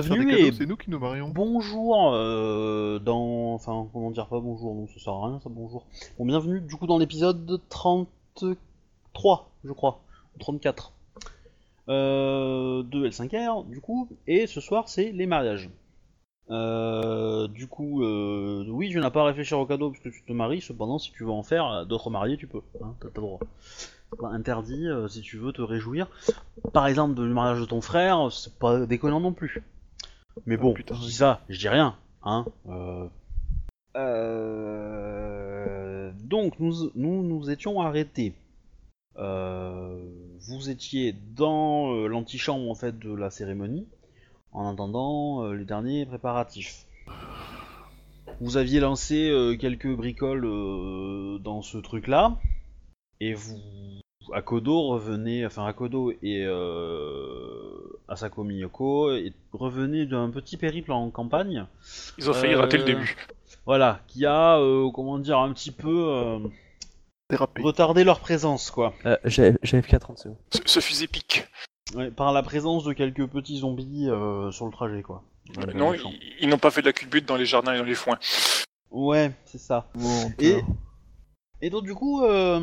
bienvenue cadeaux, et c'est nous qui nous marions. bonjour Enfin, comment dire, pas bonjour, donc ça sert à rien ça, bonjour. Bon, bienvenue du coup dans l'épisode 33, je crois, ou 34, de L5R, du coup, et ce soir c'est les mariages. Oui, tu n'as pas à réfléchir au cadeau puisque tu te maries, cependant si tu veux en faire d'autres mariés, tu peux, hein, t'as le droit. C'est pas interdit si tu veux te réjouir. Par exemple, du mariage de ton frère, c'est pas déconnant non plus. Mais Ah, bon, putain, je dis oui. ça, je dis rien, hein. Donc nous étions arrêtés. Vous étiez dans l'antichambre en fait de la cérémonie, en attendant les derniers préparatifs. Vous aviez lancé quelques bricoles dans ce truc-là, et vous, Akodo et Asako Miyoko revenaient d'un petit périple en campagne. Ils ont failli rater le Euh, début. Voilà, qui a, comment dire, un petit peu Thérapie. retardé leur présence, quoi. JFK 30 secondes. Ce fusil pique. Ouais, par la présence de quelques petits zombies sur le trajet, quoi. Ouais, Non, méchants. ils n'ont pas fait de la culbute dans les jardins et dans les foins. Ouais, c'est ça. Bon, Et donc du coup,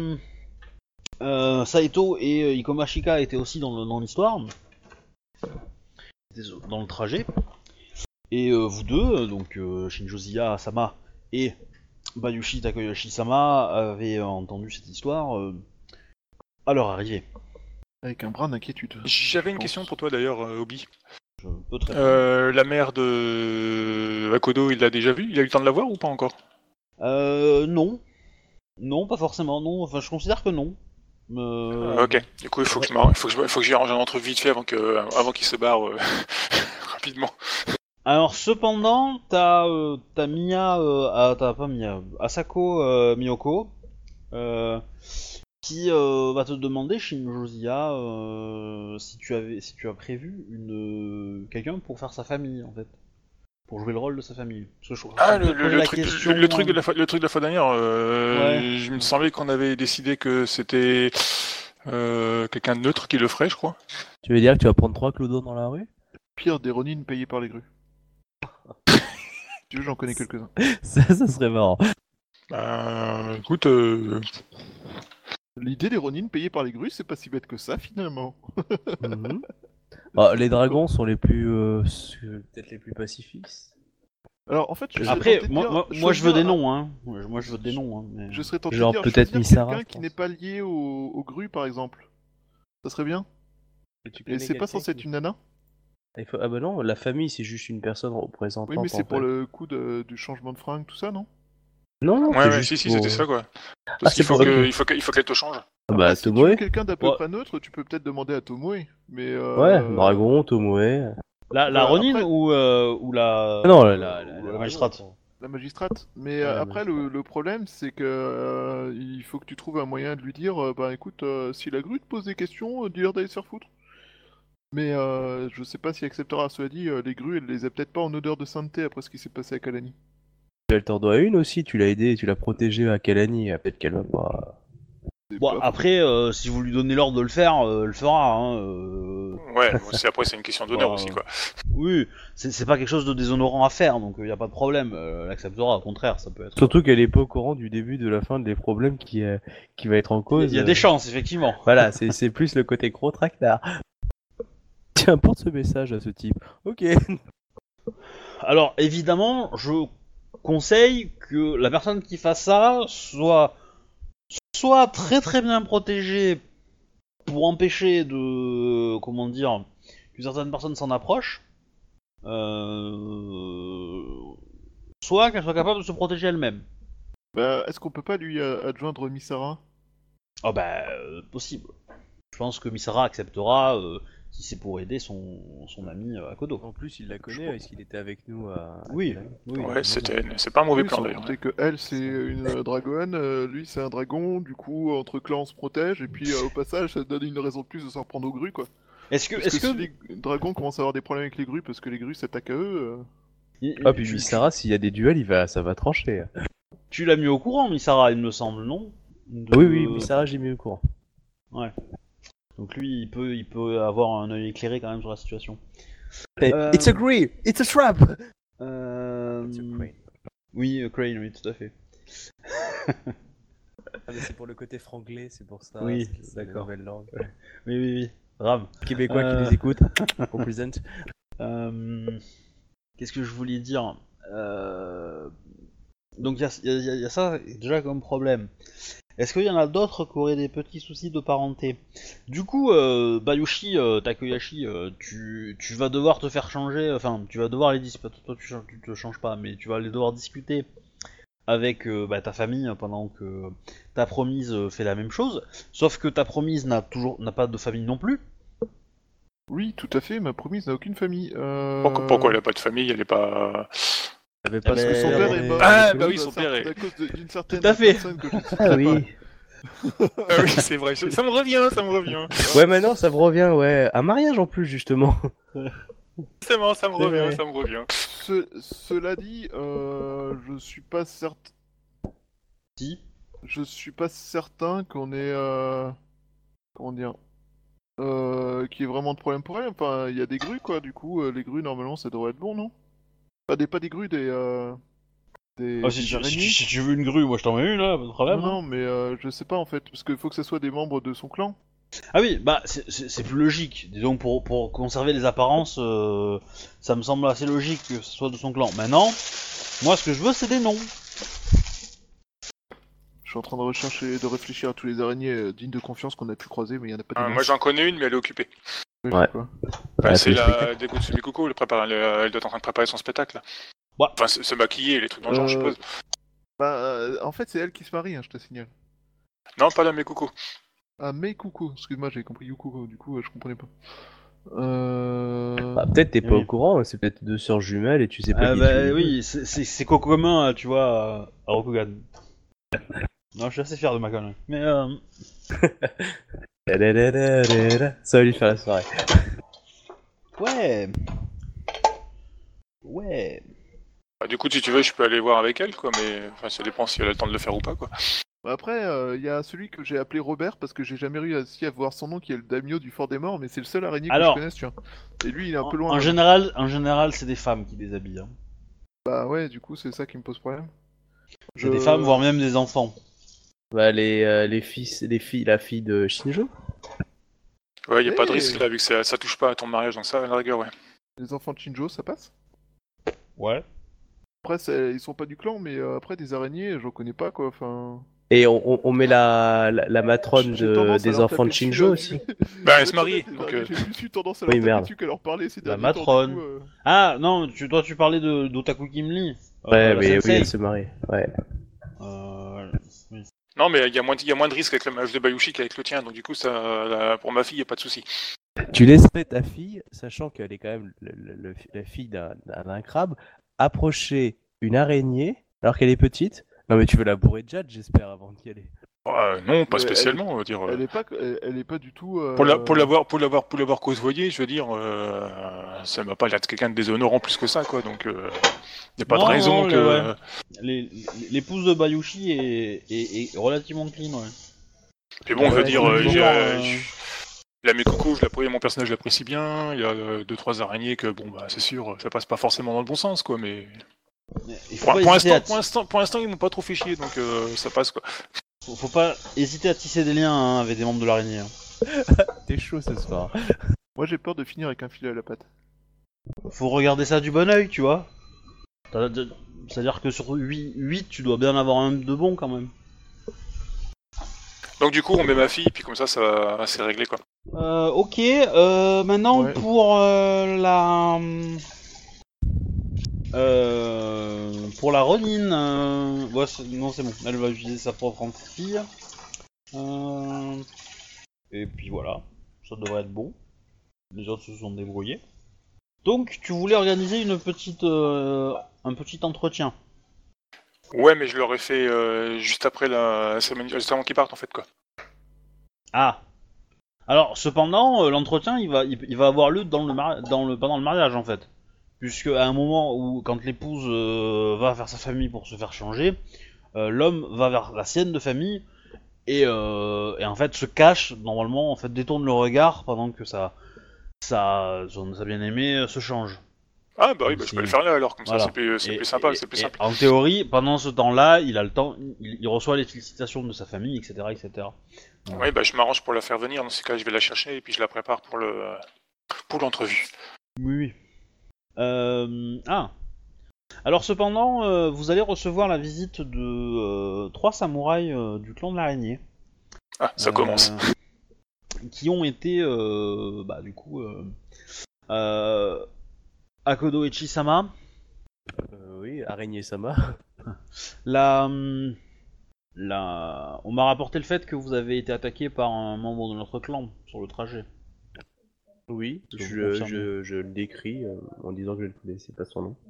Saito et Ikomashika étaient aussi dans l'histoire, dans le trajet. Et vous deux, donc Shinjozia Sama et Bayushi Takayoshi-sama, avez entendu cette histoire à leur arrivée. avec un brin d'inquiétude. J'avais une je question pense. pour toi d'ailleurs, Obi. Je peux très bien. La mère de Akodo, il l'a déjà vue? Il a eu le temps de la voir ou pas encore? Non. Non, pas forcément, non. Enfin, je considère que non. Ok. Du coup, il faut que je lui arrange un entrevue vite fait avant qu'il se barre rapidement. Alors, cependant, t'as Mia, t'as pas Mia, Asako Miyoko, qui va te demander, Shinjozia, si tu as prévu quelqu'un pour faire sa famille, en fait. Pour jouer le rôle de sa famille. Parce que Ah, je me posais la question, le truc de la fois dernière, Ouais. je me semblait qu'on avait décidé que c'était quelqu'un de neutre qui le ferait, je crois. Tu veux dire que tu vas prendre 3 clodos dans la rue? Pire, des Ronin payés par les grues. Tu veux, j'en connais quelques-uns. Ça serait marrant. Écoute, L'idée des Ronin payés par les grues, c'est pas si bête que ça, finalement. Mhm. Ah, les dragons sont les plus. Peut-être les plus pacifistes. Alors, en fait, je serais Après, tenté de moi, dire, moi, moi, je veux choisir des un- noms, hein. Moi je veux des noms, hein. Mais... Je serais tenté Genre de dire peut-être choisir Misara, quelqu'un je qui pense. n'est pas lié aux grues, par exemple. Ça serait bien. Et c'est pas censé être une nana? Ah bah non, la famille c'est juste une personne représentante. Oui, mais c'est en pour fait. le coup du changement de fringue, tout ça, non? Non, non, ouais, c'est ouais, juste si, pour- c'était ça, quoi. Ah, Parce qu'il c'est faut pour- que, ok. il faut qu'elle te change. Ah bah Si tu veux Tomoe. quelqu'un d'à peu Ouais. près neutre, tu peux peut-être demander à Tomoe. Mais Ouais, dragon, Tomoe. La Voilà, Ronin après- ou la... Ah non, ou la magistrate. dragon, la magistrate. Mais Ouais, la après, le problème, c'est que il faut que tu trouves un moyen de lui dire, bah écoute, si la grue te pose des questions, dis-leur d'aller se faire foutre. Mais je sais pas s'il acceptera. Cela dit, les grues, elle les a peut-être pas en odeur de sainteté après ce qui s'est passé à Kalani. Elle t'en doit une aussi, tu l'as aidé, tu l'as protégé à Kalani, peut-être qu'elle va pas. C'est Bon, pas faux. après, si vous lui donnez l'ordre de le faire, elle le fera, hein. Ouais, après, c'est une question d'honneur Bah, aussi, quoi. Oui, c'est pas quelque chose de déshonorant à faire, donc y a pas de problème. Elle acceptera, au contraire, ça peut être... Surtout qu'elle est pas au courant du début, de la fin, des problèmes qui va être en cause. Il y a des chances, effectivement. Voilà, c'est plus le côté gros tractard. Tiens, porte ce message à ce type. Ok. Alors, évidemment, je conseille que la personne qui fasse ça soit très très bien protégée pour empêcher de... comment dire... que certaines personnes s'en approchent, soit qu'elle soit capable de se protéger elle-même. Bah, est-ce qu'on peut pas lui adjoindre Misara? Ah bah, possible. Je pense que Misara acceptera si c'est pour aider son ami Akodo. En plus, il la connaît, parce qu'il était avec nous à. Oui, oui. Ouais, c'est pas un mauvais Oui, plan, sans d'ailleurs. compter que elle, c'est une dragonne, lui, c'est un dragon, du coup, entre clans, on se protège, et puis au passage, ça donne une raison de plus de s'en reprendre aux grues, quoi. Est-ce que... Parce que si les dragons commencent à avoir des problèmes avec les grues parce que les grues s'attaquent à eux... Ah, puis Misara, s'il y a des duels, ça va trancher. Tu l'as mis au courant, Misara, il me semble, non Oui, Misara, j'ai mis au courant. Ouais. Donc lui, il peut avoir un œil éclairé quand même sur la situation. It's a green, it's a trap. Oui, Crane, oui, tout à fait. Ah, mais c'est pour le côté franglais, c'est pour ça. Oui, c'est la d'accord. nouvelle langue. Oui. Ram. Québécois qui nous écoutent, on présente. Qu'est-ce que je voulais dire Donc il y a ça déjà comme problème. Est-ce qu'il y en a d'autres qui auraient des petits soucis de parenté? Du coup, Bayushi, Takoyashi, tu vas devoir te faire changer, enfin, tu vas devoir les discuter, toi tu te changes pas, mais tu vas les devoir discuter avec ta famille pendant que ta promise fait la même chose, sauf que ta promise n'a pas de famille non plus. Oui, tout à fait, ma promise n'a aucune famille. Pourquoi elle a pas de famille, elle est pas... Il avait pas Eh ben, Son père est mort. Ah, bah oui, son père est- À cause d'une certaine Tout à fait. personne que je ne citerai Ah pas. oui. Ah oui, c'est vrai, ça me revient. Ouais, maintenant ça me revient, ouais. Un mariage en plus, justement. Forcément, ça me vrai. revient. Cela dit, je suis pas certain. Si. Je suis pas certain qu'on ait. Comment dire qu'il y ait vraiment de problème pour elle. Enfin, il y a des grues, quoi. Du coup, les grues, normalement, ça devrait être bon, non? Pas des grues, des Ah, si, des tu, araignées. si tu veux une grue, moi je t'en mets une là, pas de problème. Non, mais je sais pas, en fait. Parce qu'il faut que ce soit des membres de son clan. Ah oui, bah c'est plus logique. Disons pour conserver les apparences, ça me semble assez logique que ce soit de son clan. Maintenant, moi ce que je veux c'est des noms. Je suis en train de réfléchir à tous les araignées dignes de confiance qu'on a pu croiser, mais il y en a pas des Moi masses. j'en connais une, mais elle est occupée. Ouais. Quoi. Ouais, C'est faut la Deku Sumikuko, elle doit être en train de préparer son spectacle. Ouais. Enfin, se maquiller, les trucs dans le genre, je suppose. En fait, c'est elle qui se marie, hein, je te signale. Non, pas la Mekuko. Ah, Meikuko, excuse-moi, j'avais compris Yukuko, du coup, je comprenais pas. Bah, peut-être t'es pas Oui. au courant, c'est peut-être deux sœurs jumelles et tu sais pas Ah qui bah tu oui, c'est qu'au commun, tu vois, à Rokugan. Non, je suis assez fier de ma connerie. Mais Ça va lui faire la soirée. ouais. Ouais. Bah, du coup, si tu veux, je peux aller voir avec elle, quoi, mais enfin, ça dépend si elle a le temps de le faire ou pas, quoi. Après, il y a celui que j'ai appelé Robert parce que j'ai jamais réussi à voir son nom, qui est le daimyo du Fort des Morts, mais c'est le seul araignée Alors, que je connaisse, tu vois. Et lui, il est un peu loin. En là. général, c'est des femmes qui les habillent. Hein. Bah ouais, du coup, c'est ça qui me pose problème. C'est des femmes, voire même des enfants. Bah, les filles, la fille de Shinjo. Ouais, y a pas de Hey. risque là, vu que ça touche pas à ton mariage, donc ça, à la rigueur, ouais. Les enfants de Shinjo, ça passe. Ouais. Après, ils sont pas du clan, mais après, des araignées, j'en connais pas, quoi, enfin... Et on met la matrone J'ai tendance à des leur enfants de taper dessus, Shinjo là, aussi. Bah, elle Je se vais marie, être honnête, donc, les araignées, J'ai plus eu tendance à leur Oui, taper merde. dessus qu'à leur parler ces La derniers temps, du matrone. coup, Ah non, toi tu parlais d'Otaku Kimli. Ouais, la mais oui, sensei. elle se marie. Ouais. Oui. Non, mais il y a moins de risques avec le mariage de Bayushi qu'avec le tien, donc du coup, pour ma fille, y a pas de souci. Tu laisserais ta fille, sachant qu'elle est quand même la fille d'un crabe, approcher une araignée alors qu'elle est petite. Non mais tu veux la bourrer de jade, j'espère, avant d'y aller. Non, pas Mais spécialement, on va dire. Elle est pas du tout... Pour l'avoir côtoyé, je veux dire, ça m'a pas l'air de quelqu'un de déshonorant plus que ça, quoi. Donc, y a pas de Non, raison non, que. ouais. L'épouse de Bayushi est relativement clean, ouais. Mais bon, je veux Ouais, dire, c'est la Mekuko, mon personnage, je l'apprécie bien. Il y a 2-3 araignées que, bon, bah, c'est sûr, ça passe pas forcément dans le bon sens, quoi. Mais Il faut pour l'instant, ils m'ont pas trop fait chier, donc ça passe, quoi. faut pas hésiter à tisser des liens hein, avec des membres de l'araignée. Hein. T'es chaud ce soir. Moi, j'ai peur de finir avec un filet à la patte. Faut regarder ça du bon oeil, tu vois. C'est-à-dire que sur 8, tu dois bien avoir un de bon quand même. Donc, du coup, on met ma fille, puis comme ça c'est réglé, quoi. Ok, maintenant Ouais. pour pour la Ronin, ouais, non c'est bon, elle va utiliser sa propre fille. Et puis voilà, ça devrait être bon. Les autres se sont débrouillés. Donc tu voulais organiser un petit entretien. Ouais, mais je l'aurais fait juste après la cérémonie, juste avant qu'ils partent, en fait, quoi. Ah. Alors cependant, l'entretien il va avoir lieu pendant le mariage en fait. Puisque à un moment où, quand l'épouse va vers sa famille pour se faire changer, l'homme va vers la sienne de famille et en fait se cache, normalement, en fait détourne le regard pendant que sa sa bien-aimée se change. Ah bah oui, bah, je peux le faire là alors, comme Voilà. ça c'est plus sympa, c'est plus simple. En théorie, pendant ce temps-là, il a le temps, il reçoit les félicitations de sa famille, etc., etc. Oui, bah je m'arrange pour la faire venir, dans ces cas je vais la chercher et puis je la prépare pour l'entrevue. Oui, oui. Alors cependant, vous allez recevoir la visite de 3 samouraïs du clan de l'araignée. Ah, ça commence. Qui ont été, du coup, Akodo Echi-sama. Oui, Araignée-sama. On m'a rapporté le fait que vous avez été attaqué par un membre de notre clan sur le trajet. Oui, Je je, vous confirme. je le décris en disant que je ne connaissais pas son nom.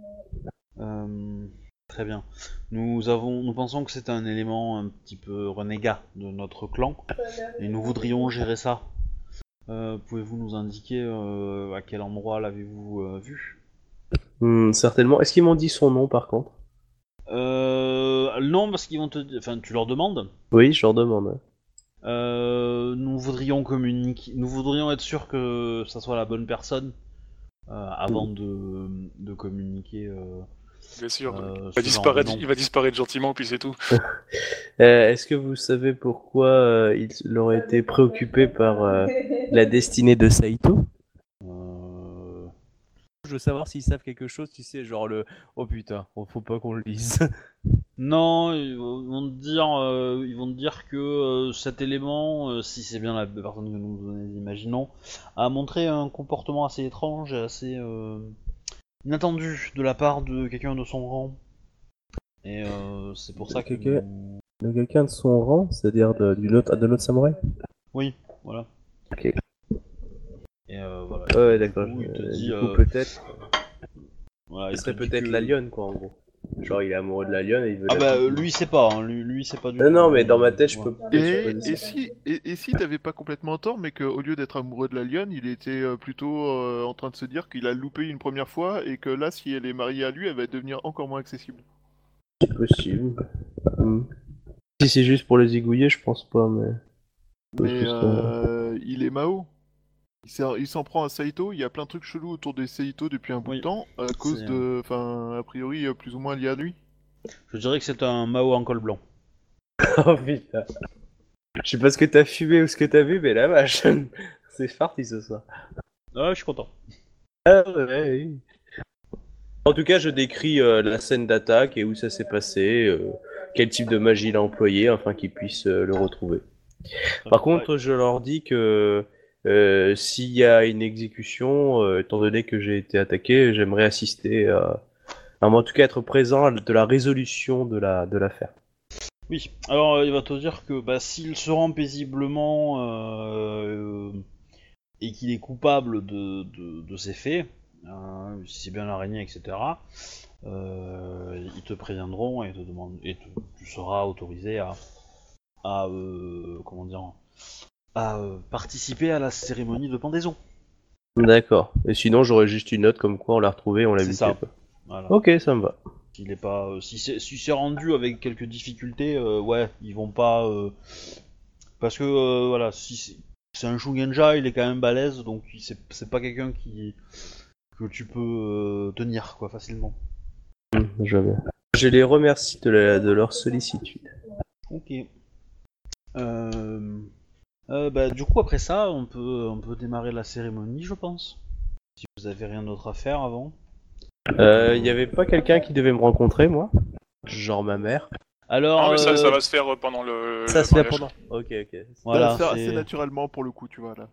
Très bien. Nous pensons que c'est un élément un petit peu renégat de notre clan et nous voudrions gérer ça. Pouvez-vous nous indiquer à quel endroit l'avez-vous vu? Certainement. Est-ce qu'ils m'ont dit son nom par contre? Non, parce qu'ils vont enfin, tu leur demandes. Oui, je leur demande. Nous voudrions communiquer, nous voudrions être sûrs que ça soit la bonne personne avant de communiquer. Bien sûr, Il va disparaître gentiment, puis c'est tout. Est-ce que vous savez pourquoi il aurait été préoccupé par la destinée de Saito? Je veux savoir s'ils savent quelque chose, tu sais, genre le « Oh putain, faut pas qu'on le lise ». Non, ils vont te dire que cet élément, si c'est bien la personne que nous imaginons, a montré un comportement assez étrange et assez inattendu de la part de quelqu'un de son rang. Et c'est pour ça que... De quelqu'un de son rang, c'est-à-dire de notre samouraï? Oui, voilà. Ok. Et voilà. Ouais, d'accord. Du coup, il te dit, du coup, peut-être... Voilà, Ce il serait te dit peut-être que- la lionne, quoi, en gros. Genre, il est amoureux de la lionne et il veut Ah la bah tuer. lui c'est pas, hein. lui c'est pas du tout. Non, mais dans ma tête, je Ouais. peux... Et si t'avais pas complètement tort, mais qu'au lieu d'être amoureux de la lionne, il était plutôt en train de se dire qu'il a loupé une première fois et que là, si elle est mariée à lui, elle va devenir encore moins accessible. C'est possible. Si c'est juste pour les zigouiller, je pense pas, mais... Mais Juste, il est Mao. Il s'en prend à Saito, il y a plein de trucs chelous autour des Saito depuis un bout Oui. de temps, à cause C'est, de... Enfin, a priori, plus ou moins lié à lui. Je dirais que c'est un Mao en col blanc. Oh putain. Je sais pas ce que t'as fumé ou ce que t'as vu, mais la vache. C'est parti ce soir. Ah, je suis content. Ah ouais, oui. En tout cas, je décris la scène d'attaque et où ça s'est passé, quel type de magie il a employé, afin qu'ils puissent le retrouver. Par contre, je leur dis que s'il y a une exécution, étant donné que j'ai été attaqué, j'aimerais assister en tout cas être présent de la résolution de l'affaire. Oui, alors il va te dire que s'il se rend paisiblement et qu'il est coupable de ses faits, si c'est bien l'araignée, etc., ils te préviendront et te demandent, tu seras autorisé à participer à la cérémonie de pendaison. D'accord. Et sinon, j'aurais juste une note comme quoi on l'a retrouvé, on l'a C'est buté. ça. Quoi. Voilà. Ok, ça me va. S'il est pas, si c'est rendu avec quelques difficultés, ouais, ils vont pas, parce que voilà, si c'est un Shugenja, il est quand même balèze, donc c'est pas quelqu'un que tu peux tenir quoi facilement. Je vois bien. Je les remercie de leur sollicitude. Ok. Du coup après ça, on peut démarrer la cérémonie, je pense. Si vous avez rien d'autre à faire avant. Y avait pas quelqu'un qui devait me rencontrer, moi? Genre ma mère? Alors, Non, mais ça va se faire pendant le Ça se fait mariage. pendant. Ok. voilà, Ça va se faire c'est- assez naturellement pour le coup, tu vois, là.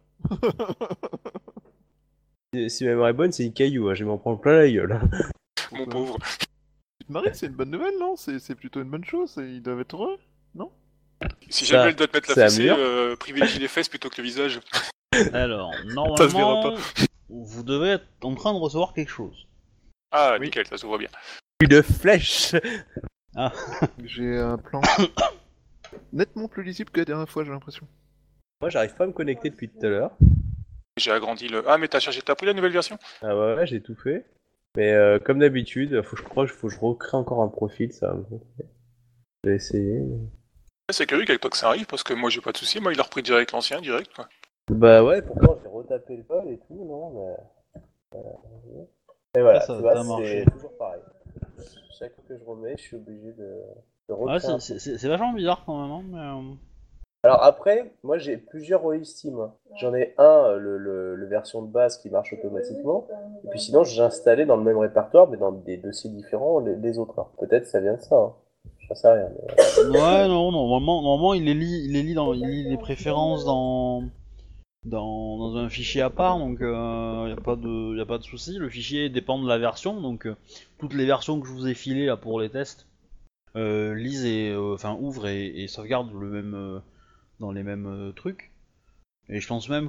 Si ma mère est bonne, c'est une caillou, hein, je vais m'en prendre plein la gueule. Mon pauvre. Tu te maries, c'est une bonne nouvelle, non? C'est plutôt une bonne chose, et ils doivent être heureux. Si Ça- jamais elle doit te mettre la ça fessée, améliore. privilégie les fesses plutôt que le visage. Alors, Ça se verra normalement, vous devez être en train de recevoir quelque chose. Ah, Oui. nickel, ça s'ouvre bien. Une flèche! J'ai un plan nettement plus lisible que la dernière fois, j'ai l'impression. Moi, j'arrive pas à me connecter depuis tout à l'heure. J'ai agrandi le... Ah, mais t'as pris la nouvelle version? Ah ouais, j'ai tout fait. Mais comme d'habitude, faut que je recrée encore un profil, ça. Je vais essayer. C'est curieux qu'avec toi que ça arrive, parce que moi j'ai pas de soucis, moi il a repris direct l'ancien, direct quoi. Bah ouais, pourtant j'ai retapé le vol et tout, non mais... Et voilà, Ça tu vois, a marché. c'est toujours pareil. Chaque fois que je remets, je suis obligé de Ouais, recréer un truc. c'est vachement bizarre quand même, hein, mais... Alors après, moi j'ai plusieurs rôles Steam. J'en ai un, le version de base qui marche automatiquement. Et puis sinon, j'ai installé dans le même répertoire, mais dans des dossiers différents, les autres. Alors, peut-être ça vient de ça. Hein. J'en sais rien. Ouais, non, normalement il lit les préférences dans un fichier à part, donc y a pas de souci. Le fichier dépend de la version, donc toutes les versions que je vous ai filées là pour les tests lisent et enfin ouvrent et sauvegardent le même dans les mêmes trucs. Et je pense même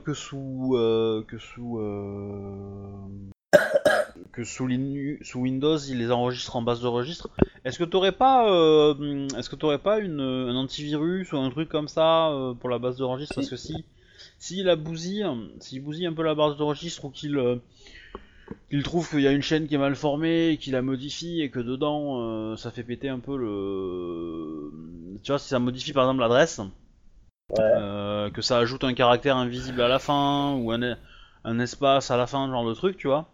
que sous Windows, il les enregistre en base de registre. Est-ce que t'aurais pas un antivirus ou un truc comme ça pour la base de registre? Parce que s'il bousille un peu la base de registre ou qu'il trouve qu'il y a une chaîne qui est mal formée, et qu'il la modifie et que dedans ça fait péter un peu le, tu vois, si ça modifie par exemple l'adresse, Ouais. que ça ajoute un caractère invisible à la fin ou un espace à la fin, ce genre de truc, tu vois.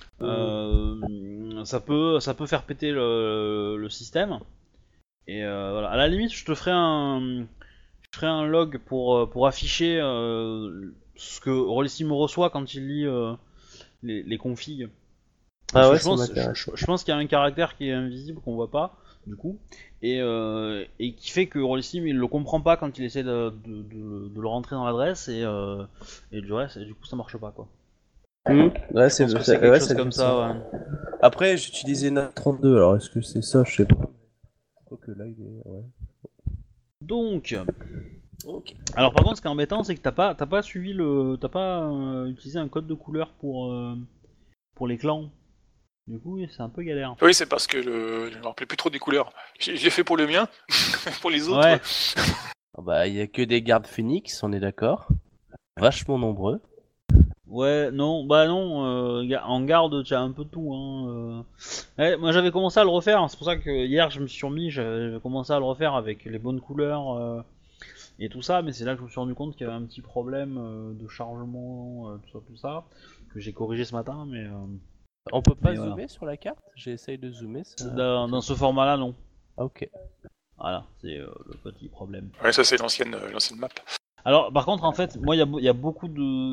Ça peut faire péter le système. Et voilà. À la limite, je ferai un log pour afficher ce que Rollissim reçoit quand il lit les configs. Parce Ah que ouais, ça m'intéresse. je pense qu'il y a un caractère qui est invisible qu'on voit pas, du coup, et qui fait que Rollissim il le comprend pas quand il essaie de le rentrer dans l'adresse, et du reste, et du coup ça marche pas quoi. Ouais, Je pense que c'est quelque ouais, chose ça comme devient ça, ça. ouais. Après, j'utilisais NAT32, alors est-ce que c'est ça? Je sais pas. Ok, là, il est... Ouais. Donc, Ok. alors par contre, ce qui est embêtant, c'est que t'as pas suivi t'as pas utilisé un code de couleur pour les clans. Du coup, c'est un peu galère. Oui, c'est parce que je me rappelais plus trop des couleurs. J'ai fait pour le mien, pour les autres. Ouais. Ah bah, il y a que des gardes phoenix, on est d'accord. Vachement nombreux. Ouais, non, bah non, en garde, tu as un peu de tout, hein. Ouais, moi j'avais commencé à le refaire, hein, c'est pour ça que hier je me suis remis, j'avais commencé à le refaire avec les bonnes couleurs et tout ça, mais c'est là que je me suis rendu compte qu'il y avait un petit problème de chargement, tout ça, que j'ai corrigé ce matin, On peut pas mais voilà. zoomer sur la carte? J'essaye de zoomer, ça... Dans ce format-là, non. Ah, ok. Voilà, c'est le petit problème. Ouais, ça c'est l'ancienne map. Alors, par contre, en fait, moi, il y a beaucoup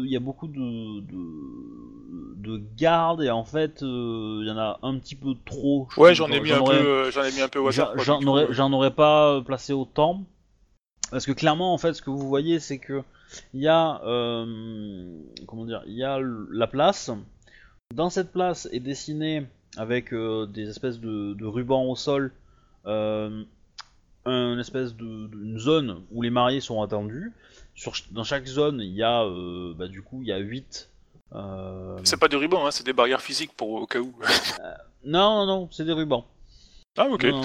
de gardes et en fait, il y en a un petit peu trop. Je Ouais, trouve. j'en ai mis un peu au hasard. Quoi, du coup, J'en aurais pas placé autant parce que clairement, en fait, ce que vous voyez, c'est que il y a, comment dire, il y a la place. Dans cette place est dessiné avec des espèces de rubans au sol. Euh, une espèce une zone où les mariés sont attendus. Dans chaque zone, il y a bah, du coup il y a 8. c'est pas des rubans, hein, c'est des barrières physiques pour au cas où. Non, c'est des rubans. Ah, ok. Non,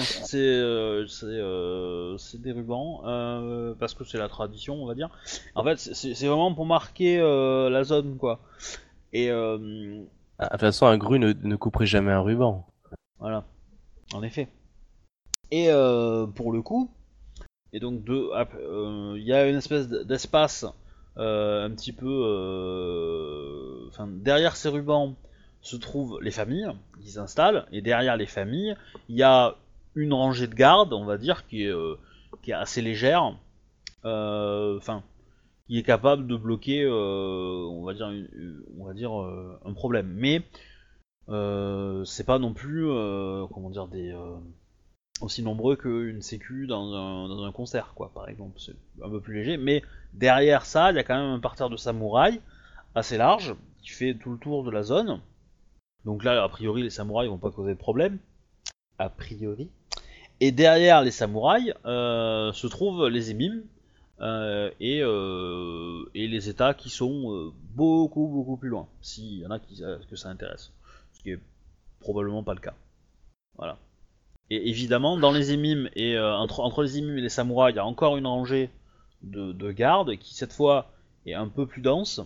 c'est des rubans parce que c'est la tradition, on va dire. En fait, c'est vraiment pour marquer la zone, quoi. Et Ah, de toute façon, un gru ne couperait jamais un ruban. voilà, en effet. Et pour le coup, et donc il y a une espèce d'espace un petit peu, enfin derrière ces rubans se trouvent les familles qui s'installent et derrière les familles il y a une rangée de gardes, on va dire, qui est assez légère, enfin qui est capable de bloquer, on va dire un problème. Mais c'est pas non plus, comment dire, aussi nombreux qu'une sécu dans un concert, quoi, par exemple. C'est un peu plus léger, mais derrière ça, il y a quand même un parterre de samouraïs assez large qui fait tout le tour de la zone. Donc là, a priori, les samouraïs vont pas causer de problème. A priori. Et derrière les samouraïs se trouvent les émimes et les états qui sont beaucoup plus loin, s'il y en a que ça intéresse. Ce qui est probablement pas le cas. Voilà. Et évidemment, dans les émimes et entre les émimes et les samouraïs, il y a encore une rangée de gardes qui cette fois est un peu plus dense.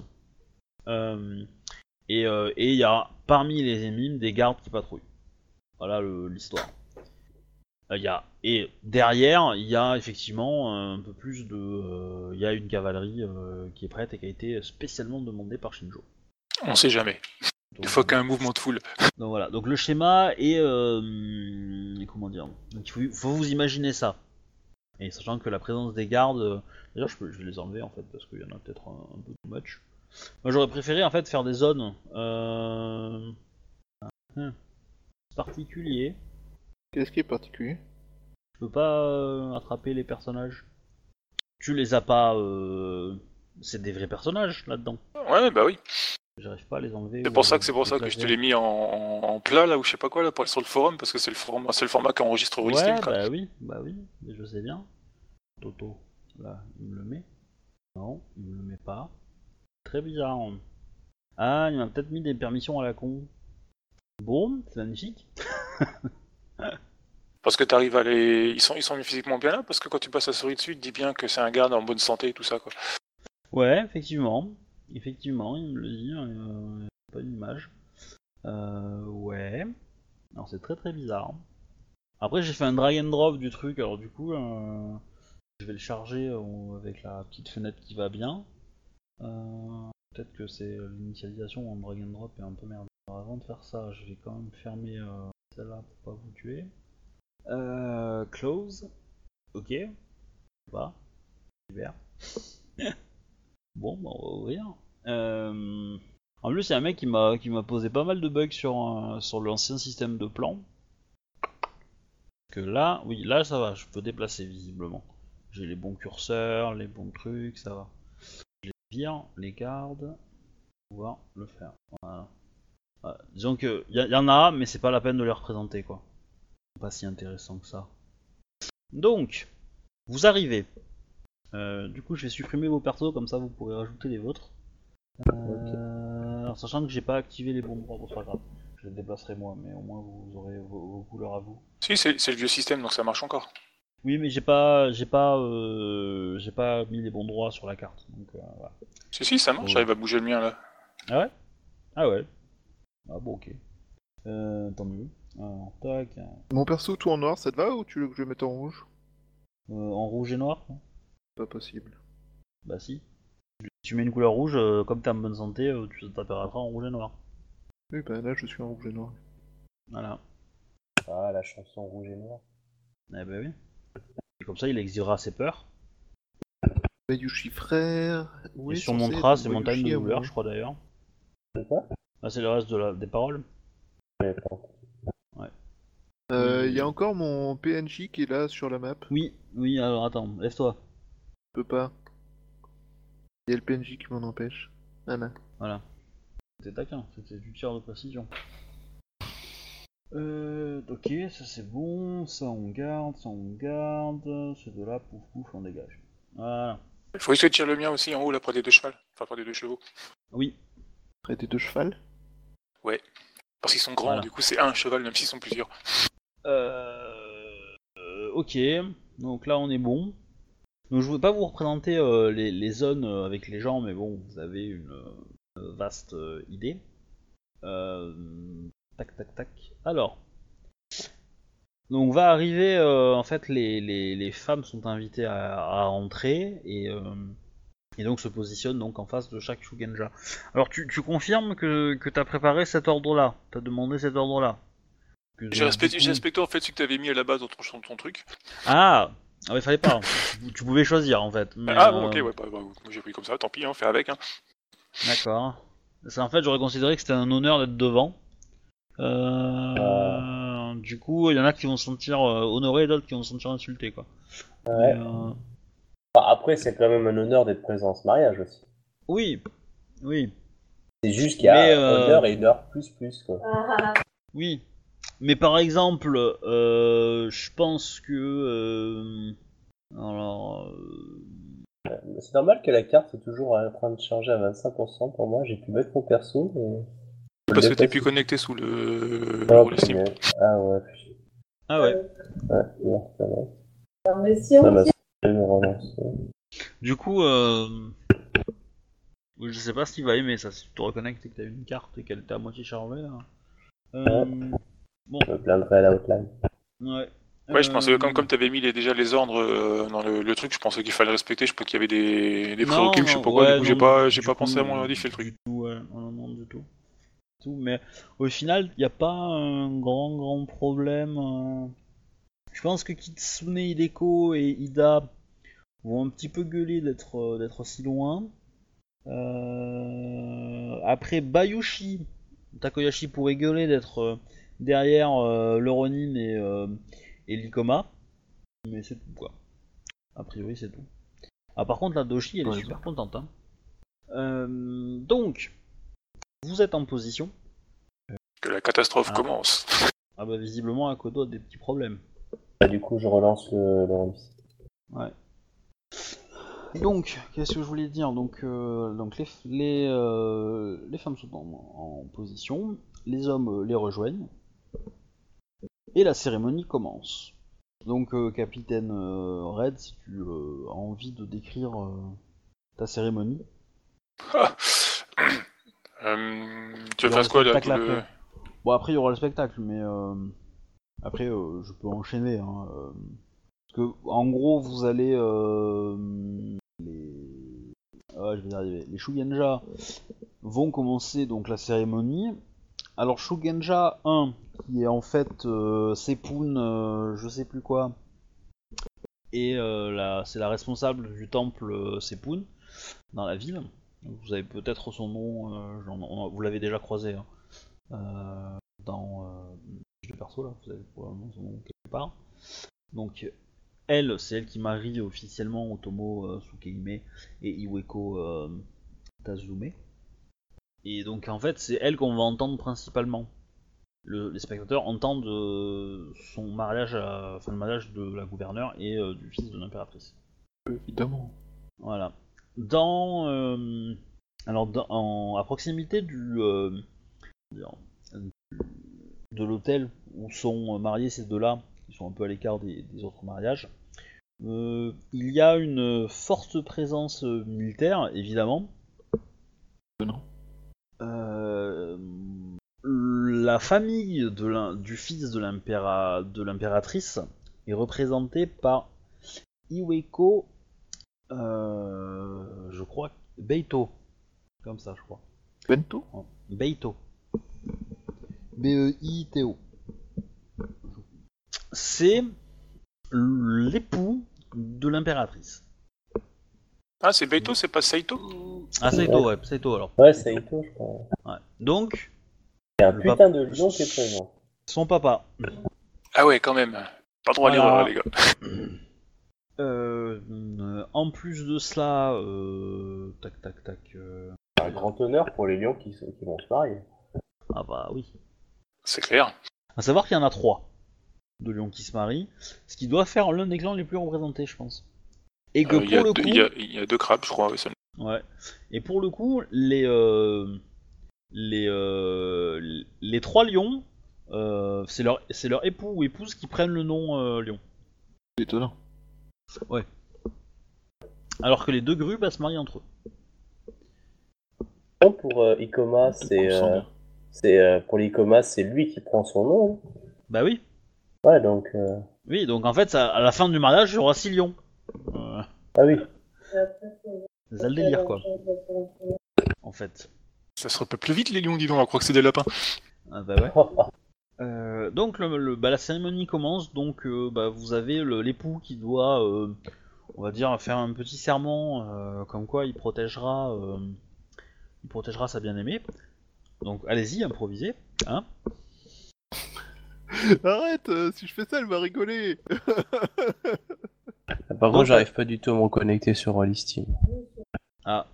Et il y a parmi les émimes des gardes qui patrouillent. Voilà l'histoire. Et derrière, il y a effectivement un peu plus de... Il y a une cavalerie qui est prête et qui a été spécialement demandée par Shinjo. On sait jamais. Donc, Il faut qu'il y ait un mouvement de foule. donc voilà, donc le schéma est... comment dire, donc faut vous imaginer ça. Et sachant que la présence des gardes... D'ailleurs, je vais les enlever en fait, parce qu'il y en a peut-être un peu too much. Moi j'aurais préféré en fait faire des zones particuliers. Qu'est-ce qui est particulier? Je peux pas attraper les personnages. Tu les as pas. C'est des vrais personnages là-dedans. Ouais, bah oui. J'arrive pas à les enlever. C'est pour ça que je te l'ai mis en plat là ou je sais pas quoi là sur le forum parce que c'est le format qui enregistre au Ouais, Steam. bah oui, mais je sais bien. Toto, là, il me le met. Non, il me le met pas. Très bizarre. Ah, il m'a peut-être mis des permissions à la con. Bon, c'est magnifique. Parce que t'arrives à les. Ils sont physiquement bien là parce que quand tu passes la souris dessus, il te dit bien que c'est un garde en bonne santé et tout ça quoi. Ouais, effectivement. Effectivement, il me le dit. Pas une image. Ouais. Alors c'est très très bizarre. Après j'ai fait un drag and drop du truc, alors du coup je vais le charger avec la petite fenêtre qui va bien. Peut-être que c'est l'initialisation en drag and drop est un peu merde. Alors avant de faire ça, je vais quand même fermer celle-là pour pas vous tuer. Close. Ok. Bah. Super. Bon, bah on va ouvrir. En plus, il y a un mec qui m'a posé pas mal de bugs sur l'ancien système de plan. Que là, oui, là ça va, je peux déplacer visiblement. J'ai les bons curseurs, les bons trucs, ça va. Je les vire, les garde, pour pouvoir le faire. Voilà. Disons que y en a, mais c'est pas la peine de les représenter quoi. Pas si intéressant que ça. Donc, vous arrivez. Du coup, je vais supprimer vos persos, comme ça vous pourrez rajouter les vôtres. Alors, sachant que j'ai pas activé les bons droits, bon, c'est pas grave. Je les déplacerai moi, mais au moins vous aurez vos couleurs à vous. Si, c'est le vieux système donc ça marche encore. Oui, mais j'ai pas mis les bons droits sur la carte. Donc, voilà. Si, ça marche, j'arrive à bouger le mien là. Ah ouais? Ah ouais. Ah bon, ok. Tant mieux. Alors, tac. Mon perso tout en noir, ça te va ou tu veux que je le mette en rouge? En rouge et noir? Pas possible. Bah si. Si tu mets une couleur rouge, comme t'es en bonne santé, tu t'apparaîtras en rouge et noir. Oui, bah là je suis en rouge et noir. Voilà. Ah, la chanson rouge et noir. Eh bah oui. Et comme ça, il exilera ses peurs. Bayushi frère. Et sur mon trace, c'est montagne de douleur, je crois d'ailleurs. C'est quoi? Ah, c'est le reste des paroles. Ouais, Ouais. Il y a encore mon PNJ qui est là sur la map. Oui, alors attends, lève-toi. Je peux pas. Il y a le PNJ qui m'en empêche. Voilà. C'était taquin, c'était du tir de précision. Ok, ça c'est bon, ça on garde, ces deux-là, pouf pouf, on dégage. Voilà. Il faut essayer de tirer le mien aussi en haut là près des deux chevaux. Enfin près des deux chevaux. Oui. Près des deux chevals. Ouais. Parce qu'ils sont grands, Voilà. du coup c'est un cheval même s'ils sont plusieurs. Ok, donc là on est bon. Donc je ne veux pas vous représenter les zones avec les gens, mais bon, vous avez une vaste idée. Tac tac tac. Alors, donc va arriver, en fait les femmes sont invitées à entrer et donc se positionnent donc en face de chaque Shugenja. Alors tu confirmes que t'as préparé cet ordre-là, t'as demandé cet ordre-là. J'ai respecté en fait ce que tu avais mis à la base dans ton truc. Ah mais fallait pas. Tu pouvais choisir en fait. Mais, Ah bon ok ouais bah, moi j'ai pris comme ça, tant pis, fais avec. Hein. D'accord. C'est en fait j'aurais considéré que c'était un honneur d'être devant. Du coup il y en a qui vont se sentir honorés et d'autres qui vont se sentir insultés quoi. Ouais. Mais, Enfin, après, c'est quand même un honneur d'être présent à ce mariage aussi. oui. C'est juste qu'il y a Mais, honneur et honneur plus quoi. Oui. Mais par exemple, je pense que... C'est normal que la carte soit toujours en train de charger à 25% pour moi. J'ai pu mettre mon perso, mais... Parce que t'es plus connecté sous le Oh, rôle Steam. ah ouais. Ah ouais. Ouais, non, ça va. Si on Ça m'a me relancer. Du coup, je sais pas s'il va aimer ça, si tu te reconnectes et que t'as une carte et qu'elle était à moitié chargée là. Bon, Je me plaindrai à la hotline. ouais. Ouais, je pensais que comme t'avais mis déjà les ordres dans le truc, je pensais qu'il fallait respecter. Je pensais qu'il y avait des prérequis, je sais pas quoi. ouais, Du coup, j'ai du pas coup, pensé à modifier le truc. Du tout, ouais, non, du tout. Mais au final, il n'y a pas un grand problème. Je pense que Kitsune Hideko et Ida vont un petit peu gueuler d'être si loin. Après, Bayushi, Takoyashi pourrait gueuler d'être derrière le Ronin et l'Ikoma. Mais c'est tout, quoi. A priori, c'est tout. Ah, par contre, la Doshi, elle est super contente. Hein. Donc, vous êtes en position. Que la catastrophe commence. Ah bah visiblement Akodo a des petits problèmes. Du coup, je relance le remis. Ouais. Donc, qu'est-ce que je voulais dire? Donc les femmes sont en position, les hommes les rejoignent, et la cérémonie commence. Donc, capitaine Red, si tu as envie de décrire ta cérémonie. Tu veux faire quoi là Bon, après il y aura le spectacle, mais après je peux enchaîner. Hein, parce que en gros, vous allez je vais y arriver. Les Shugenja vont commencer donc la cérémonie. Alors Shugenja 1, qui est en fait Sepun, je sais plus quoi, et c'est la responsable du temple Sepun dans la ville. Donc, vous avez peut-être son nom, vous l'avez déjà croisé dans le perso là, vous avez probablement son nom quelque part. Donc elle, c'est elle qui marie officiellement Otomo Tsukeime et Iweko Tazume. Et donc en fait, c'est elle qu'on va entendre principalement. Les spectateurs entendent son mariage, le mariage de la gouverneure et du fils de l'impératrice. Évidemment. Voilà. À proximité de l'hôtel où sont mariés ces deux-là, qui sont un peu à l'écart des autres mariages, il y a une forte présence militaire, évidemment. Non. La famille du fils de l'impératrice est représentée par Iweko, je crois, Beito, comme ça, je crois. Bento ? Beito. B-E-I-T-O. C'est l'époux de l'impératrice. Ah, c'est Beito, c'est pas Saito? Ah, Saito, ouais, Saito alors. Ouais, Saito, je crois. Ouais. Donc, il y a un putain de lion qui est présent. Son papa. Ah ouais, quand même. Pas droit à l'erreur, les gars. En plus de cela, Un grand honneur pour les lions qui vont se marier. Ah bah oui. C'est clair. À savoir qu'il y en a 3 de lions qui se marient, ce qui doit faire l'un des clans les plus représentés, je pense. Et que pour le coup... Il y a 2 crabes, je crois. Ouais. Et pour le coup, les 3 lions, c'est leur époux ou épouse qui prennent le nom lion. C'est étonnant. Ouais. Alors que les 2 grues se marient entre eux. Pour Ikoma, pour l'Ikoma, c'est lui qui prend son nom. Bah oui. Ouais, donc. Oui, donc en fait, à la fin du mariage, il y aura 6 lions. Ah oui. C'est ça le délire, quoi. En fait. Ça se repeuple plus vite, les lions, dis donc, on croit que c'est des lapins. Ah bah ouais. Donc la cérémonie commence, donc vous avez l'époux qui doit, on va dire, faire un petit serment, comme quoi il protégera sa bien-aimée. Donc allez-y, improvisez, hein. Arrête, si je fais ça, elle va rigoler. Par contre, j'arrive pas du tout à me reconnecter sur Rollistim. Ah.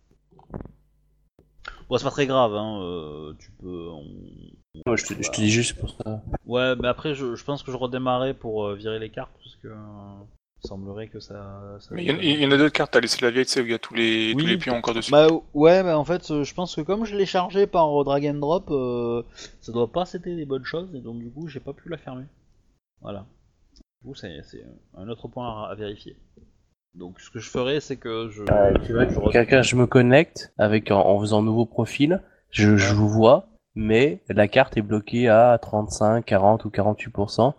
Bon, c'est pas très grave, hein. Tu peux. Moi, je te dis juste pour ça. Ouais, mais après, je pense que je redémarrais pour virer les cartes, parce que il semblerait que ça mais il y en a 2 cartes, t'as laissé la vieille, tu sais, où il y a tous les pions encore dessus. Bah ouais, en fait, je pense que comme je l'ai chargé par drag and drop, ça doit pas c'était des bonnes choses, et donc du coup, j'ai pas pu la fermer. Voilà. Du coup, c'est un autre point à vérifier. Donc, ce que je ferai, c'est que je me connecte en faisant nouveau profil, je vous vois, mais la carte est bloquée à 35, 40 ou 48%,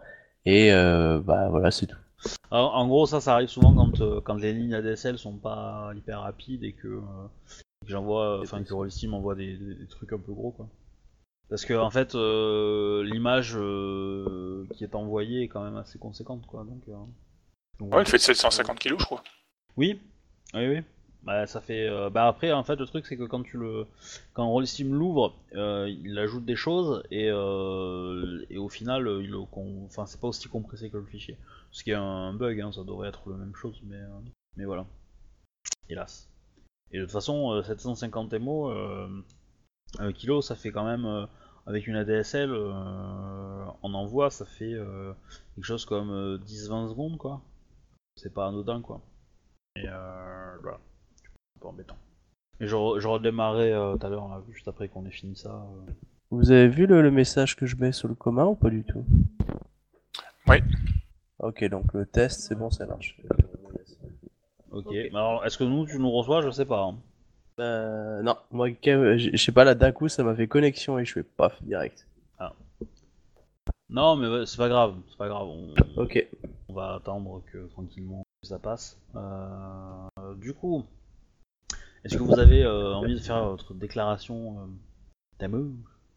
Et bah voilà, c'est tout. Alors, en gros, ça arrive souvent quand les lignes ADSL sont pas hyper rapides et que que Rollistim envoie des trucs un peu gros, quoi. Parce que en fait, l'image qui est envoyée est quand même assez conséquente, quoi. Donc Ouais, il fait 750 kilos, je crois. Oui, oui. Bah, ça fait. Bah après, en fait, le truc c'est que quand Rollistim l'ouvre, il ajoute des choses et au final, enfin, c'est pas aussi compressé que le fichier. Ce qui est un bug, hein, ça devrait être la même chose, mais voilà. Hélas. Et de toute façon, 750 MO, kilo, ça fait quand même avec une ADSL en envoi, ça fait quelque chose comme 10-20 secondes, quoi. C'est pas anodin, quoi. Et voilà, un peu embêtant. Et je redémarrais tout à l'heure, là, juste après qu'on ait fini ça. Vous avez vu le message que je mets sur le commun ou pas du tout? Ouais. Ok, donc le test, c'est bon, ça marche. Ok. Mais alors, est-ce que tu nous reçois? Je sais pas. Hein. Non, moi, je sais pas, là, d'un coup, ça m'a fait connexion échouée, paf, direct. Non, mais c'est pas grave, c'est pas grave. Ok. On va attendre que tranquillement ça passe. Du coup, est-ce que vous avez envie de faire votre déclaration d'amour?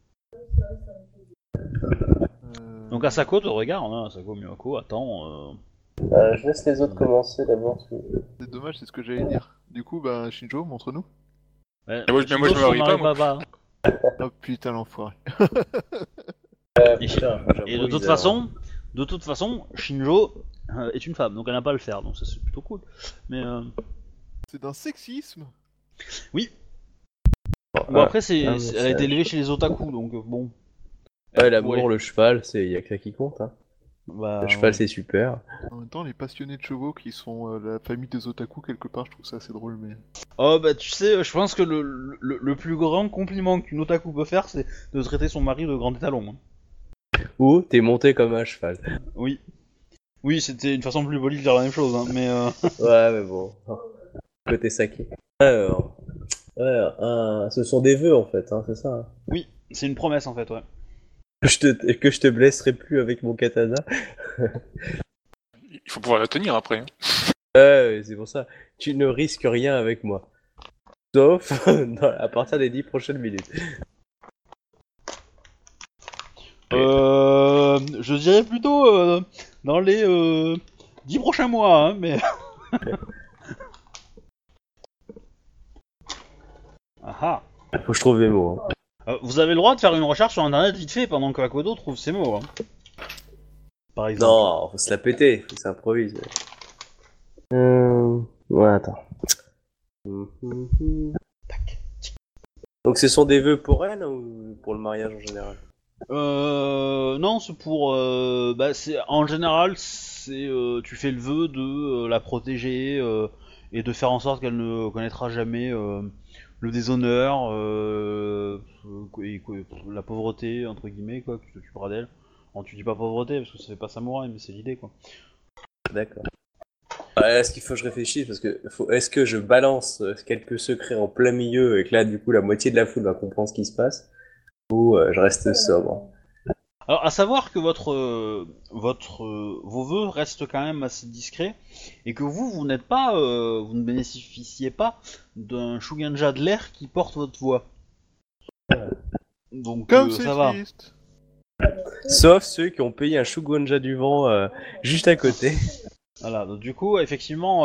Donc Asako te regarde, hein, Asako Miyako attends. Je laisse les autres commencer d'abord. C'est dommage, c'est ce que j'allais dire. Du coup, bah, Shinjo, montre-nous. Ouais, Mais moi, je me Shinjo marie pas, moi. Oh putain, l'enfoiré. Et, Putain, et de toute façon, Shinjo est une femme, donc elle n'a pas à le faire, donc ça c'est plutôt cool. Mais C'est d'un sexisme. oui. Bon après elle a été message. élevée chez les otaku, donc bon. Ouais, l'amour, Ouais. le cheval, y a que ça qui compte, hein. Bah, Le cheval, ouais. c'est super. En même temps, les passionnés de chevaux qui sont la famille des otaku, quelque part, je trouve ça assez drôle, mais... Oh bah tu sais, je pense que le plus grand compliment qu'une otaku peut faire, c'est de traiter son mari de grand étalon. Hein. Ou t'es monté comme un cheval. Oui. Oui, c'était une façon plus polie de dire la même chose, hein, mais Ouais, mais bon. Côté saké. Alors, ce sont des vœux en fait, hein, c'est ça. Hein. oui, c'est une promesse en fait, ouais. Que je te blesserai plus avec mon katana. Il faut pouvoir la tenir après. Hein. Ouais, c'est pour ça. Tu ne risques rien avec moi. Sauf à partir des 10 prochaines minutes. Je dirais plutôt dans les 10 prochains mois, hein, mais... Ah ah. Faut que je trouve mes mots. Hein. Vous avez le droit de faire une recherche sur internet vite fait pendant que Akodo trouve ses mots, hein. Par exemple. Non, faut se la péter, faut s'improviser. Ouais, attends. Tac. Donc ce sont des vœux pour elle ou pour le mariage en général? Non, c'est pour... en général, tu fais le vœu de la protéger et de faire en sorte qu'elle ne connaîtra jamais le déshonneur, la pauvreté, entre guillemets, quoi, que tu t'occuperas d'elle. Alors, tu dis pas pauvreté, parce que ça fait pas samouraï, mais c'est l'idée, quoi. D'accord. Est-ce qu'il faut que je réfléchisse parce que est-ce que je balance quelques secrets en plein milieu et que là du coup la moitié de la foule va comprendre ce qui se passe ou je reste sobre? Alors, à savoir que vos vœux restent quand même assez discrets et que vous n'êtes pas, vous ne bénéficiez pas d'un Shuganja de l'air qui porte votre voix. Donc, Comme ça c'est va. triste. Sauf ceux qui ont payé un Shugonja du vent juste à côté. Voilà. Donc, du coup, effectivement,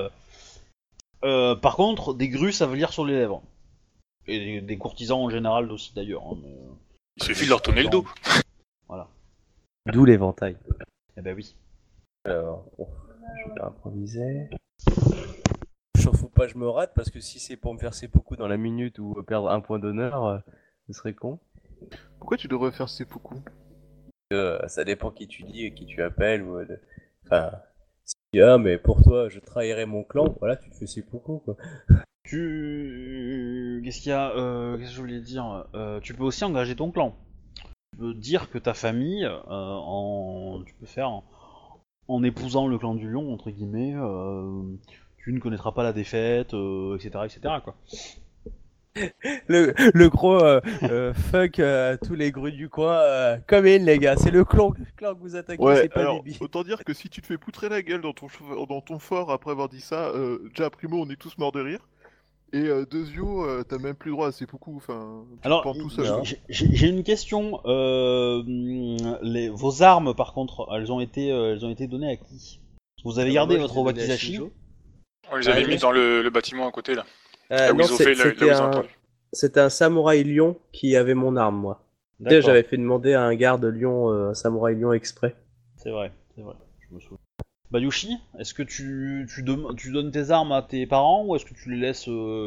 par contre, des grues, ça veut lire sur les lèvres. Et des courtisans en général aussi d'ailleurs. Hein, mais, Il suffit de leur tourner le dos. Voilà. D'où l'éventail. Eh ben oui. Alors, bon, je vais improviser. Faut pas que je me rate parce que si c'est pour me faire seppuku dans la minute ou perdre un point d'honneur, ce serait con. Pourquoi tu devrais faire seppuku? Ça dépend qui tu dis et qui tu appelles. Ou, enfin, si tu dis, ah mais pour toi je trahirais mon clan, voilà tu te fais seppuku quoi. Qu'est-ce qu'il y a Qu'est-ce que je voulais dire Tu peux aussi engager ton clan. Tu peux dire que ta famille, tu peux faire en épousant le clan du lion entre guillemets, tu ne connaîtras pas la défaite, etc., etc. quoi. Le gros fuck tous les grues du coin. Comme il, les gars, c'est le clan que vous attaquez, Ouais, c'est pas alors, des billes. autant dire que si tu te fais poutrer la gueule dans ton fort après avoir dit ça, déjà, primo, on est tous morts de rire. Et Dezio, t'as même plus droit à seppuku, enfin, tu te Alors, pends tout seul. non. quoi. j'ai une question. Vos armes, par contre, elles ont été données à qui? Vous avez gardé Moi, je votre les ai donnés à wakizashi? Shinjo. On les avait Ah, mis oui. dans le bâtiment à côté là. Là où Non, ils ont fait, là où ils ont entendu. c'était un samouraï lion qui avait mon arme, moi. Tu sais, D'accord, j'avais fait demander à un garde lion, un samouraï lion exprès. c'est vrai, je me souviens. Bayushi, est-ce que tu donnes tes armes à tes parents ou est-ce que tu les laisses,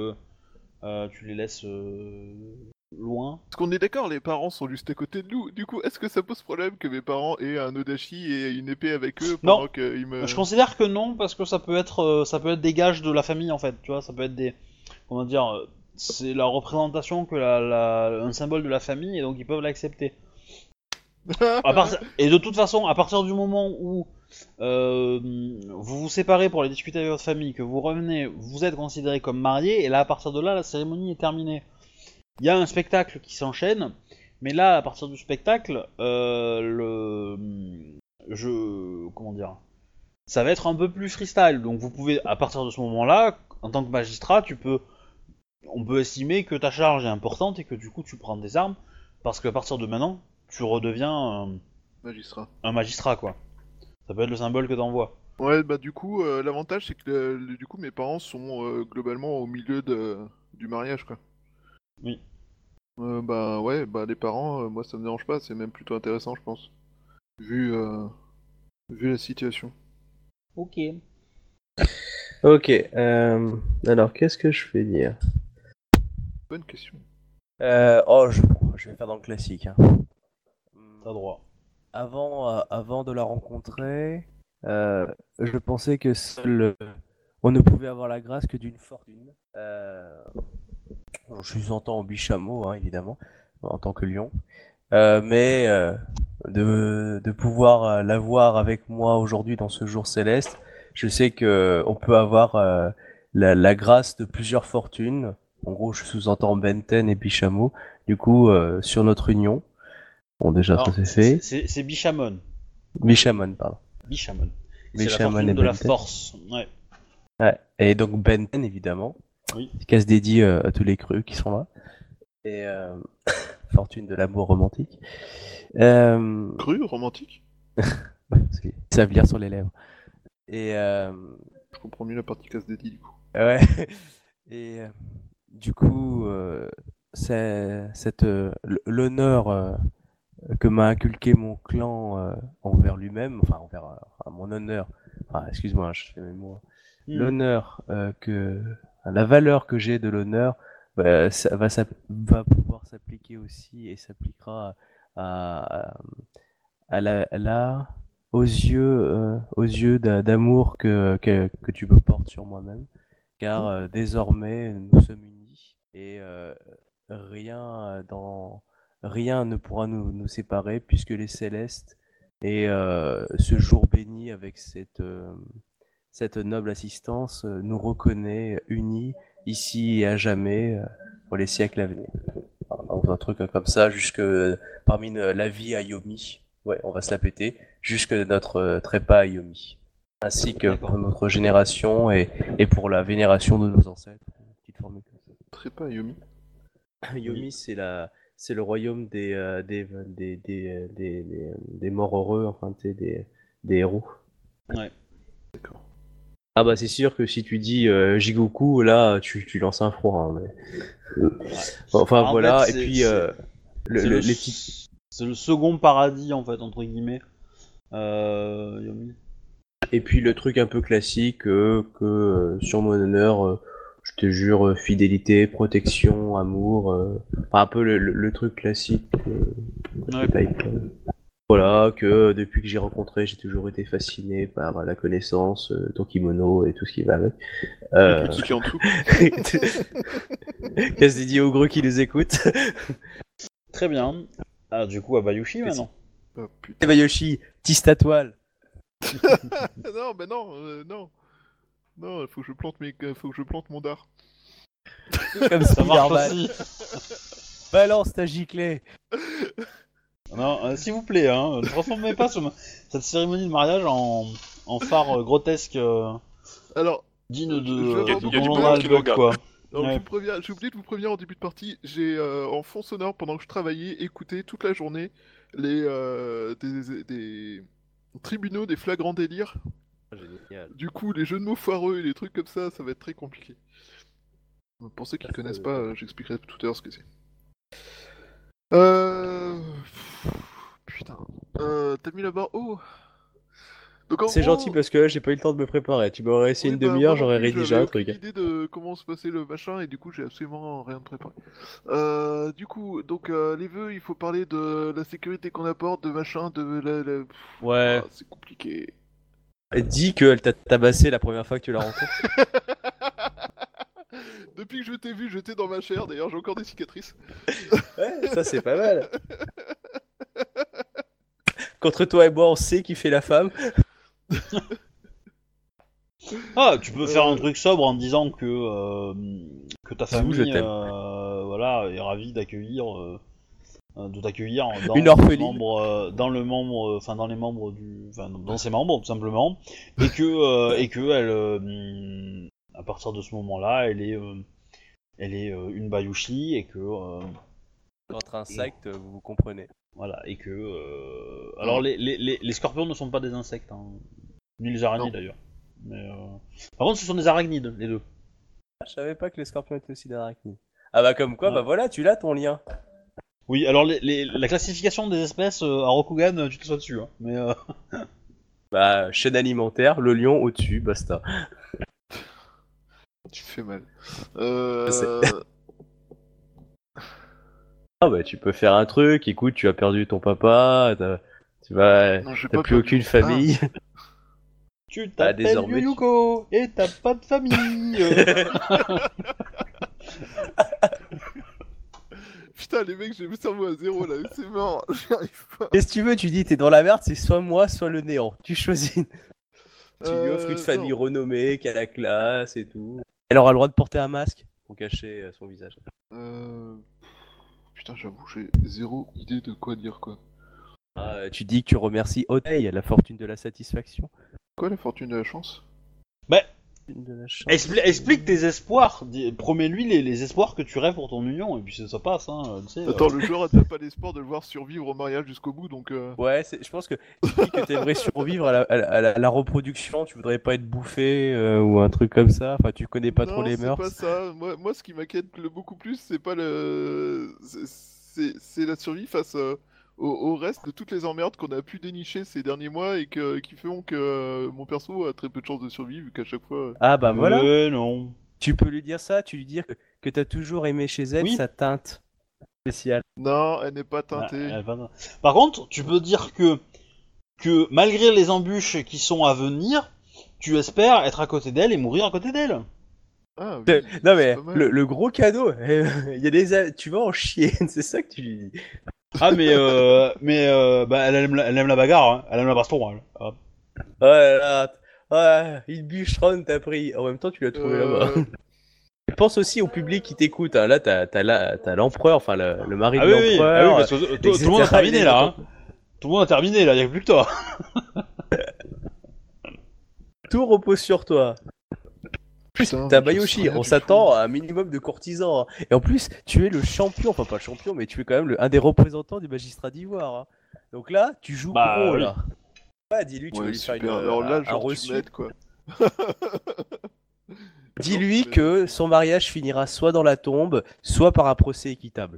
loin? Parce qu'on est d'accord, les parents sont juste à côté de nous. Du coup, est-ce que ça pose problème que mes parents aient un Odachi et une épée avec eux pendant Non. qu'ils me... Je considère que non parce que ça peut être des gages de la famille en fait, tu vois, ça peut être des, comment dire, c'est la représentation que un symbole de la famille et donc ils peuvent l'accepter. Et de toute façon, à partir du moment où vous vous séparez pour aller discuter avec votre famille, que vous revenez, vous êtes considéré comme marié, et là, à partir de là, la cérémonie est terminée. Il y a un spectacle qui s'enchaîne, mais là, à partir du spectacle, comment dire, ça va être un peu plus freestyle. Donc, vous pouvez, à partir de ce moment-là, en tant que magistrat, on peut estimer que ta charge est importante et que du coup, tu prends des armes, parce qu'à partir de maintenant, tu redeviens Magistrat. un magistrat, quoi. Ça peut être le symbole que t'envoies. Ouais, bah du coup, l'avantage c'est que du coup mes parents sont globalement au milieu du mariage, quoi. Oui. Bah ouais, bah les parents, moi ça me dérange pas, c'est même plutôt intéressant, je pense. Vu la situation. Ok. Ok, alors qu'est-ce que je vais dire Bonne question. Je vais faire dans le classique. Hein. T'as droit. Avant de la rencontrer, je pensais que seul on ne pouvait avoir la grâce que d'une fortune. Je sous-entends au bichameau, hein, évidemment, en tant que lion. Mais de pouvoir l'avoir avec moi aujourd'hui dans ce jour céleste, je sais que on peut avoir la grâce de plusieurs fortunes. En gros, je sous-entends Benten et Bichameau. Du coup, sur notre union, bon déjà ça Alors, c'est fait. c'est Bishamon. Bishamon, pardon. Bishamon. C'est la Bishamon fortune et de la Benten. force. Ouais. Ouais. Et donc Benten, évidemment. Oui. Casse dédié à tous les crus qui sont là. Et fortune de l'amour romantique. Cru, romantique? Ils savent lire sur les lèvres. Et Je comprends mieux la partie casse dédiée du coup. ouais. Et du coup, l'honneur que m'a inculqué mon clan envers lui-même, enfin envers mon honneur. Enfin, excuse-moi, je fais mes mots. L'honneur la valeur que j'ai de l'honneur, ça va pouvoir s'appliquer aussi et s'appliquera à, aux yeux d'amour que tu me portes sur moi-même, car désormais nous sommes unis et rien ne pourra nous séparer puisque les célestes et ce jour béni avec cette noble assistance nous reconnaît unis ici et à jamais pour les siècles à venir. Donc, un truc comme ça jusque parmi la vie à Yomi. Ouais, on va se la péter jusque notre trépas à Yomi. Ainsi que pour notre génération et pour la vénération de nos ancêtres. Petite formule comme ça. Très pas Yomi. Yomi, c'est le royaume des morts heureux, enfin, tu sais, des héros. Ouais. D'accord. Ah bah c'est sûr que si tu dis Jigoku, là tu lances un froid. Hein, mais... Enfin En voilà, fait, et puis les petits... c'est le second paradis en fait entre guillemets. Yomi. Et puis le truc un peu classique que sur mon honneur, je te jure fidélité, protection, amour, enfin un peu le truc classique. Ouais. Type, voilà, que depuis que j'ai rencontré, j'ai toujours été fasciné par la connaissance, ton kimono et tout ce qui va avec. Et tout ce qui est en dessous. Qu'est-ce dédié aux gros qui les écoutent? Très bien. Ah, du coup, à Bayushi maintenant. Oh, putain. Eh bah Yoshi, tisse ta toile. Non, bah non, non. Non, faut que je plante mon dard. Comme Ça marche Spider-Man. aussi. Balance ta giclée. Non, s'il vous plaît, ne transformez pas cette cérémonie de mariage en phare grotesque Alors, digne Je vais de avoir Il y a du Donald monde qui nous Duck, regarde. quoi. alors, Ouais. j'ai oublié de vous prévenir en début de partie, j'ai en fond sonore pendant que je travaillais écouté toute la journée des tribunaux des flagrants délires. Génial. Du coup, les jeux de mots foireux et les trucs comme ça va être très compliqué. Pour ceux qui connaissent pas, j'expliquerai tout à l'heure ce que c'est. Putain. T'as mis la barre. Oh. Donc, en C'est gros, gentil parce que là j'ai pas eu le temps de me préparer. Tu m'aurais laissé oui, une bah, demi-heure, moi non j'aurais plus, rédigé j'avais un truc. aucune idée de comment se passait le machin et du coup j'ai absolument rien préparé. Du coup, donc les vœux, il faut parler de la sécurité qu'on apporte, de machin, de la... Ouais. Ah, c'est compliqué. Dis qu'elle t'a tabassé la première fois que tu la rencontres. Depuis que je t'ai vu, j'étais dans ma chair, d'ailleurs j'ai encore des cicatrices. Ouais, ça c'est pas mal. Contre toi et moi, on sait qui fait la femme. Ah, tu peux faire un truc sobre en disant que ta Zou, je famille, t'aime. voilà, est ravie d'accueillir, de t'accueillir dans Une orpheline. dans les membres dans ses membres tout simplement, et que elle, à partir de ce moment-là, elle est une Bayushi et que Entre insectes, vous comprenez. voilà et que alors les scorpions ne sont pas des insectes, ni les araignées Non. d'ailleurs. Mais par contre, ce sont des arachnides, les deux. Je savais pas que les scorpions étaient aussi d'arachnides. Ah bah comme quoi, Ouais. bah voilà, tu l'as ton lien. Oui, alors la classification des espèces à Rokugan, tu te sois dessus, mais Bah, chaîne alimentaire, le lion au-dessus, basta. Tu fais mal. Ah bah tu peux faire un truc, écoute, tu as perdu ton papa, tu vas, Non, j'ai t'as pas plus perdu. aucune famille. tu Bah, t'appelles désormais, Yuyuko et t'as pas de famille. Putain, les mecs, j'ai le cerveau à zéro là, c'est mort, j'y arrive pas. Qu'est-ce que tu veux, tu dis t'es dans la merde, c'est soit moi, soit le néant. Tu choisis. Tu lui offres une famille non. renommée, qui a la classe et tout. Elle aura le droit de porter un masque Pour cacher son visage. Putain, j'avoue, j'ai zéro idée de quoi dire quoi. Ah, tu dis que tu remercies Odeil, la fortune de la satisfaction. Quoi la fortune de la chance? De la chance. Explique tes espoirs, promets-lui les espoirs que tu rêves pour ton union, et puis ça passe, tu sais. Attends, le joueur a déjà pas l'espoir de le voir survivre au mariage jusqu'au bout, donc Ouais, je pense que tu dis que t'aimerais survivre à la reproduction, tu voudrais pas être bouffé ou un truc comme ça. Enfin, tu connais pas trop les c'est mœurs. pas ça. Moi, ce qui m'inquiète beaucoup plus, c'est pas le... C'est la survie face au reste de toutes les emmerdes qu'on a pu dénicher ces derniers mois et qui font que mon perso a très peu de chances de survivre, vu qu'à chaque fois... Ah bah voilà. Non. Tu peux lui dire ça, tu lui dire que t'as toujours aimé chez elle Oui. sa teinte spéciale. Non, elle n'est pas Ah, teintée. elle va- Par contre, tu peux dire que malgré les embûches qui sont à venir, tu espères être à côté d'elle et mourir à côté d'elle. Ah oui, Non c'est mais pas mal. le gros cadeau, il y a tu vas en chier, c'est ça que tu lui dis. Ah bah, elle aime la bagarre, elle aime la baston. Elle. Ah. Ouais là, ouais, une bûcheronne t'as pris. En même temps, tu l'as trouvé là-bas. Et pense aussi au public qui t'écoute. Hein. Là, t'as l'empereur, enfin le mari Ah de oui, oui, l'empereur. parce que tout le monde a terminé là. Tout le monde a terminé là, y'a plus que toi. Tout repose sur toi. Putain, T'as mais je Bayoshi, sais rien on du s'attend tout. à un minimum de courtisans. Hein. Et en plus, tu es le champion, enfin pas le champion, mais tu es quand même un des représentants du magistrat d'Ivoire. Hein. Donc là, tu joues Bah, gros oui. là. Ouais, dis-lui, tu vas Ouais, lui faire super. Alors là, un genre, tu reçu. m'aides, quoi. Dis-lui que son mariage finira soit dans la tombe, soit par un procès équitable.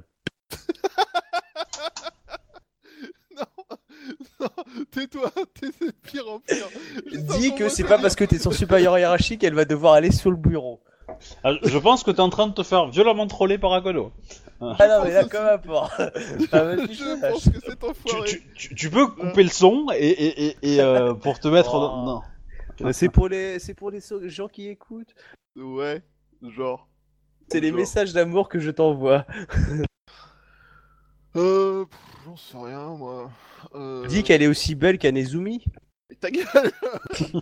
Non, tais-toi, t'es de pire en pire. Dis que c'est pas parce que t'es son supérieur hiérarchique qu'elle va devoir aller sur le bureau. Ah, je pense que t'es en train de te faire violemment troller par Akodo. Ah non, mais là, comme un porc. Ah, vas-y, Je lâche. pense que cet enfoiré... Tu peux couper le son et pour te mettre Oh. dans... Non. C'est pour les gens qui écoutent. Ouais, genre... C'est les Genre. messages d'amour que je t'envoie. J'en sais rien, moi. Dis qu'elle est aussi belle qu'Anezumi. Mais ta gueule.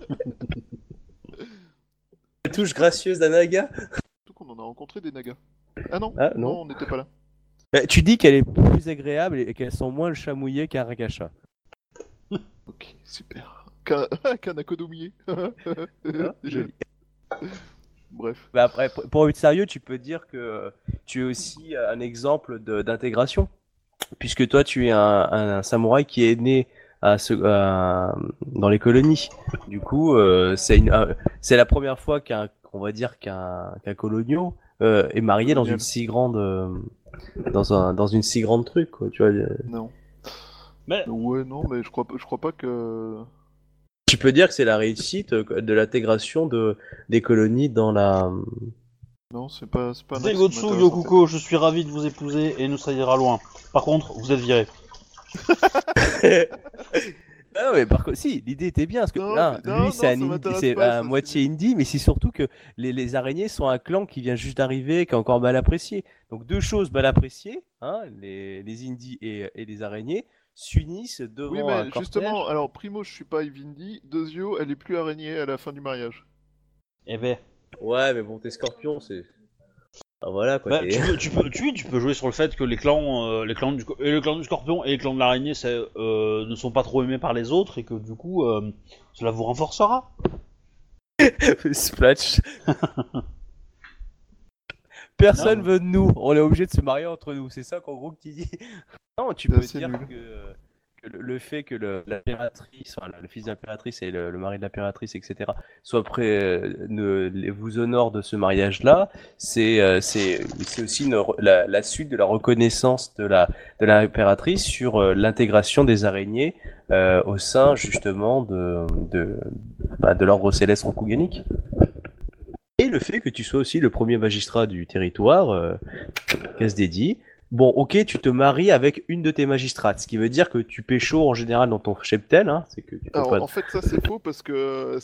La touche gracieuse d'Anaga. Surtout qu'on en a rencontré des nagas. Ah non, Ah, non, non. on n'était pas là. Bah, tu dis qu'elle est plus agréable et qu'elles sont moins le chat mouillé qu'un rakacha. Ok, super. Qu'un akonomié. Ah, joli. Bref. Bah après, pour être sérieux, tu peux dire que tu es aussi un exemple d'intégration. Puisque toi, tu es un samouraï qui est né dans les colonies. Du coup, c'est la première fois qu'on va dire qu'un colonial est marié dans une Colonial. si grande, dans une si grande truc, quoi, tu vois. Non. Mais Ouais, non, mais je crois pas que. Tu peux dire que c'est la réussite de l'intégration des colonies dans la. Non, c'est pas un axe qui Zegotsu m'intéresse, en Yokuko, je suis ravi de vous épouser et nous ça ira loin. Par contre, vous êtes viré. Ah non, mais par contre, si, l'idée était bien, parce que Non, là, mais- non, lui, c'est ça m'intéresse c'est pas, à ça, moitié indie, mais c'est surtout que les araignées sont un clan qui vient juste d'arriver, qui est encore mal apprécié. Donc deux choses mal appréciées, hein, les indies et les araignées, s'unissent Oui, devant un mais cortège. justement, alors primo, je suis pas Ivindi. Deuxio, elle est plus araignée à la fin du mariage. Eh ben, Ouais, mais bon, t'es scorpion, c'est... Ah, voilà, quoi, bah, t'es... tu peux jouer sur le fait que les clans et le clan du Scorpion et le clan de l'araignée ne sont pas trop aimés par les autres et que du coup, cela vous renforcera. Splash. Personne Non. veut de nous, on est obligé de se marier entre nous, c'est ça qu'en gros que tu dis. Non, tu C'est peux assez dire nul. que le fait que l'impératrice, enfin, le fils de l'impératrice et le mari de l'impératrice, etc., soient prêts, vous honorent de ce mariage-là, c'est aussi la suite de la reconnaissance de l'impératrice sur l'intégration des araignées au sein justement de l'ordre céleste Rokuganique. Et le fait que tu sois aussi le premier magistrat du territoire, casse dédié. Bon, ok, tu te maries avec une de tes magistrates, ce qui veut dire que tu pécho en général dans ton cheptel, hein, c'est que tu peux Alors, pas... en fait, ça c'est faux parce que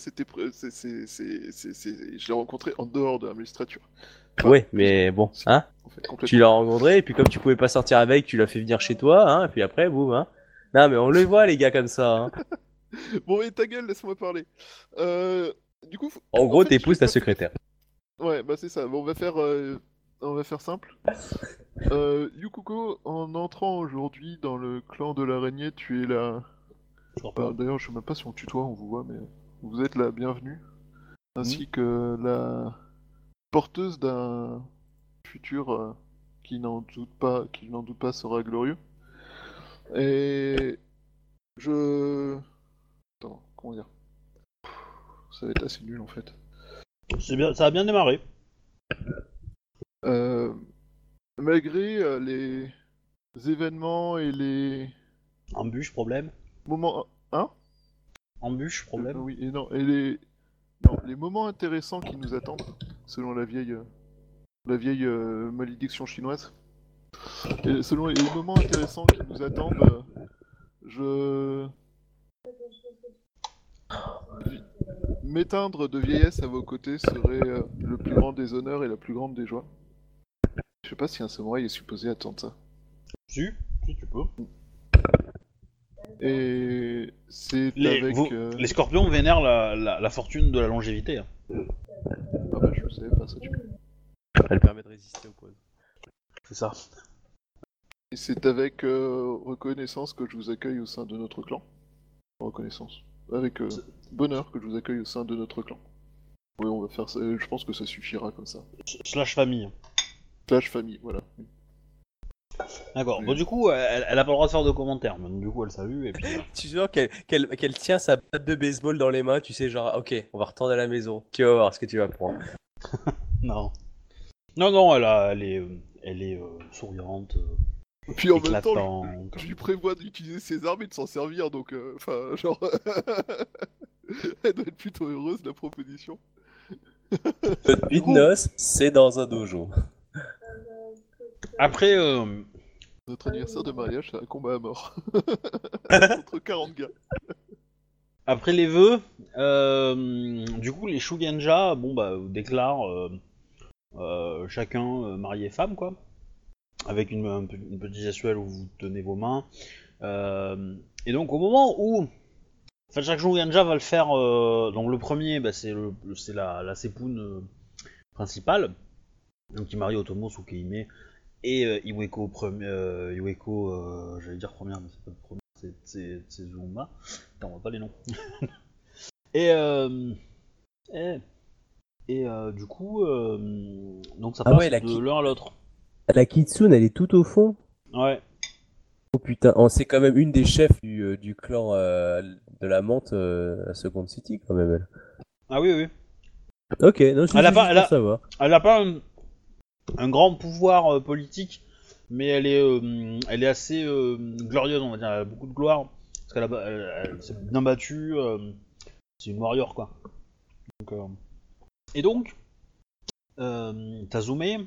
je l'ai rencontré en dehors de la magistrature. Enfin, Ouais, mais bon, si, hein, en fait, tu complètement. l'as rencontré, et puis comme tu pouvais pas sortir avec, tu l'as fait venir chez toi, hein, et puis après, boum, hein. Non, mais on le voit, les gars, comme ça, hein. Bon, et ta gueule, laisse-moi parler. Euh, Du coup, En en gros, fait, t'épouses je ta vais pas- secrétaire. Ouais, bah c'est ça. Bon, on va faire simple. Yukuko, en entrant aujourd'hui dans le clan de l'araignée, tu es la. Scorpion. D'ailleurs, je sais même pas si on tutoie, on vous voit, mais vous êtes la bienvenue, ainsi Hmm. que la porteuse d'un futur qui n'en doute pas sera glorieux. Et je. Attends, comment dire? Ça va être assez nul en fait. C'est bien, ça a bien démarré. Euh, Malgré les événements et les Embûche, problème. moments. Hein? Embûche, problème. Oui, et non, et non, les moments intéressants qui nous attendent, selon la vieille malédiction chinoise. Et selon les moments intéressants qui nous attendent, je. M'éteindre de vieillesse à vos côtés serait le plus grand des honneurs et la plus grande des joies. Je sais pas si un samouraï est supposé attendre ça. Si, tu peux. Et c'est avec. Les scorpions vénèrent la fortune de la longévité. Hein. Ah bah je le savais pas ça du coup. Elle permet de résister au poison. C'est ça. Et c'est avec reconnaissance que je vous accueille au sein de notre clan. Reconnaissance. Avec bonheur que je vous accueille au sein de notre clan. Oui, on va faire ça. Je pense que ça suffira comme ça. Slash famille. Slash famille, voilà. D'accord. Oui. Bon, du coup, elle a pas le droit de faire de commentaires. Mais du coup, elle salue et puis. Tu sais qu'elle tient sa batte de baseball dans les mains, tu sais, genre, ok, on va retourner à la maison, tu vas voir ce que tu vas prendre. Non. Non, elle est souriante, Puis en même temps, éclatante. je lui prévois d'utiliser ses armes et de s'en servir, donc, enfin, genre, elle doit être plutôt heureuse de la proposition. Notre nuit de noces, c'est dans un dojo. Après, Notre anniversaire de mariage, c'est un combat à mort. Entre 40 gars. après les vœux, du coup, les Shugenja, bon bah, déclarent chacun mari et femme, quoi, avec une petite gestuelle où vous tenez vos mains. Et donc, au moment où, en fait, chaque Shugenja va le faire. Donc, le premier, bah, c'est la sépoune principale. Donc qui marie Otomo Tsukihime et Iweko j'allais dire première, mais c'est pas le premier, c'est Zuma. Putain, on voit pas les noms. et du coup, donc ça Ah passe ouais, de l'un à l'autre. La Kitsune, elle est tout au fond. Ouais. Oh putain, c'est quand même une des chefs du clan de la menthe à Second City, quand même, elle. Ah oui, oui. Ok, non, c'est Elle a juste pas, pour elle a, savoir. elle a pas un grand pouvoir politique, mais elle est assez glorieuse, on va dire. Elle a beaucoup de gloire parce elle s'est bien battue. C'est une warrior, quoi. Et donc, Tazume,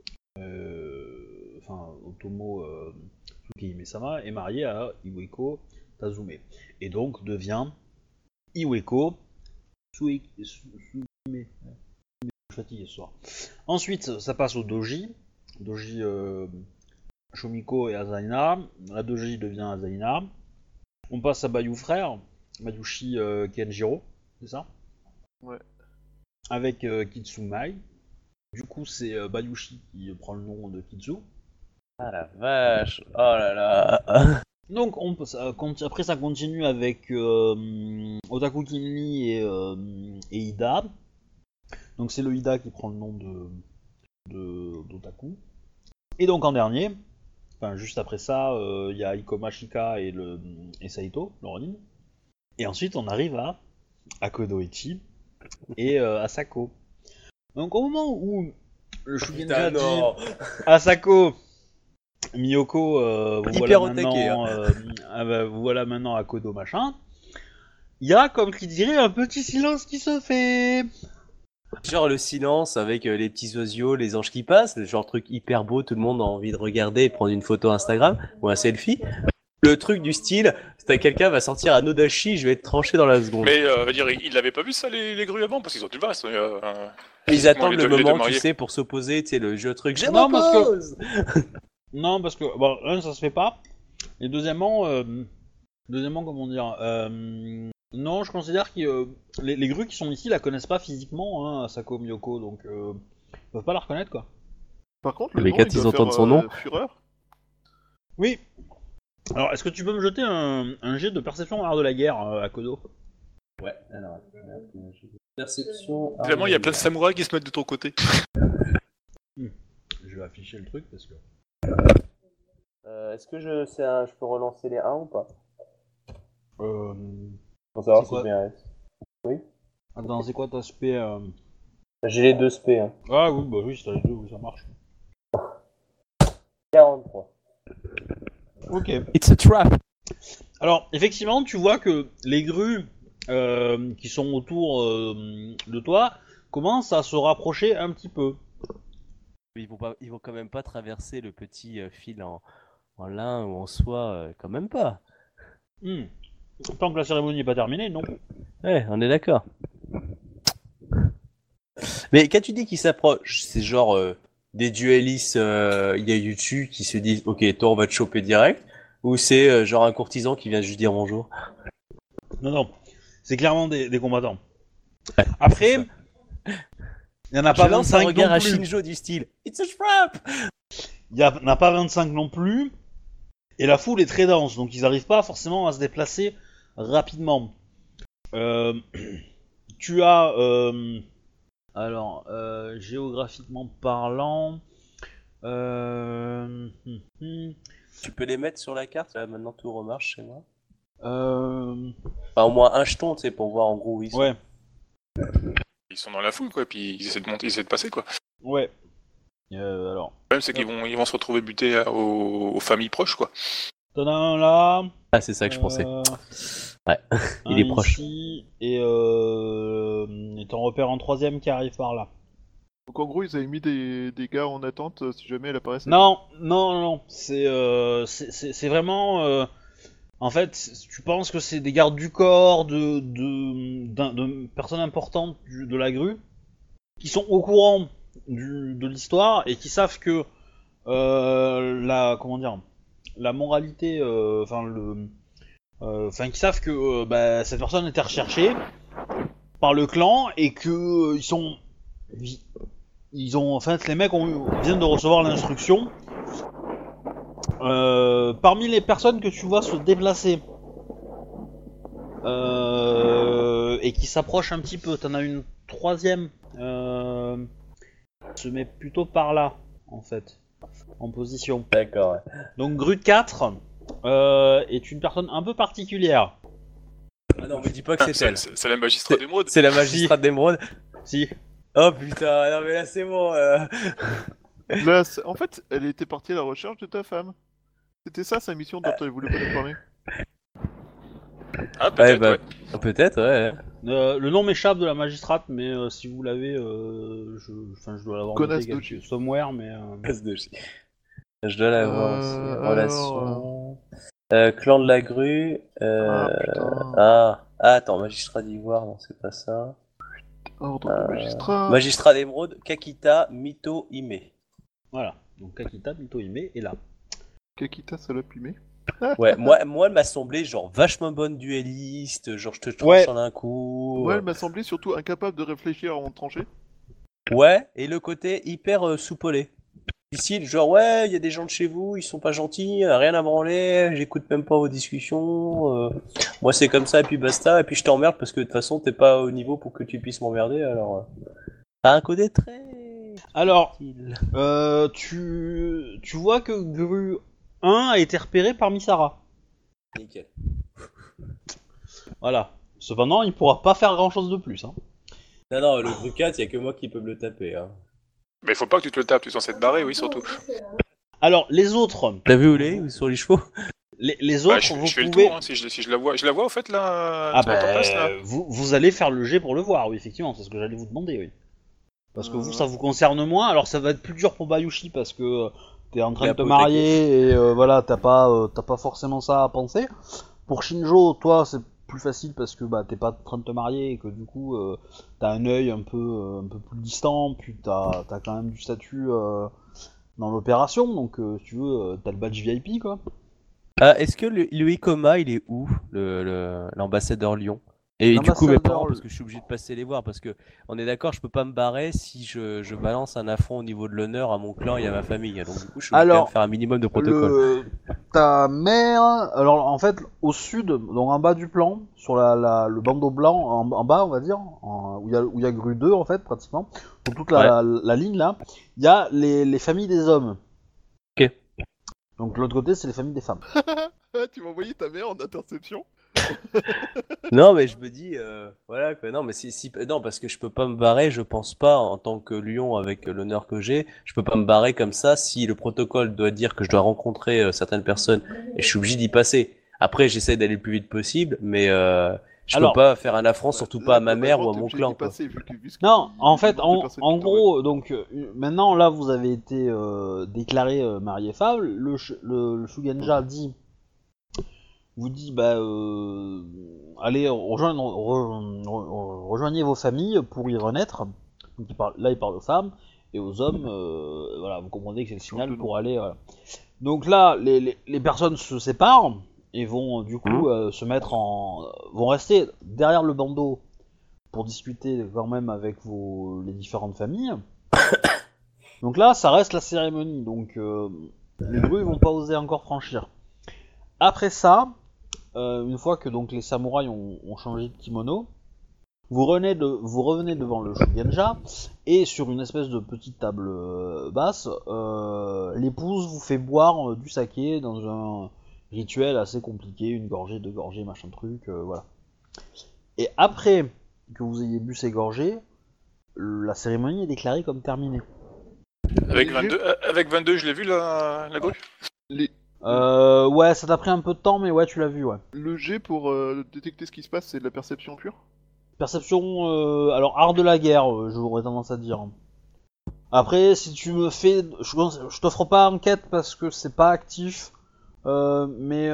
Otomo Tsukihime-sama est mariée à Iweko Tazume et donc devient Iweko Suime. Je suis fatigué ce soir. Ensuite, ça passe au Doji. Doji Shomiko et Azaina. La Doji devient Azaina. On passe à Bayou frère, Mayushi Kenjiro, c'est ça? Ouais. Avec Kitsumai. Du coup, c'est Bayushi qui prend le nom de Kitsu. Ah la vache, oh là là. Donc, après, ça continue avec Otaku Kinri et Ida. Donc, c'est le Ida qui prend le nom d'Otaku. Et donc, en dernier, juste après ça, il y a Ikoma Shika et Saito, le Ronin. Et ensuite, on arrive à Kodoichi et Asako. Donc, au moment où le Shugenja dit Asako, Miyoko, vous Hyper voilà au taquet, maintenant, vous voilà maintenant à Kodo machin. Il y a, comme qui dirait, un petit silence qui se fait. Genre le silence avec les petits osios, les anges qui passent, genre truc hyper beau, tout le monde a envie de regarder et prendre une photo Instagram ou un selfie. Le truc du style, si quelqu'un va sortir un Odashi, je vais être tranché dans la seconde. Mais veut dire, ils l'avaient pas vu ça les grues avant parce qu'ils ont dû le voir. Ils attendent le les deux moment, tu mariés. sais, pour s'opposer, tu sais, le jeu truc. J'ai Non, mon parce que- pose Non, parce que, bon, un, ça se fait pas. Et deuxièmement, comment dire, non, je considère que les grues qui sont ici la connaissent pas physiquement, hein, Asako Miyoko, donc ils peuvent pas la reconnaître, quoi. Par contre, le Mais nom, quand il ils doit entendent faire, son nom. Fureur. Oui. Alors, est-ce que tu peux me jeter un jet de perception art de la guerre à Kodo? Ouais, alors, perception. Finalement, il y a plein de samouraïs qui se mettent de ton côté. Je vais afficher le truc parce que. Est-ce que je peux relancer les 1 ou pas Pour C'est savoir si quoi je bien reste. Attends, c'est quoi ta spé J'ai les 2 SP, hein. Ah oui, bah oui, si t'as les deux, oui, ça marche. 43. Ok. It's a trap. Alors, effectivement, tu vois que les grues qui sont autour de toi commencent à se rapprocher un petit peu. Ils vont quand même pas traverser le petit fil en lin ou en soie, quand même pas. Tant que la cérémonie n'est pas terminée, non. Ouais, on est d'accord. Mais quand tu dis qu'ils s'approchent, c'est genre des duellistes Yayutsu qui se disent ok, toi on va te choper direct, ou c'est genre un courtisan qui vient juste dire bonjour? Non, non. C'est clairement des combattants. Après, il n'y en a pas Je lance 25 un regard non à plus. Shinjo du style It's a trap. Il n'y en a pas 25 non plus. Et la foule est très dense, donc ils n'arrivent pas forcément à se déplacer rapidement. Tu as... géographiquement parlant... Tu peux les mettre sur la carte, là maintenant tout remarche chez moi. euh, Enfin, au moins un jeton, tu sais, pour voir en gros où ils sont. ouais, Ils sont dans la foule, quoi, puis ils essaient de monter, ils essaient de passer, quoi. ouais. Alors... Le problème, c'est qu'ils vont se retrouver butés aux familles proches, quoi. T'en as un là... Ah, c'est ça que je pensais. Ouais, il un est proche. ici, et t'en repères un troisième qui arrive par là. Donc en gros, ils avaient mis des gars en attente si jamais elle apparaissait. Non, c'est vraiment... en fait, tu penses que c'est des gardes du corps de personnes importantes de la grue qui sont au courant de l'histoire et qui savent que la moralité, qui savent que cette personne était recherchée par le clan et que ils sont en fait, les mecs viennent de recevoir l'instruction. Parmi les personnes que tu vois se déplacer et qui s'approchent un petit peu, t'en as une troisième se met plutôt par là, en fait, en position. D'accord. Ouais. Donc Grut 4 est une personne un peu particulière. Ah non, me dis pas que c'est elle. C'est la magistrat d'émeraude. C'est la magistrate d'émeraude. Si. Oh putain, non mais là c'est bon. Là, en fait, elle était partie à la recherche de ta femme. C'était ça sa mission dont elle voulait pas nous parler. Ah, peut-être, bah, ouais. peut-être, ouais. Le nom m'échappe de la magistrate, mais si vous l'avez, je dois l'avoir Connasse noté Doji. somewhere, mais... Je dois l'avoir aussi. Relation. Clan de la grue. putain. Attends, magistrat d'ivoire, non, c'est pas ça. Ordre de magistrat. Magistrat d'émeraude, Kakita, Mito, Ime. Voilà, donc Kakita Mitohime est là. Kakita, salope humée. Ouais, moi, elle m'a semblé genre vachement bonne duelliste, genre je te tranche Ouais. en un coup. Moi, elle m'a semblé surtout incapable de réfléchir avant de trancher. Ouais, et le côté hyper soupolé. Ici, genre ouais, il y a des gens de chez vous, ils sont pas gentils, rien à branler, j'écoute même pas vos discussions. Moi c'est comme ça et puis basta, et puis je t'emmerde parce que de toute façon t'es pas au niveau pour que tu puisses m'emmerder, alors... T'as un côté très... Alors, subtil. tu vois que Gru 1 a été repéré par Misara. Nickel. Voilà. Cependant, il pourra pas faire grand chose de plus. Hein. Non, le groupe 4, y a que moi qui peux me le taper. Hein. Mais faut pas que tu te le tapes, tu es censé te barrer, oui, surtout. Alors, les autres, T'as vu où il est? Sur les chevaux? les autres, je vous fais le pouvez... tour, hein, si je la vois. Je la vois, au fait, là, Ah sur ta place, là. vous allez faire le jet pour le voir, oui, effectivement, c'est ce que j'allais vous demander, oui. Parce que vous, ça vous concerne moins, alors ça va être plus dur pour Bayushi parce que t'es en train de te marier et voilà, t'as pas forcément ça à penser. Pour Shinjo, toi, c'est plus facile parce que t'es pas en train de te marier et que du coup, t'as un œil un peu plus distant, puis t'as quand même du statut dans l'opération, donc si tu veux, t'as le badge VIP, quoi. Est-ce que le Ikoma, il est où? L'ambassadeur Lyon? Et du coup, mes L'ambassadeur, parents, parce que je suis obligé de passer les voir, parce que on est d'accord, je peux pas me barrer si je balance un affront au niveau de l'honneur à mon clan et à ma famille. Donc du coup, je suis obligé de quand même faire un minimum de protocole. Ta mère, alors en fait, au sud, donc en bas du plan, sur le bandeau blanc, en bas, on va dire, où il y a Grue 2, en fait, pratiquement, pour toute la ligne là, il y a les familles des hommes. Ok. Donc l'autre côté, c'est les familles des femmes. Tu m'as envoyé ta mère en interception. Non, mais je me dis, voilà, quoi. Non, mais non, parce que je peux pas me barrer, je pense pas, en tant que lion avec l'honneur que j'ai, je peux pas me barrer comme ça si le protocole doit dire que je dois rencontrer certaines personnes et je suis obligé d'y passer. Après, j'essaie d'aller le plus vite possible, mais je peux pas faire un affront, surtout pas à ma mère ou à mon clan, quoi. Non, en fait, en gros, donc maintenant là, vous avez été déclaré mari et femme. Le Shugenja vous dit allez rejoignez vos familles pour y renaître. Donc, il parle aux femmes et aux hommes. Voilà, vous comprenez que c'est le signal pour aller. Donc là, les personnes se séparent et vont du coup se mettre vont rester derrière le bandeau pour discuter quand même avec les différentes familles. Donc là, ça reste la cérémonie. Donc les grues vont pas oser encore franchir. Après ça. Une fois que donc les samouraïs ont changé de kimono, vous revenez devant le Shugenja et sur une espèce de petite table basse, l'épouse vous fait boire du saké dans un rituel assez compliqué, une gorgée, deux gorgées, machin truc, voilà. Et après que vous ayez bu ces gorgées, la cérémonie est déclarée comme terminée. Avec 22, je l'ai vu la grue. Ouais, ça t'a pris un peu de temps, mais ouais, tu l'as vu, ouais. Le jet pour détecter ce qui se passe, c'est de la perception pure. Perception, alors art de la guerre, j'aurais tendance à dire. Après, si tu me fais, je t'offre pas enquête parce que c'est pas actif, mais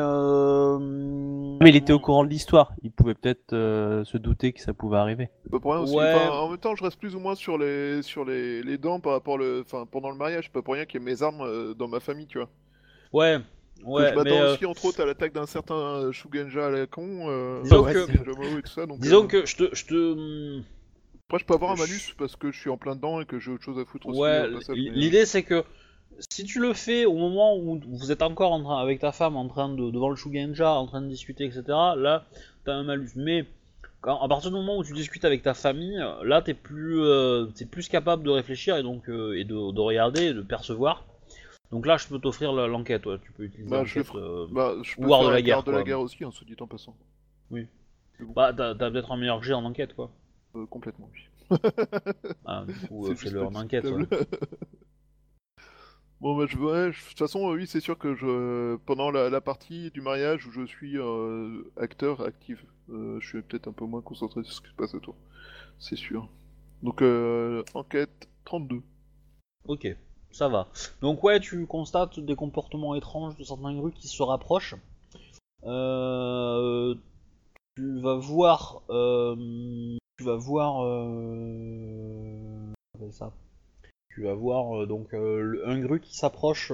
il était au courant de l'histoire, il pouvait peut-être se douter que ça pouvait arriver. Pas pour rien aussi. Ouais. Enfin, en même temps, je reste plus ou moins sur les dents par rapport pendant le mariage. Pas pour rien qu'il y ait mes armes dans ma famille, tu vois. Ouais, Que je m'attends aussi entre autres à l'attaque d'un certain Shugenja à la con. Disons ouais, que- Shugenja et tout ça, donc, disons que je te Après, je peux avoir un malus parce que je suis en plein dedans et que j'ai autre chose à foutre aussi Ouais, au passage. mais, l'idée c'est que si tu le fais au moment où vous êtes encore avec ta femme en train devant le Shugenja, en train de discuter, etc., là, t'as un malus. Mais à partir du moment où tu discutes avec ta famille, là, t'es plus capable de réfléchir et donc de regarder, et de percevoir. Donc là, je peux t'offrir l'enquête. Ouais. Tu peux utiliser Bah, l'enquête je peux ou art faire de la avec guerre, l'art de quoi. la guerre aussi, hein, soit dit en passant. Oui. C'est bon. Bah, t'as peut-être un meilleur jet en enquête, quoi. Complètement, oui. Ah, du coup, C'est juste fais-le pas en enquête. Ouais. discutable. Bon, bah, de toute façon, oui, c'est sûr que pendant la partie du mariage où je suis acteur actif, je suis peut-être un peu moins concentré sur ce qui se passe autour. C'est sûr. Donc, enquête 32. Ok, ça va. Donc ouais, tu constates des comportements étranges de certains grues qui se rapprochent. Euh, tu vas voir, comment ça. Tu vas voir donc un grue qui s'approche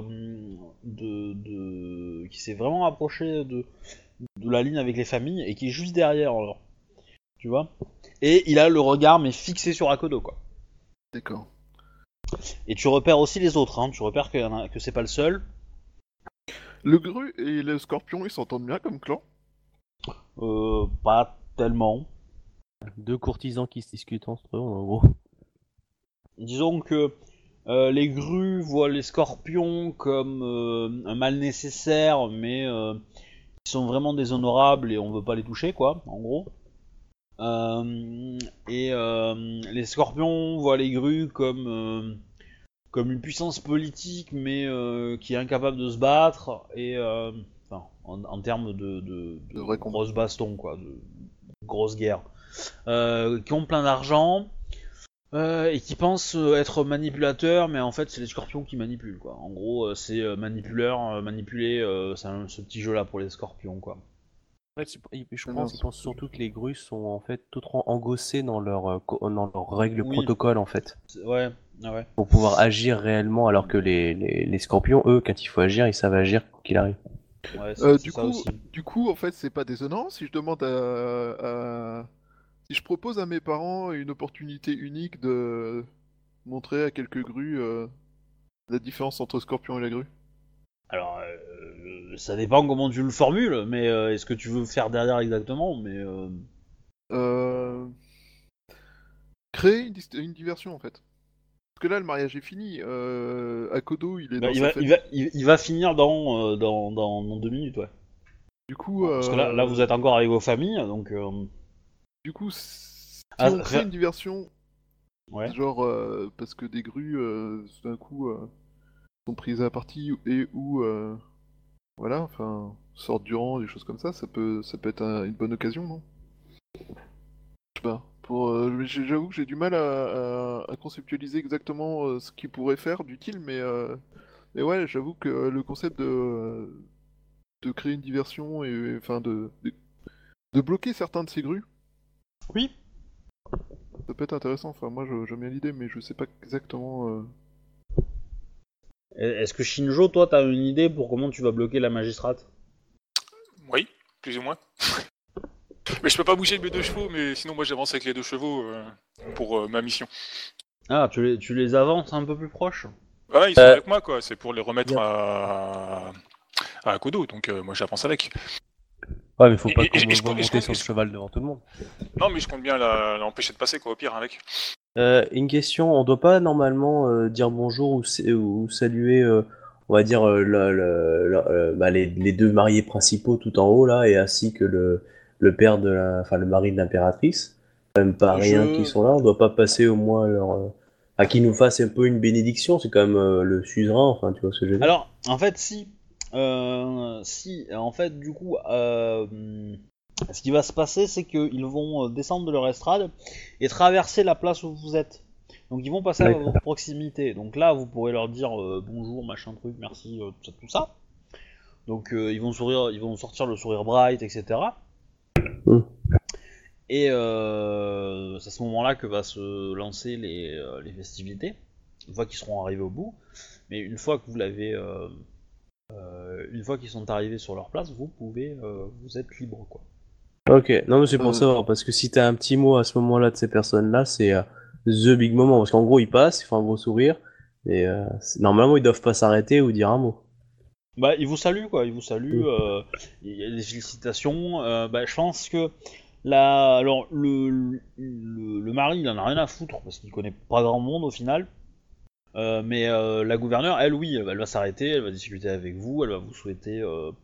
qui s'est vraiment approché de la ligne avec les familles et qui est juste derrière, alors, tu vois. Et il a le regard mais fixé sur Akodo, quoi. D'accord. Et tu repères aussi les autres, hein. Tu repères que c'est pas le seul. Le gru et le scorpion, ils s'entendent bien comme clan? Pas tellement. Deux courtisans qui se discutent entre eux, en gros. Disons que les grues voient les scorpions comme un mal nécessaire, mais qui sont vraiment déshonorables et on veut pas les toucher, quoi, en gros. Les scorpions voient les grues comme une puissance politique, mais qui est incapable de se battre, et enfin, en termes de vrai combat. grosses bastons, quoi, de grosses guerres. Qui ont plein d'argent et qui pensent être manipulateurs, mais en fait c'est les scorpions qui manipulent, quoi. En gros, c'est manipuler, c'est ce petit jeu là pour les scorpions, quoi. En fait, je Ah pense non, qu'ils pensent surtout que les grues sont en fait tout engossées dans dans leurs règles Oui. protocole en fait. Ouais, ouais. Pour pouvoir agir réellement, alors que les scorpions, eux, quand il faut agir, ils savent agir quoi qu'il arrive. Ouais, c'est Du ça coup, aussi. en fait, c'est pas désonnant si je demande si je propose à mes parents une opportunité unique de montrer à quelques grues la différence entre scorpion et la grue. Alors, ça dépend comment tu le formules, mais est-ce que tu veux faire derrière exactement, mais Euh... Créer une diversion en fait. Parce que là, le mariage est fini. Akodo, il est bah, dans sa famille. il va finir dans 2 minutes, ouais. Du coup, Parce que là, vous êtes encore avec vos familles, donc. si Ah, on crée une diversion, Ouais. genre parce que des grues, tout d'un coup, sont prises à partie et ou voilà, enfin, sortent du rang, des choses comme ça peut être une bonne occasion, non? Je sais pas. J'avoue que j'ai du mal à conceptualiser exactement ce qu'il pourrait faire d'utile, mais ouais, j'avoue que le concept de créer une diversion et enfin de bloquer certains de ces grues, Oui. ça peut être intéressant. Enfin, moi, j'aime bien l'idée, mais je sais pas exactement. Est-ce que Shinjo, toi, t'as une idée pour comment tu vas bloquer la magistrate? Oui, plus ou moins. Mais je peux pas bouger mes 2 chevaux, mais sinon moi j'avance avec les 2 chevaux pour ma mission. Ah, tu les avances un peu plus proches? Voilà, ils sont avec moi quoi, c'est pour les remettre à Kodo, donc moi j'avance avec. Ouais, mais faut pas Et qu'on je me voit compte- monter sur le cheval devant tout le monde. Non mais je compte bien l'empêcher de passer quoi, au pire avec. Une question, on doit pas normalement dire bonjour ou saluer, on va dire, les deux mariés principaux tout en haut là, et ainsi que le père enfin le mari de l'impératrice. Quand même pas rien qui sont là, on doit pas passer au moins à qu'ils nous fassent un peu une bénédiction, c'est quand même le suzerain, enfin tu vois ce que je veux dire. Alors, en fait, si. En fait, du coup, ce qui va se passer, c'est qu'ils vont descendre de leur estrade et traverser la place où vous êtes. Donc, ils vont passer à D'accord. votre proximité. Donc là, vous pourrez leur dire bonjour, machin truc, merci, tout ça. Donc, ils vont sourire, ils vont sortir le sourire bright, etc. Mm. Et c'est à ce moment-là que va se lancer les festivités, une fois qu'ils seront arrivés au bout. Mais une fois que une fois qu'ils sont arrivés sur leur place, vous êtes libre, quoi. Ok, non mais c'est pour Euh. savoir, parce que si t'as un petit mot à ce moment-là de ces personnes-là, c'est the big moment, parce qu'en gros ils passent, ils font un gros sourire, et normalement ils doivent pas s'arrêter ou dire un mot. Bah, il vous salue, quoi. Il vous salue. Mm. Il y a des félicitations. Bah, je pense que alors le mari, il en a rien à foutre parce qu'il connaît pas grand monde au final. Mais la gouverneure, elle, oui, elle va s'arrêter, elle va discuter avec vous, elle va vous souhaiter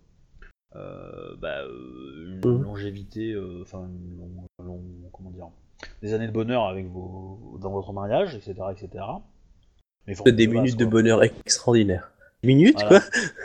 une Mm. longévité, enfin, comment dire, des années de bonheur avec dans votre mariage, etc., etc. Mais Des de base, minutes de quoi. bonheur extraordinaires. Minutes, Voilà. quoi?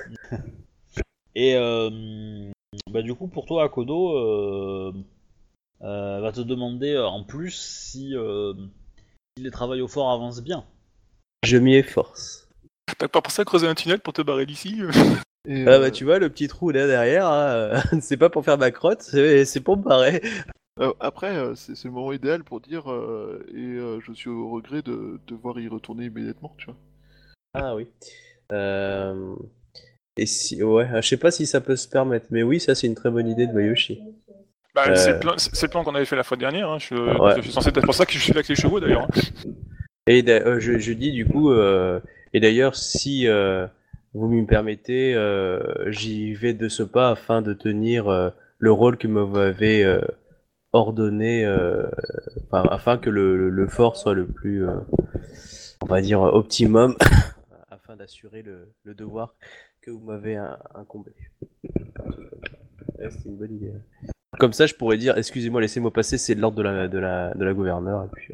Et bah, du coup, pour toi, Akodo, va te demander en plus si les travaux au fort avancent bien. Je m'y efforce. T'as pas pensé à creuser un tunnel pour te barrer d'ici Et, Ah bah tu vois, le petit trou là derrière, hein, c'est pas pour faire ma crotte, c'est pour me barrer. après, c'est le moment idéal pour dire je suis au regret de devoir y retourner immédiatement, tu vois. Ah oui. Euh, Et si, ouais, je sais pas si ça peut se permettre, mais oui, ça c'est une très bonne idée de Mayoshi. Bah, c'est le plan qu'on avait fait la fois dernière. Hein. Ouais. Je suis censé être pour ça que je suis là avec les chevaux d'ailleurs. Hein. Et je dis du coup, et d'ailleurs, si vous me permettez, j'y vais de ce pas afin de tenir le rôle que vous m'avez ordonné, afin que le fort soit le plus, on va dire, optimum, afin d'assurer le devoir que vous m'avez incombé. Ouais, c'est une bonne idée. Comme ça, je pourrais dire, excusez-moi, laissez-moi passer, c'est de l'ordre de la gouverneure. Et puis,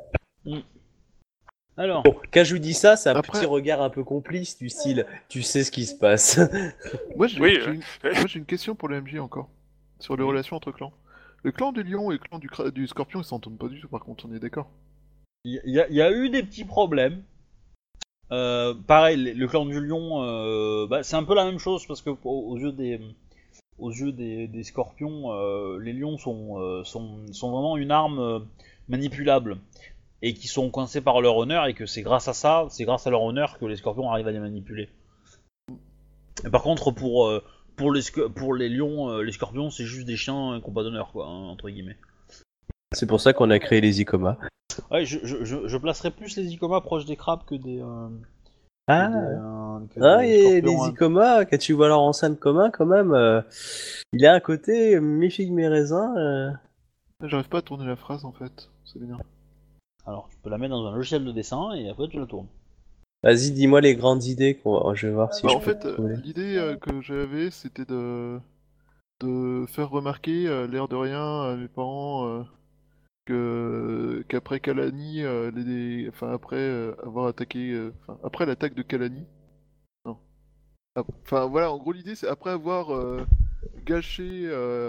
Alors, bon, quand je vous dis ça, c'est un Après- petit regard un peu complice du style, tu sais ce qui se passe. Moi, j'ai Oui, j'ai une question pour le MJ encore, sur les Oui. relations entre clans. Le clan du lion et le clan du scorpion, ils s'entendent pas du tout, par contre, on est d'accord. il y a eu des petits problèmes. Pareil, le clan du lion, bah, c'est un peu la même chose parce que aux yeux des scorpions, les lions sont vraiment une arme manipulable et qui sont coincés par leur honneur et que c'est grâce à ça, c'est grâce à leur honneur que les scorpions arrivent à les manipuler. Et par contre, pour les lions, les scorpions, c'est juste des chiens qui n'ont pas d'honneur, quoi, hein, entre guillemets. C'est pour ça qu'on a créé les Icoma. Ouais, je placerais plus les Icoma proches des crabes que des. Ah, que des et scorpions, les hein. Icoma, quand tu vois leur enceinte commun, quand même, il a un côté mes figues, mes raisins. J'arrive pas à tourner la phrase, en fait, c'est bien. Alors, tu peux la mettre dans un logiciel de dessin et après tu la tournes. Vas-y, dis-moi les grandes idées, je vais voir si Bah, je en peux fait, trouver. l'idée que j'avais, c'était de faire remarquer, l'air de rien, à mes parents, qu'après Kalani, enfin après avoir attaqué, enfin après l'attaque de Kalani, non. Enfin voilà, en gros l'idée c'est après avoir gâché,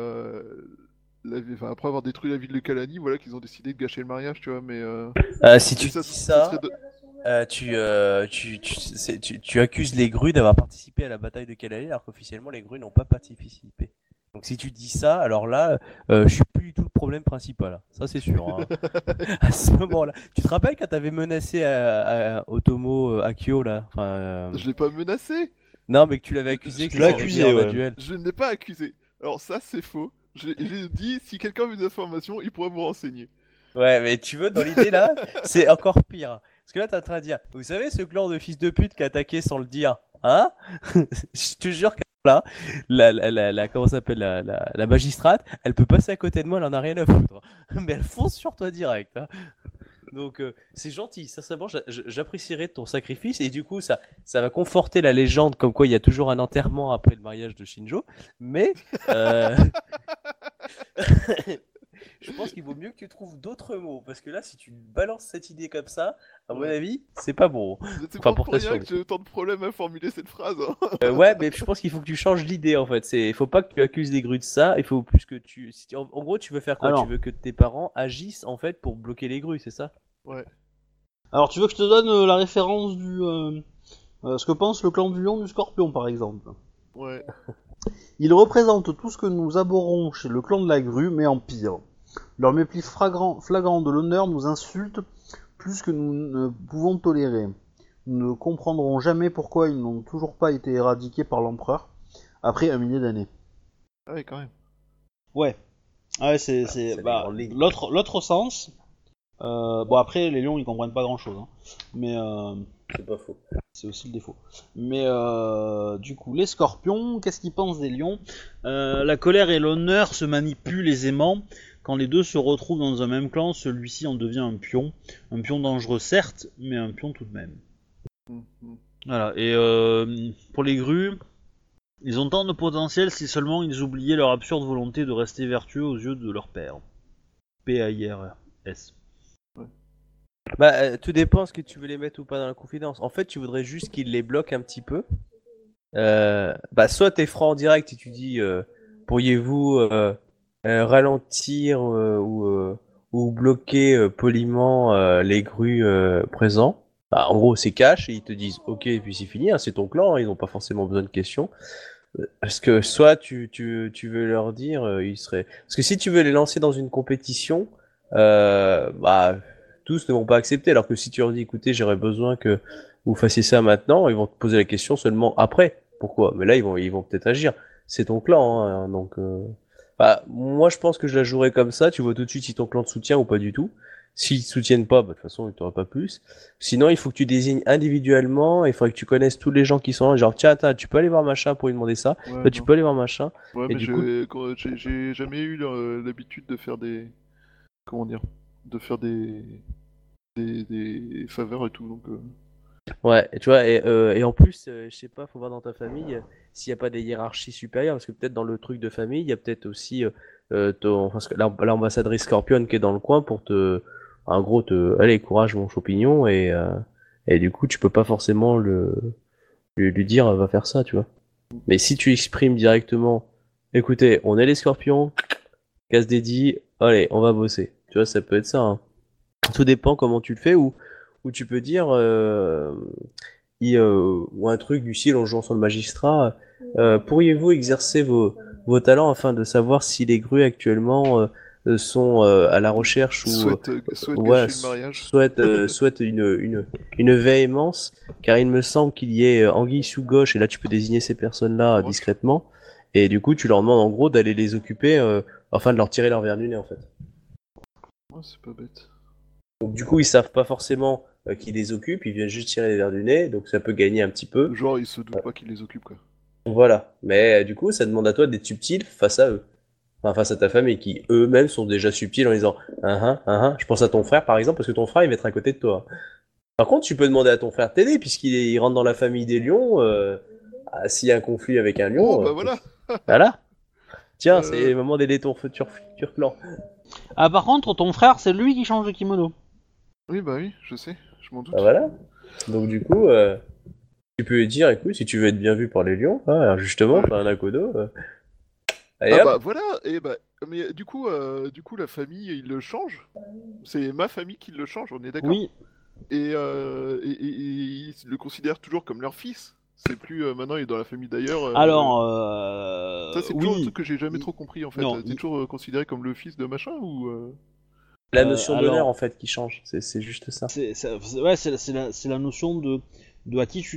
enfin après avoir détruit la ville de Kalani, voilà qu'ils ont décidé de gâcher le mariage, tu vois. Mais Si tu mais dis ça ça, serait tu accuses les grues d'avoir participé à la bataille de Kalali, alors qu'officiellement les grues n'ont pas participé. Donc si tu dis ça, alors là, je suis plus du tout le problème principal. Ça c'est sûr. Hein. À ce moment-là, tu te rappelles quand t'avais menacé à Otomo Akio là, je l'ai pas menacé, non, mais que tu l'avais accusé que Tu l'as c'était accusé, guerre ouais. d'un duel. je ne l'ai pas accusé. Alors ça c'est faux. J'ai dit si quelqu'un veut des informations, il pourrait vous renseigner. Ouais, mais tu veux, dans l'idée là, c'est encore pire. Parce que là, t'es en train de dire, vous savez, ce clan de fils de pute qui a attaqué sans le dire, hein? Je te jure que là, comment ça s'appelle, la magistrate, elle peut passer à côté de moi, elle en a rien à foutre. Mais elle fonce sur toi direct. Hein. Donc, c'est gentil, sincèrement, j'apprécierais ton sacrifice et du coup, ça va conforter la légende comme quoi il y a toujours un enterrement après le mariage de Shinjo. Mais. Je pense qu'il vaut mieux que tu trouves d'autres mots, parce que là, si tu balances cette idée comme ça, à mon avis, c'est pas bon. C'est Enfin, pas pour pour ta rien survie. que j'ai autant de problèmes à formuler cette phrase. Hein. Ouais, mais je pense qu'il faut que tu changes l'idée en fait. Il faut pas que tu accuses les grues de ça. Il faut plus que en gros, tu veux faire quoi? Alors. Tu veux que tes parents agissent en fait pour bloquer les grues, c'est ça? Ouais. Alors, tu veux que je te donne la référence ce que pense le clan du lion du scorpion, par exemple. Ouais. Ils représentent tout ce que nous abhorrons chez le clan de la grue, mais en pire. Leur mépris flagrant de l'honneur nous insulte plus que nous ne pouvons tolérer. Nous ne comprendrons jamais pourquoi ils n'ont toujours pas été éradiqués par l'empereur, après un millier d'années. Ah ouais, quand même. Ouais. Ah ouais, c'est c'est les bah, grandes lignes. l'autre sens. Bon après les lions ils comprennent pas grand chose, hein. Mais C'est pas faux. c'est aussi le défaut. Mais du coup les scorpions, qu'est-ce qu'ils pensent des lions? La colère et l'honneur se manipulent aisément. Quand les deux se retrouvent dans un même clan, celui-ci en devient un pion dangereux certes, mais un pion tout de même. Mhm. Voilà. Et pour les grues, ils ont tant de potentiel si seulement ils oubliaient leur absurde volonté de rester vertueux aux yeux de leur père. P-A-I-R-S. Bah, tout dépend ce que tu veux les mettre ou pas dans la confidence. En fait, tu voudrais juste qu'ils les bloquent un petit peu. Bah, soit t'es franc en direct et tu dis pourriez-vous ralentir ou bloquer poliment les grues présents. Bah, en gros, c'est cash et ils te disent ok, et puis c'est fini, hein, c'est ton clan, hein, ils n'ont pas forcément besoin de questions. Parce que soit tu veux leur dire, ils seraient. Parce que si tu veux les lancer dans une compétition, bah tous ne vont pas accepter. Alors que si tu leur dis, écoutez, j'aurais besoin que vous fassiez ça maintenant, ils vont te poser la question seulement après. Pourquoi? Mais là, ils vont peut-être agir. C'est ton clan, hein, donc. Bah, moi, je pense que je la jouerais comme ça. Tu vois tout de suite si ton clan te soutient ou pas du tout. S'ils te soutiennent pas, bah, de toute façon, il t'aura pas plus. Sinon, il faut que tu désignes individuellement. Il faudrait que tu connaisses tous les gens qui sont là. Genre, tiens, attends, tu peux aller voir machin pour lui demander ça. Ouais, Toi, tu non. peux aller voir machin. Ouais, Et mais du coup, j'ai jamais eu l'habitude de faire des. Comment dire? De faire des faveurs et tout, donc. ouais, et tu vois, et en plus, je sais pas, faut voir dans ta famille s'il n'y a pas des hiérarchies supérieures, parce que peut-être dans le truc de famille, il y a peut-être aussi parce que l'ambassadrice Scorpion qui est dans le coin pour en gros, allez, courage mon champignon, et du coup, tu peux pas forcément lui dire, va faire ça, tu vois. Mais si tu exprimes directement, écoutez, on est les Scorpions, casse dédié, allez, on va bosser. Tu vois, ça peut être ça, hein. Tout dépend comment tu le fais, ou tu peux dire, ou un truc du style en jouant sur le magistrat, pourriez-vous exercer vos talents afin de savoir si les grues actuellement sont à la recherche ou Souhaite ouais, gâcher le mariage. souhaitent une véhémence, car il me semble qu'il y ait anguille sous gauche, et là tu peux désigner ces personnes-là Ouais. discrètement, et du coup tu leur demandes en gros d'aller les occuper afin de leur tirer leur verre du nez en fait. Ouais, c'est pas bête. Donc du coup ils savent pas forcément qui les occupe, ils viennent juste tirer les verres du nez, donc ça peut gagner un petit peu. Genre, il se doute pas qu'il les occupe, quoi. Voilà. Mais du coup, ça demande à toi d'être subtil face à eux. Enfin, face à ta famille, qui eux-mêmes sont déjà subtils en disant Je pense à ton frère par exemple, parce que ton frère il va être à côté de toi. Par contre, tu peux demander à ton frère de t'aider, il rentre dans la famille des lions. S'il y a un conflit avec un lion, Oh, bah voilà! voilà. Tiens, c'est Euh. le moment d'aider ton futur clan. Ah par contre ton frère c'est lui qui change de kimono. Oui, bah oui, je sais, je m'en doute. Bah, voilà. Donc du coup, tu peux lui dire, écoute, si tu veux être bien vu par les lions, hein, alors justement, Ouais. t'as un Akodo. Allez Ah hop. bah voilà, et bah. Mais du coup, la famille, il le change. C'est ma famille qui le change, on est d'accord? Oui. Et ils le considèrent toujours comme leur fils. C'est plus maintenant il est dans la famille d'ailleurs. Alors Ça c'est toujours le oui. truc que j'ai jamais Il- trop compris en fait. Non, T'es toujours considéré comme le fils de machin ou La notion d'honneur alors en fait qui change, c'est juste ça. ouais, c'est la notion de à qui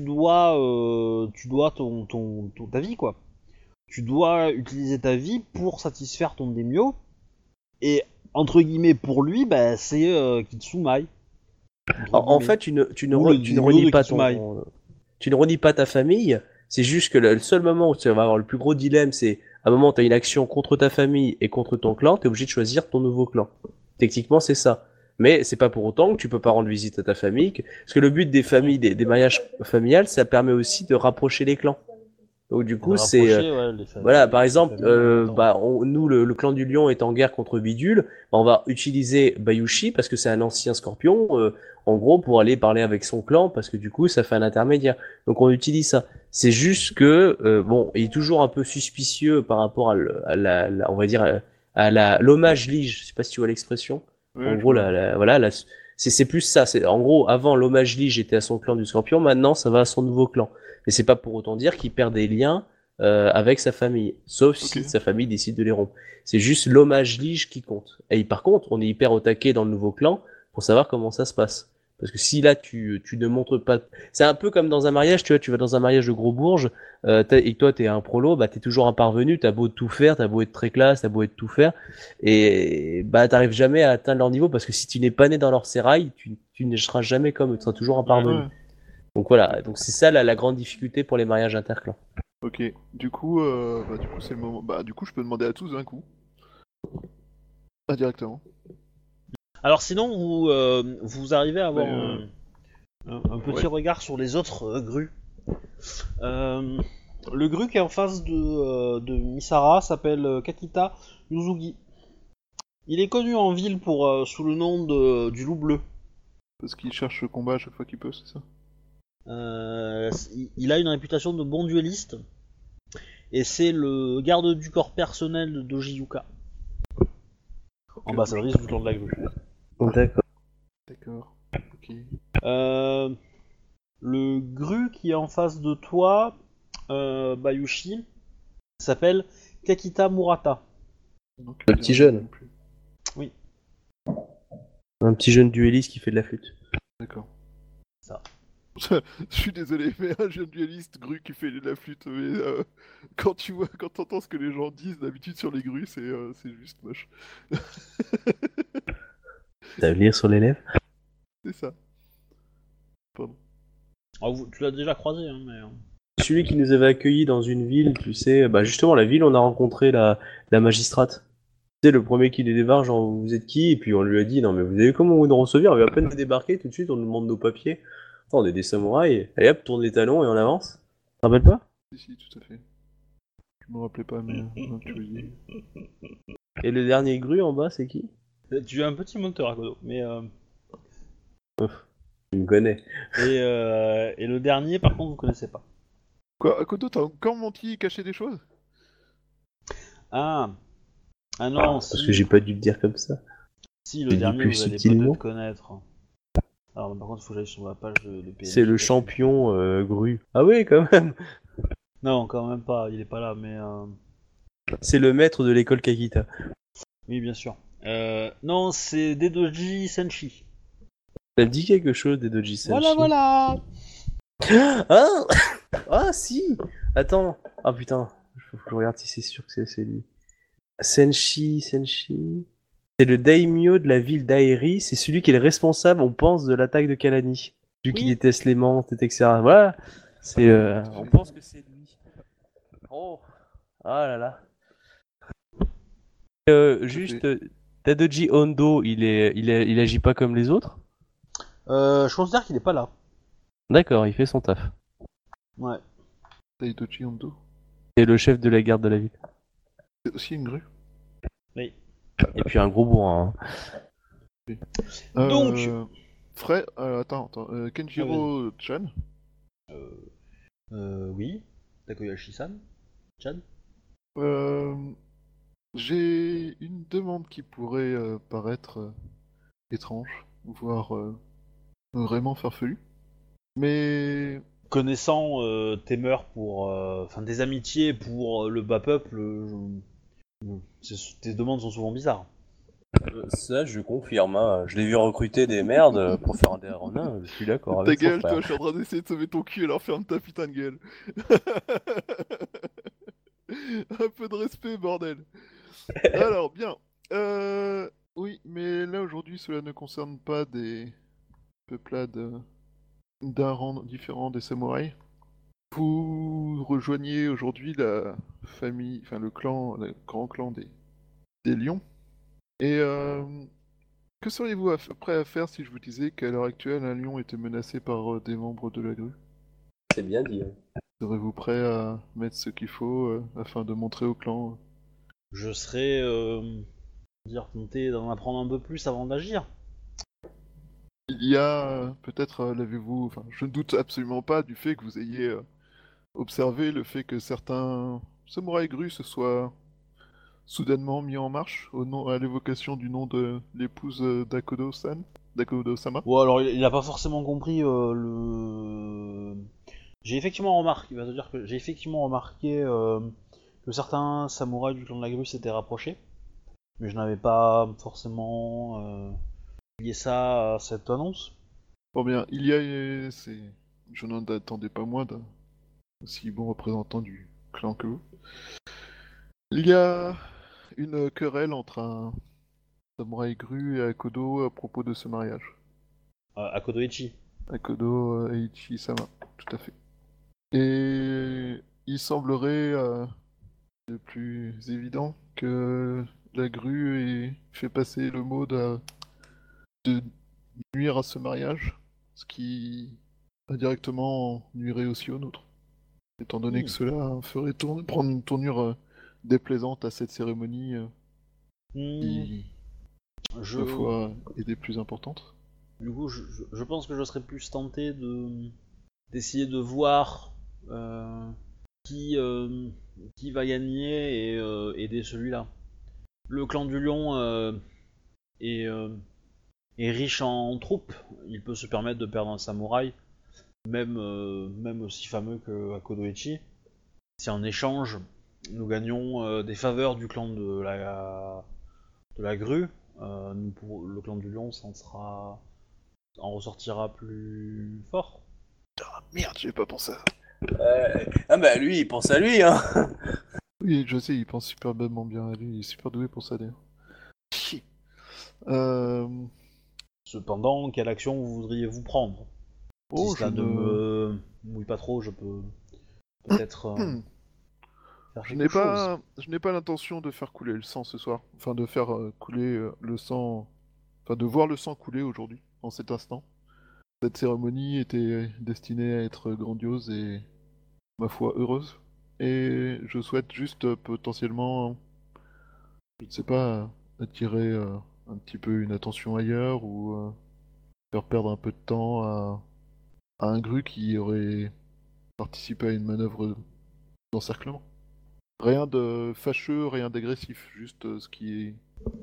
tu dois ta vie, quoi. Tu dois utiliser ta vie pour satisfaire ton daimyo, et entre guillemets pour lui, bah, c'est Kitsumai. Entre En guillemets. fait, Ou le tu ne daimyo renies de pas Kitsumai. tu ne renies pas ta famille. C'est juste que le seul moment où tu vas avoir le plus gros dilemme, c'est à un moment où tu as une action contre ta famille et contre ton clan, tu es obligé de choisir ton nouveau clan. Techniquement, c'est ça. Mais c'est pas pour autant que tu peux pas rendre visite à ta famille. Parce que le but des familles, des mariages familiales, ça permet aussi de rapprocher les clans. Donc du coup, c'est voilà, par exemple, nous, le clan du lion est en guerre contre Bidule, bah, on va utiliser Bayushi parce que c'est un ancien scorpion, en gros, pour aller parler avec son clan, parce que du coup, ça fait un intermédiaire. Donc on utilise ça. C'est juste que, bon, il est toujours un peu suspicieux par rapport on va dire, à l'hommage lige. Je sais pas si tu vois l'expression. ouais, En je gros, vois. voilà, c'est plus ça. En gros, avant, l'hommage lige était à son clan du scorpion, maintenant, ça va à son nouveau clan. Mais c'est pas pour autant dire qu'il perd des liens avec sa famille, sauf si Ok. sa famille décide de les rompre. C'est juste l'hommage lige qui compte. Et par contre, on est hyper au taquet dans le nouveau clan pour savoir comment ça se passe. Parce que si là tu ne montres pas, c'est un peu comme dans un mariage, tu vois, tu vas dans un mariage de gros bourges et que toi t'es un prolo, bah t'es toujours un parvenu, t'as beau tout faire, t'as beau être très classe, t'as beau être tout faire, et bah t'arrives jamais à atteindre leur niveau parce que si tu n'es pas né dans leur sérail, tu ne seras jamais comme eux, tu seras toujours un parvenu. Ouais. Donc voilà, donc c'est ça la grande difficulté pour les mariages interclans. Ok, du coup, c'est le moment. Bah, du coup, je peux demander à tous d'un coup. Indirectement. Alors sinon, vous arrivez à avoir Mais, un petit ouais. regard sur les autres grues. Le gru qui est en face de Misara s'appelle Kakita Yuzugi. Il est connu en ville sous le nom du loup bleu. Parce qu'il cherche le combat à chaque fois qu'il peut, c'est ça? Il a une réputation de bon duelliste et c'est le garde du corps personnel de Doji Yuka, ambassadrice du clan de la grue. D'accord. D'accord. Ok. Le gru qui est en face de toi, Bayushi, s'appelle Kakita Murata. Donc, Le petit jeune. non plus. Oui. Un petit jeune duelliste qui fait de la flûte. D'accord. Ça. Je suis désolé, mais un jeune dueliste grue qui fait de la flûte, mais quand t'entends ce que les gens disent d'habitude sur les grues, c'est juste moche. Ça veut lire sur les lèvres. C'est ça. Pardon. Tu l'as déjà croisé, hein, mais... Celui qui nous avait accueillis dans une ville, tu sais, bah justement la ville, on a rencontré la magistrate. Tu sais, le premier qui les débarque, genre vous êtes qui? Et puis on lui a dit non mais vous avez comment vous nous recevoir? On vient à peine de débarquer, tout de suite on nous demande nos papiers. Attends, on est des samouraïs. Allez hop, tourne les talons et on avance. Tu te rappelles pas? Si, tout à fait. Je me rappelais pas, mais tu veux dire. Et le dernier gru en bas, c'est qui? Tu es un petit monteur à Kodo, mais... Tu me connais. Et le dernier, par contre, vous connaissez pas. Quoi, Akodo, t'as encore menti et caché des choses? Ah non, Parce que j'ai pas dû le dire comme ça. Si, le J'ai dit dernier, plus vous allez subtilement. peut-être connaître. Alors, par contre, il faut que j'aille sur la page de PNJ. C'est le champion gru. Ah oui, quand même. Non, quand même pas, il est pas là, mais... C'est le maître de l'école Kakita. Oui, bien sûr. Non, c'est Dedoji Senshi. Ça te dit quelque chose des Doji Senshi? Voilà. Ah ah si. Attends. Ah putain. Faut que je regarde si c'est sûr que c'est lui. Senshi. C'est le daimyo de la ville d'Aeri. C'est celui qui est le responsable, on pense, de l'attaque de Kalani. Celui qui Oui. déteste les mantes, etc. Voilà. C'est. On pense que c'est lui. Oh. Ah là là. Juste, Dadoji Hondo, il agit pas comme les autres? Je considère qu'il est pas là. D'accord, il fait son taf. Ouais. Taitochi Hondo. C'est le chef de la garde de la ville. C'est aussi une grue. Oui. Et puis un gros bourrin. Hein. Donc- Frère, attends. Kenjiro-chan. Oui. Takoyashi-san. Chan. J'ai une demande qui pourrait paraître étrange, voire vraiment farfelue. Mais Connaissant tes mœurs enfin des amitiés pour le bas peuple, tes demandes sont souvent bizarres. Ça, je confirme. Hein. Je l'ai vu recruter des merdes pour faire un DR en un. Je suis d'accord ta avec son gueule, frère. toi, je suis en train d'essayer de sauver ton cul, alors ferme ta putain de gueule. Un peu de respect, bordel. Alors, bien. Oui, mais là, aujourd'hui, cela ne concerne pas des peuplades d'un rang différent des samouraïs. Vous rejoignez aujourd'hui la famille, enfin le grand clan des lions. Et que seriez-vous prêt à faire si je vous disais qu'à l'heure actuelle, un lion était menacé par des membres de la grue? C'est bien dit. Hein. Serez-vous prêt à mettre ce qu'il faut afin de montrer au clan Je serais tenté d'en apprendre un peu plus avant d'agir. Il y a, peut-être l'avez-vous, enfin je ne doute absolument pas du fait que vous ayez observé le fait que certains samouraïs grues se soient soudainement mis en marche à l'évocation du nom de l'épouse Dakodo-sama. Bon, alors il a pas forcément compris le. J'ai effectivement remarqué, il va te dire que j'ai effectivement remarqué que certains samouraïs du clan de la grue s'étaient rapprochés, mais je n'avais pas forcément lié ça à cette annonce. Bon bien, je n'en attendais pas moins d'un aussi bon représentant du clan que vous. Il y a une querelle entre un samouraï Gru et Akodo à propos de ce mariage. Akodoichi. Akodo Eiichi-sama, tout à fait. Et il semblerait le plus évident que la grue ait fait passer le mot de nuire à ce mariage, ce qui indirectement nuirait aussi au nôtre. Étant donné que cela ferait prendre une tournure déplaisante à cette cérémonie qui, ma foi, est des plus importantes. Du coup, je pense que je serais plus tenté d'essayer de voir qui va gagner et aider celui-là. Le clan du Lion est riche en troupes. Il peut se permettre de perdre un samouraï, même aussi fameux que Akodoichi. Si en échange, nous gagnons des faveurs du clan de la grue, le clan du Lion en ressortira plus fort. Ah merde, j'avais pas pensé à ça. Ah bah lui, il pense à lui, hein. Oui, je sais, il pense superbement bien à lui, il est super doué pour ça d'ailleurs. Euh... Cependant, quelle action voudriez-vous prendre? Oh, Si cela ne me mouille pas trop, je peux peut-être faire Je quelque n'ai chose. je n'ai pas l'intention de faire couler le sang ce soir. Enfin, de faire couler le sang. Enfin, de voir le sang couler aujourd'hui, en cet instant. Cette cérémonie était destinée à être grandiose et, ma foi, heureuse. Et je souhaite juste potentiellement, je ne sais pas, attirer un petit peu une attention ailleurs ou faire perdre un peu de temps à un Gru qui aurait participé à une manœuvre d'encerclement. Rien de fâcheux, rien d'agressif, juste ce qui est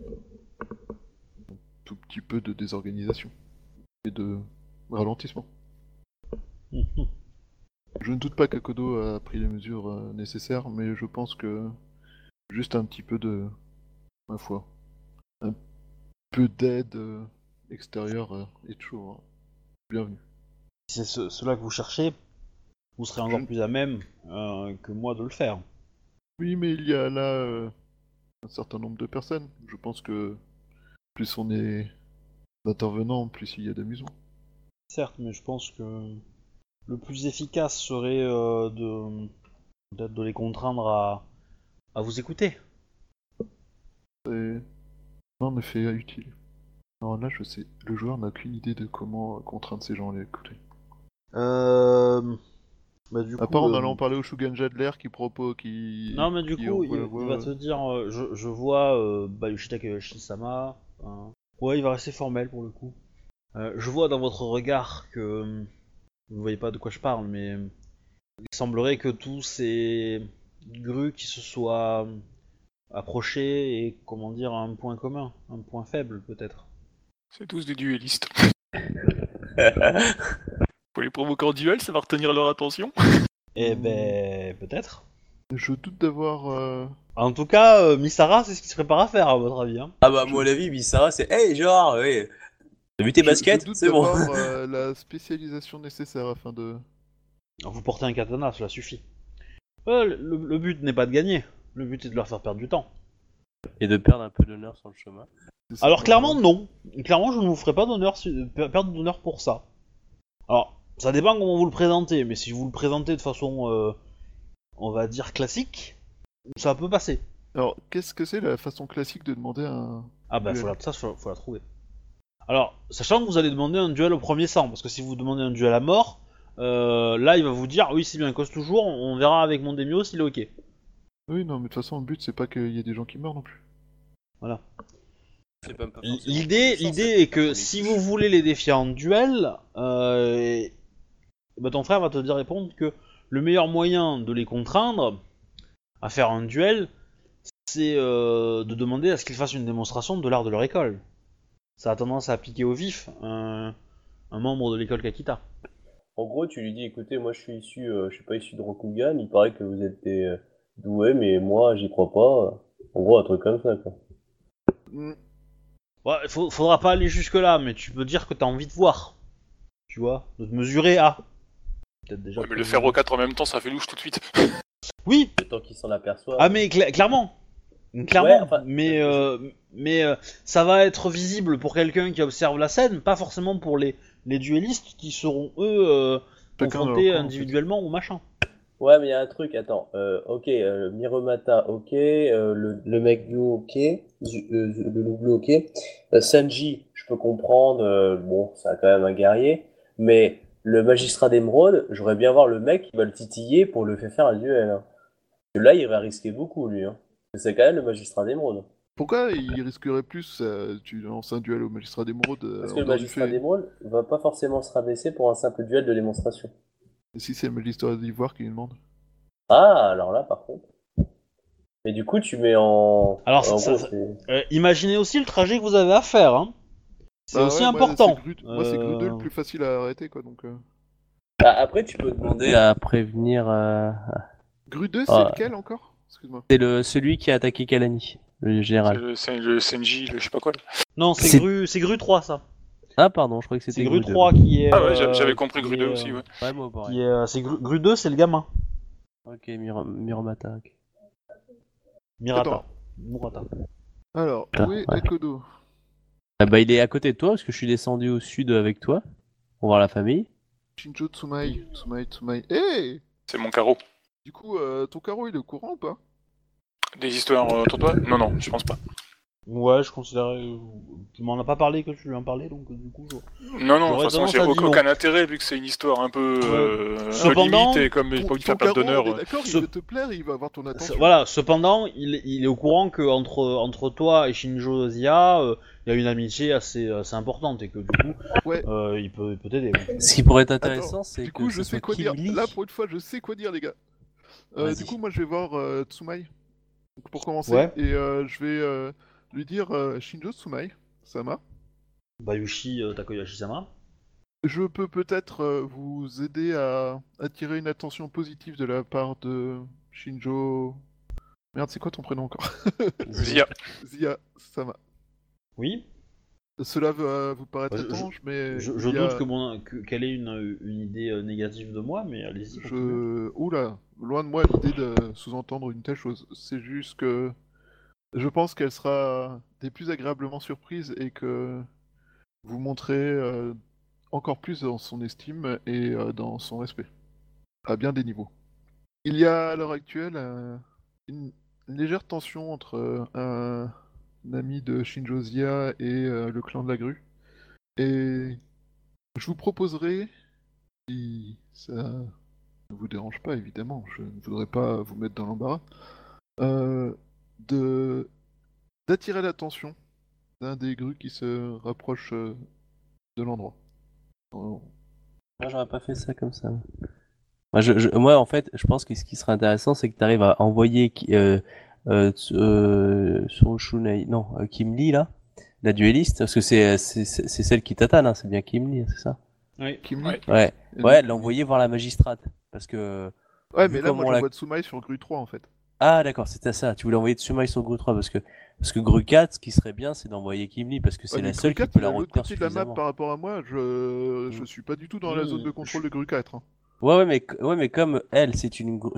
un tout petit peu de désorganisation et de ralentissement. Je ne doute pas qu'Akodo a pris les mesures nécessaires, mais je pense que juste un petit peu de, ma foi, un peu d'aide extérieure est toujours bienvenue. Si c'est cela que vous cherchez, vous serez encore plus à même que moi de le faire. Oui, mais il y a là un certain nombre de personnes. Je pense que plus on est d'intervenants, plus il y a d'amusement. Certes, mais je pense que le plus efficace serait peut-être de les contraindre à vous écouter. C'est en effet utile. Alors là, je sais, le joueur n'a aucune idée de comment contraindre ces gens à l'écouter. Du À coup, part en allant parler au Shugen Jadler qui propose, non, mais du qui coup, envoie la il voix. va te dire, je vois Yoshita Kayoshi-sama. Ouais, il va rester formel pour le coup. Je vois dans votre regard que vous voyez pas de quoi je parle, mais il semblerait que tous ces grues qui se soient approchés et comment dire un point commun, un point faible peut-être. C'est tous des duellistes. Pour les provoquer en duel, ça va retenir leur attention. Eh ben peut-être. Je doute d'avoir. En tout cas, Misara, c'est ce qui se prépare à faire à votre avis. Hein. Ah bah moi la vie, Bissara, c'est hey genre, ouais. T'as vu tes baskets? Je doute C'est bon. d'avoir la spécialisation nécessaire afin de. Vous portez un katana, cela suffit. Le but n'est pas de gagner, le but est de leur faire perdre du temps. Et de perdre un peu d'honneur sur le chemin. Alors clairement non, clairement je ne vous ferai pas perdre d'honneur pour ça. Alors ça dépend comment vous le présentez, mais si vous le présentez de façon, on va dire classique, ça peut passer. Alors, qu'est-ce que c'est la façon classique de demander un. Ah bah duel faut la trouver. Alors, sachant que vous allez demander un duel au premier sang, parce que si vous demandez un duel à mort, là il va vous dire oui c'est bien, cause toujours, on verra avec mon Demio s'il est ok. Oui, non, mais de toute façon, le but c'est pas qu'il y ait des gens qui meurent non plus. Voilà. C'est pas forcément L'idée est que si vous voulez les défier en duel, bah ton frère va te dire répondre que le meilleur moyen de les contraindre à faire un duel, c'est de demander à ce qu'ils fassent une démonstration de l'art de leur école. Ça a tendance à piquer au vif un membre de l'école Kakita. En gros, tu lui dis, écoutez, moi je suis issu de Rokugan, il paraît que vous êtes des doués, mais moi j'y crois pas. En gros, un truc comme ça, quoi. Mm. Ouais, faudra pas aller jusque là, mais tu peux dire que t'as envie de voir. tu vois, de te mesurer à. Peut-être déjà. Ouais, mais le faire aux 4 en même temps, ça fait louche tout de suite. Oui. Le temps qu'il s'en aperçoit. Ah mais clairement. Clairement. Ouais, enfin, Mais ça va être visible pour quelqu'un qui observe la scène, pas forcément pour les duellistes qui seront eux Chacun confrontés leur camp, en fait. individuellement au machin. Ouais, mais il y a un truc, attends. Ok, Miromata, ok. Le mec bleu, ok. Le loup bleu, ok. Sanji, je peux comprendre. Bon, c'est quand même un guerrier. Mais le magistrat d'émeraude, j'aurais bien voir le mec qui va le titiller pour le faire un duel. Hein. Parce que là, il va risquer beaucoup, lui. Hein. Parce que c'est quand même le magistrat d'émeraude. Pourquoi il risquerait plus tu lances un duel au magistrat d'émeraude Parce que en le dehors du magistrat fait d'émeraude va pas forcément se rabaisser pour un simple duel de démonstration. Et si c'est le magistrat d'ivoire qui lui demande? Ah, alors là, par contre. Mais du coup, tu mets en. Alors, En ça- gros, ça- c'est. Imaginez aussi le trajet que vous avez à faire. Hein. C'est Bah aussi ouais, important. Moi, c'est Gru 2 le plus facile à arrêter, quoi, donc... Ah, après, tu peux demander à prévenir. Gru 2, c'est Ah. lequel, encore? Excuse-moi. C'est celui qui a attaqué Kalani, le C'est général. le Senji, le je sais pas quoi. Là. Non, C'est- c'est Gru 3 ça. Ah, pardon, je croyais que C'est c'était Gru Gru 2. 3 qui est. Ah ouais, j'avais compris qui Gru 2 est, aussi, ouais. Ouais, moi, pareil. Qui est, c'est Gru 2, c'est le gamin. Ok, Miromata. Ok. Mirata. Attends. Murata. Alors, Ah, où est ouais. Ekodo? Ah bah, il est à côté de toi parce que je suis descendu au sud avec toi pour voir la famille. Shinjo Tsumai. Hey! C'est mon carreau. Du coup, ton carreau, il est au courant ou pas? Des histoires autour de toi? Non, non, je pense pas. Ouais, je considérais. Tu m'en as pas parlé que tu lui en parlais, donc du coup. Non, non, de J'aurais toute façon, tendance j'ai à dire non. aucun intérêt vu que c'est une histoire un peu Cependant, limite et comme j'ai pas envie de faire Ton perdre carreau, d'honneur. on est d'accord, Ce- il veut te plaire, il va avoir ton attention. Voilà, cependant, il est au courant que entre toi et Shinjo Zia, il y a une amitié assez importante et que du coup, Ouais. il peut t'aider. Ouais. Ce qui pourrait être intéressant, Attends, c'est du que coup, ce je sais soit quoi Kim dire. Lee. Là, pour une fois, je sais quoi dire, les gars. Vas-y. Du coup, moi, je vais voir Tsumai. Donc, pour commencer, Ouais. et je vais lui dire Shinjo Tsumai, Sama. Bayushi Takoyashi-sama. Je peux peut-être vous aider à attirer une attention positive de la part de Shinjo. Merde, c'est quoi ton prénom encore? Zia. Zia Sama. Oui. Cela va vous paraître Je- étrange, mais Je il y a- doute qu'elle ait une idée négative de moi, mais allez-y. continuez. Oula, loin de moi l'idée de sous-entendre une telle chose. C'est juste que je pense qu'elle sera des plus agréablement surprise et que vous montrez encore plus dans son estime et dans son respect. À bien des niveaux. Il y a à l'heure actuelle une légère tension entre un ami de Shinjo Zia et le clan de la grue. Et je vous proposerai, si ça ne vous dérange pas évidemment, je ne voudrais pas vous mettre dans l'embarras, de d'attirer l'attention d'un des grues qui se rapproche de l'endroit. Oh. Moi, j'aurais pas fait ça comme ça. Moi, en fait, je pense que ce qui serait intéressant, c'est que tu arrives à envoyer Surushunai, non, Kim Lee, là, la duelliste, parce que c'est celle qui tatane, hein, c'est bien Kim Lee, c'est ça? Oui. Kim Lee. Ouais. Ouais, Et ouais, donc- l'envoyer voir la magistrate, parce que... Ouais, vu mais là, comme moi, on l'a- j'envoie Tsumai sur grue 3 en fait. Ah, d'accord, c'était ça, tu voulais envoyer Tsumai sur Gru 3, parce que Gru 4, ce qui serait bien, c'est d'envoyer Kim Lee, parce que c'est Ouais, la mais seule grue qui 4, peut il la est à l'autre retenir côté de la map suffisamment. par rapport à moi, je suis pas du tout dans la zone de contrôle de grue 4. Hein. Ouais, mais comme elle, c'est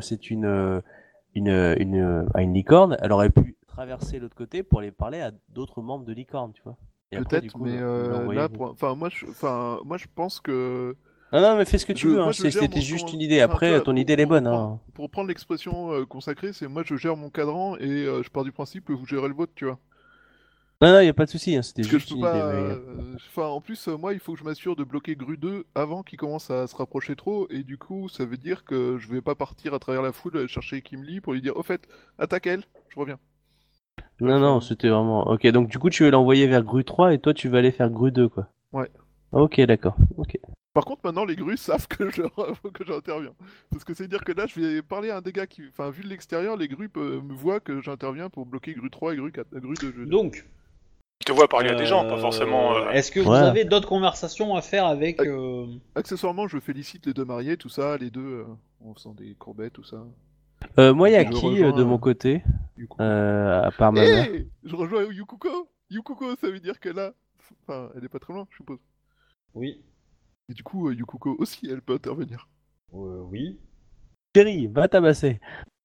une licorne, elle aurait pu traverser l'autre côté pour aller parler à d'autres membres de licorne, tu vois. Et après, du Peut-être, coup, mais l'envoyer là, vous. enfin, moi, je pense que Non, mais fais ce que tu veux, hein, moi, je gère c'était mon- juste mon- une idée. enfin, Après, tu vois, ton idée, elle est bonne. Hein. Pour prendre l'expression consacrée, c'est moi, je gère mon cadran et je pars du principe que vous gérez le vôtre, tu vois. Non, y a pas de souci, hein, c'était Parce que je juste peux une pas. idée. Enfin, en plus, moi, il faut que je m'assure de bloquer grue 2 avant qu'il commence à se rapprocher trop, et du coup, ça veut dire que je vais pas partir à travers la foule chercher Kim Lee pour lui dire, au fait, attaque elle, je reviens. Non, c'était vraiment. Ok, donc du coup, tu veux l'envoyer vers Gru 3 et toi, tu vas aller faire Gru 2, quoi. Ouais. Ok, d'accord. Ok. Par contre, maintenant, les grues savent que que j'interviens. Parce que c'est dire que là, je vais parler à un des gars qui. Enfin, vu de l'extérieur, les grues me voient que j'interviens pour bloquer grue 3 et grue 4. Grue 2, je veux dire. Donc, Il te voit parler à des gens, pas forcément. Est-ce que vous Ouais. avez d'autres conversations à faire avec Accessoirement, je félicite les deux mariés, tout ça, les deux, en faisant des courbettes, tout ça. Moi, y a Je qui rejoins, de mon côté Yukuko. à part ma mère. Hey, je rejoins Yukuko. Yukuko, ça veut dire que là. Enfin, elle est pas très loin, je suppose. Oui. Et du coup, Yukuko aussi, elle peut intervenir. Oui. Chérie, va tabasser.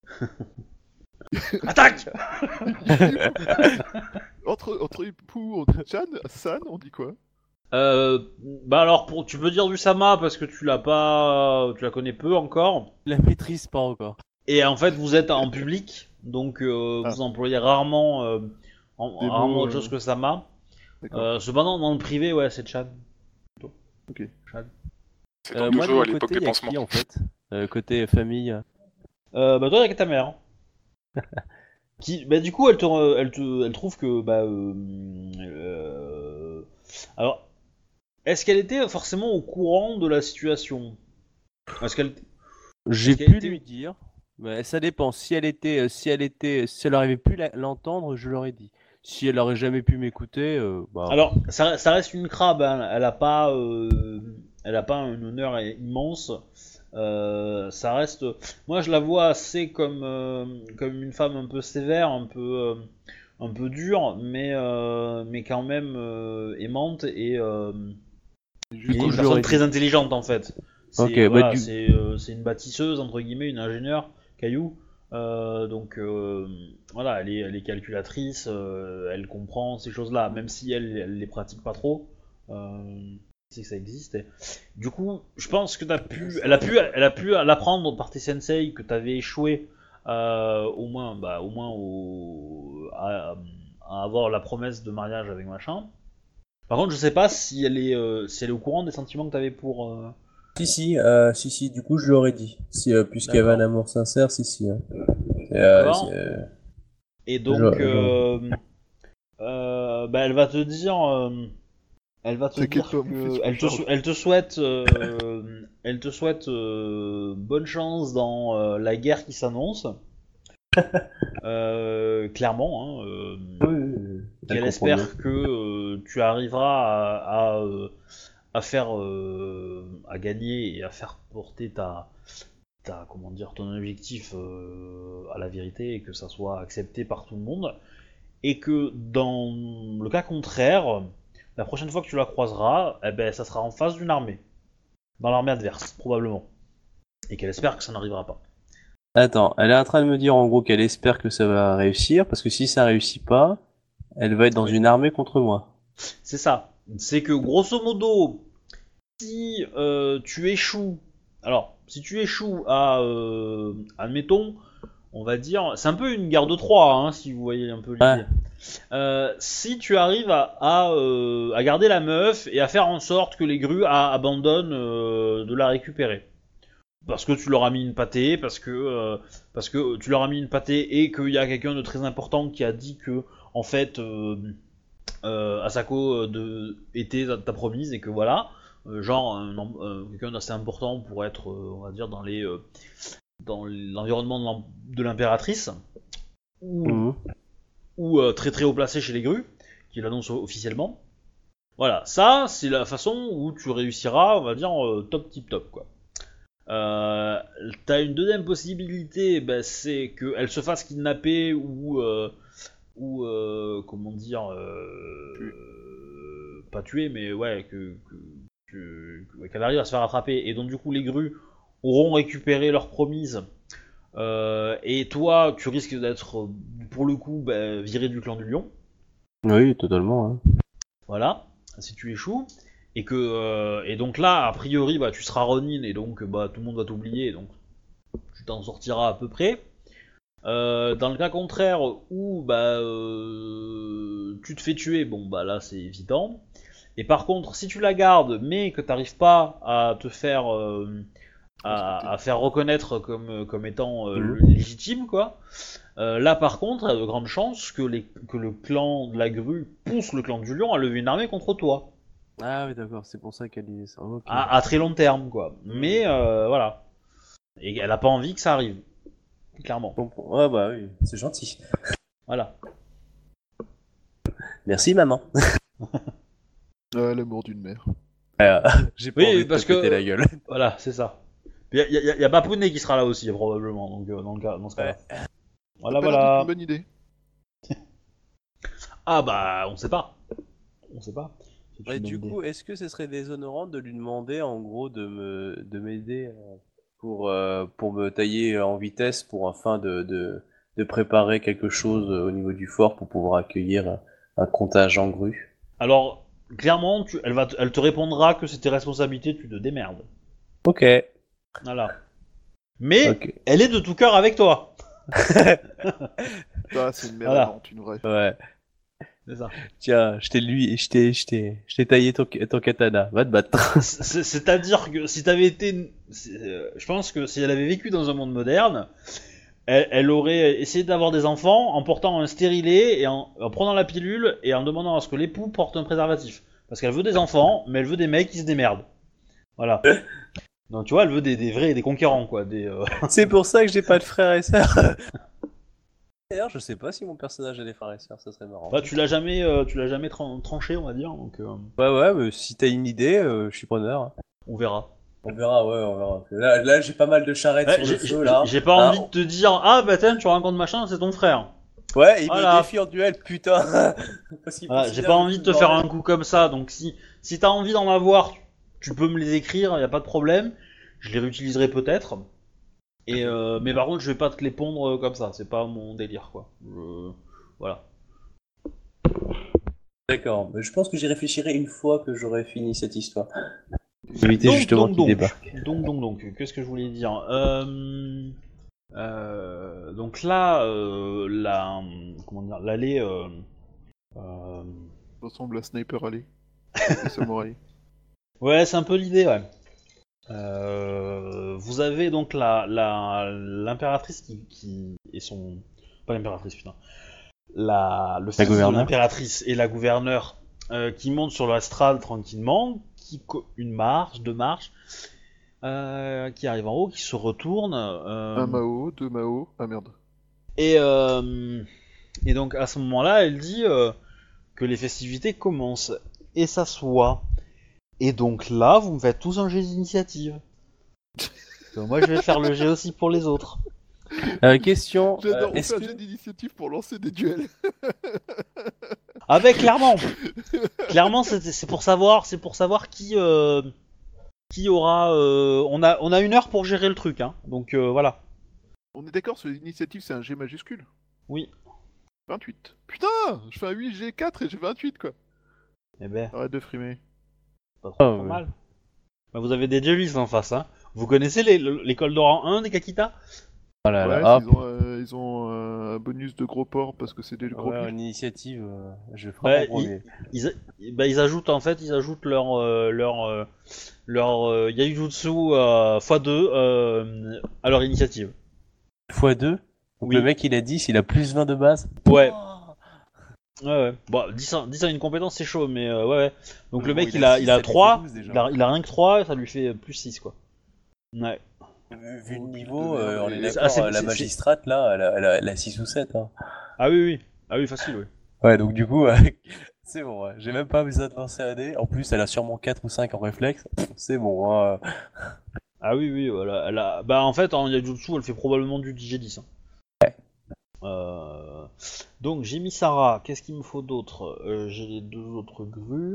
Attaque. Entre époux, on dit Chan, San, on dit quoi? Bah alors, tu peux dire du Sama parce que tu la connais peu encore. La maîtrise pas encore. Et en fait, vous êtes en public, donc Ah. vous employez rarement, Des rarement mots, autre chose que Sama. D'accord. Cependant, dans le privé, ouais, c'est Chan. Ok. Chan. C'est donc Moi de Dojo mon à l'époque côté, des y a pansements. qui en fait côté famille. Bah toi, avec ta mère. Bah du coup, elle trouve que, alors, est-ce qu'elle était forcément au courant de la situation? Est-ce qu'elle, J'ai qu'elle pu était- lui dire, mais ça dépend. Si elle arrivait plus l'entendre, je l'aurais dit. Si elle aurait jamais pu m'écouter, bah. Alors, ça reste une crabe, hein. Elle a pas un honneur immense. Ça reste. Moi, je la vois assez comme une femme un peu sévère, un peu dure, mais quand même aimante Du et coup, une je personne l'aurais très dit. intelligente en fait. Ok, Voilà, c'est une bâtisseuse entre guillemets, une ingénieure, caillou. Voilà, elle est calculatrice, elle comprend ces choses-là, même si elle les pratique pas trop. C'est que ça existe. Du coup, je pense que elle a pu l'apprendre par tes sensei que t'avais échoué au moins à avoir la promesse de mariage avec machin. Par contre, je sais pas si elle est au courant des sentiments que t'avais pour. Si, du coup, je l'aurais dit. Si, puisqu'il y avait un D'accord. amour sincère, si, hein. D'accord. Et donc, je- bah, elle va te T'inquiète dire pas, mon fils, que je me charge. elle te souhaite bonne chance dans la guerre qui s'annonce. Clairement, hein, Oui, oui, oui. Elle qu'elle comprend bien. espère que tu arriveras à faire à gagner et à faire porter comment dire ton objectif à la vérité et que ça soit accepté par tout le monde et que dans le cas contraire la prochaine fois que tu la croiseras eh ben ça sera en face d'une armée dans l'armée adverse probablement et qu'elle espère que ça n'arrivera pas. Attends, elle est en train de me dire en gros qu'elle espère que ça va réussir, parce que si ça réussit pas, elle va être dans Oui. une armée contre moi. C'est ça, c'est que grosso modo si tu échoues alors si tu échoues à admettons on va dire c'est un peu une guerre de Troie hein, si vous voyez un peu Ouais. l'idée. Si tu arrives à garder la meuf et à faire en sorte que les grues abandonnent de la récupérer. Parce que tu leur as mis une pâtée, parce que tu leur as mis une pâtée et qu'il y a quelqu'un de très important qui a dit que, en fait, Asako était ta promise et que voilà, quelqu'un d'assez important pour être, on va dire, dans l'environnement de l'impératrice, ou Mhm. très très haut placé chez les grues, qui l'annonce officiellement. Voilà, ça c'est la façon où tu réussiras, on va dire, top tip top quoi. T'as une deuxième possibilité, bah, c'est qu'elle se fasse kidnapper ou comment dire, pas tuer, mais ouais, qu'elle arrive à se faire attraper et donc du coup les grues auront récupéré leur promise. Et toi, tu risques d'être, pour le coup, bah, viré du clan du lion. Oui, totalement. Hein. Voilà, si tu échoues. Et donc là, a priori, bah, tu seras Ronin et donc bah, tout le monde va t'oublier, donc tu t'en sortiras à peu près. Dans le cas contraire où bah, tu te fais tuer, bon bah là c'est évident. Et par contre, si tu la gardes, mais que t'arrives pas à te faire à faire reconnaître comme étant légitime, quoi. Là, par contre, il y a de grandes chances que le clan de la grue pousse le clan du lion à lever une armée contre toi. Ah oui, d'accord, c'est pour ça qu'elle disait ça. Ok. À très long terme, quoi. Mais voilà. Et elle a pas envie que ça arrive. Clairement. Je comprends. Ouais, bah oui, c'est gentil. Voilà. Merci, maman. L'amour d'une mère. J'ai pas Oui, envie de parce te péter que. la gueule. Voilà, c'est ça. Il y a Bapouné qui sera là aussi, probablement, donc, dans ce cas-là. Voilà, T'as pas l'air d'être voilà. une bonne idée. Ah bah, on sait pas. On sait pas. une Et bonne du idée. coup, est-ce que ce serait déshonorant de lui demander en gros de m'aider pour me tailler en vitesse pour afin de préparer quelque chose au niveau du fort pour pouvoir accueillir un contingent grue? Alors, clairement, elle te répondra que c'est tes responsabilités, tu te démerdes. Ok. Voilà. Mais Ok. elle est de tout cœur avec toi. Ah, c'est une mère Voilà. aimante, une vraie. Ouais. C'est ça. Tiens, je t'ai taillé ton katana. Va te battre. C'est-à-dire que si t'avais été, je pense que si elle avait vécu dans un monde moderne, elle aurait essayé d'avoir des enfants en portant un stérilet et en prenant la pilule et en demandant à ce que l'époux porte un préservatif. Parce qu'elle veut des enfants, mais elle veut des mecs qui se démerdent. Voilà. Donc tu vois, elle veut des vrais, des conquérants quoi. C'est pour ça que j'ai pas de frères et sœurs. D'ailleurs, je sais pas si mon personnage a des frères et sœurs, ça serait marrant. Bah, tu l'as jamais tranché, on va dire. Donc Ouais, mais si t'as une idée, je suis preneur, hein. on verra. On verra, ouais, on verra. Là, j'ai pas mal de charrettes Ouais, sur le feu, là. j'ai pas Hein, envie de te dire ah bah tiens tu rencontres machin, c'est ton frère. Ouais, il Voilà. me défie en duel, putain. Parce qu'il Voilà, j'ai considère pas que envie de tout te faire bordel. un coup comme ça, donc si t'as envie d'en avoir, tu peux me les écrire, y a pas de problème. Je les réutiliserai peut-être. Mais par contre, je vais pas te les pondre comme ça, c'est pas mon délire quoi. Voilà. D'accord, mais je pense que j'y réfléchirai une fois que j'aurai fini cette histoire. Éviter Donc, justement donc, qu'il donc, débarque. donc, qu'est-ce que je voulais dire donc là, comment dire, l'allée. Ça ressemble à Sniper Alley. Les samouraïs. Ouais, c'est un peu l'idée, ouais. Vous avez donc l'impératrice qui et son pas l'impératrice putain le fils de gouverneure. l'impératrice et la gouverneure qui montent sur l'astral tranquillement, une marche, deux marches, qui arrivent en haut, qui se retournent Un Mao, deux Mao. Ah merde. et donc à ce moment-là, elle dit que les festivités commencent et s'assoit. Et donc là, vous me faites tous un jet d'initiative. Donc moi, je vais faire le jet aussi pour les autres. Question, J'adore, on est-ce fait un que... jet d'initiative pour lancer des duels. Ah ben clairement, c'est pour savoir, qui aura. On a 1 heure pour gérer le truc, hein. Donc voilà. On est d'accord, sur l'initiative, c'est un G majuscule. Oui. 28. Putain, je fais un 8G4 et j'ai 28 quoi. Eh ben, Arrête de frimer. pas trop, Ah, trop ouais. mal. Bah, vous avez des Jellies en face, hein. Vous connaissez l'école de rang 1 des Kakita? Oh là Ouais, là, hop. ils ont un bonus de gros porc parce que c'est des gros Ouais, bulles. en initiative, je frappe Bah, en premier. ils ajoutent leur Yaijutsu x2 à leur initiative. x2. Donc Oui. le mec il a 10, il a plus 20 de base. Ouais. Oh. Ouais. Bon, 10 à une compétence, c'est chaud, mais ouais. Donc le Bon, mec, il il a a, six, il a ça lui fait 3, 12 déjà. il a rien que 3, ça lui fait plus 6, quoi. Ouais. Vu le Oh, niveau, putain de merde. on est Et- d'accord, Ah, c'est- la c'est- magistrate là, elle a 6 ou 7. Hein. Ah oui. Ah oui, facile, oui. Ouais, donc du coup, c'est bon, ouais. J'ai même pas besoin de lancer un dé. En plus, elle a sûrement 4 ou 5 en réflexe. C'est bon, hein. Ah oui, voilà. Bah en fait, en Yaijutsu, elle fait probablement du DJ10. Hein. Donc j'ai mis Sarah, qu'est-ce qu'il me faut d'autre J'ai les 2 autres grues.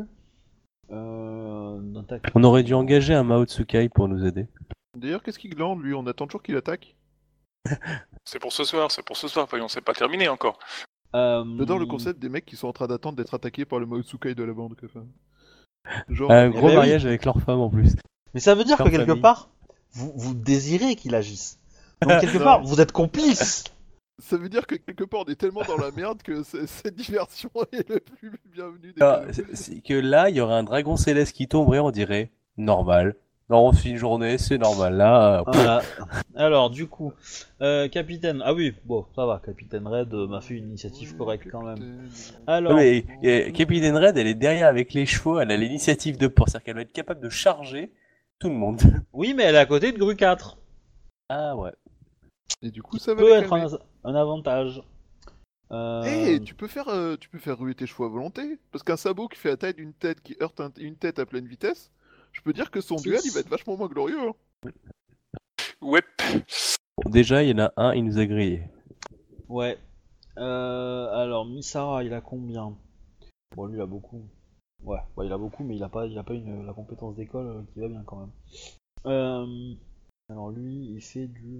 On aurait dû engager un Mao Tsukai pour nous aider. D'ailleurs, qu'est-ce qu'il glande lui? On attend toujours qu'il attaque. C'est pour ce soir, voyons, c'est pas terminé encore. J'adore le concept des mecs qui sont en train d'attendre d'être attaqués par le Mao Tsukai de la bande. Quoi. Enfin, genre, Un Eh gros ben mariage avec leur femme en plus. Mais ça veut dire Leur que quelque famille. part, vous désirez qu'il agisse. Donc quelque Non. part, vous êtes complice. ça veut dire que quelque part on est tellement dans la merde que cette diversion est le plus bienvenue des Ah, cadeaux. c'est que là, il y aurait un dragon céleste qui tomberait, on dirait normal. Non, on finit une journée, c'est normal. Là, Voilà. Alors du coup, capitaine. Ah oui, bon, ça va. Capitaine Red m'a fait une initiative correcte quand même. Alors, non, mais Capitaine Red, elle est derrière avec les chevaux, elle a l'initiative de port, c'est-à-dire qu'elle va être capable de charger tout le monde. oui, mais elle est à côté de Gru 4. Ah ouais. Et du coup, ça va Peut les être calmer. un avantage. Eh, tu peux faire ruer tes chevaux à volonté. Parce qu'un sabot qui fait la taille d'une tête qui heurte une tête à pleine vitesse, je peux dire que son duel il va être vachement moins glorieux. Hein. Ouais. Bon, déjà, il y en a un, il nous a grillé. Ouais. Alors, Misara, il a combien? Bon, lui, il a beaucoup. Ouais, il a beaucoup, mais il a pas la compétence d'école qui va bien quand même. Alors lui, il fait du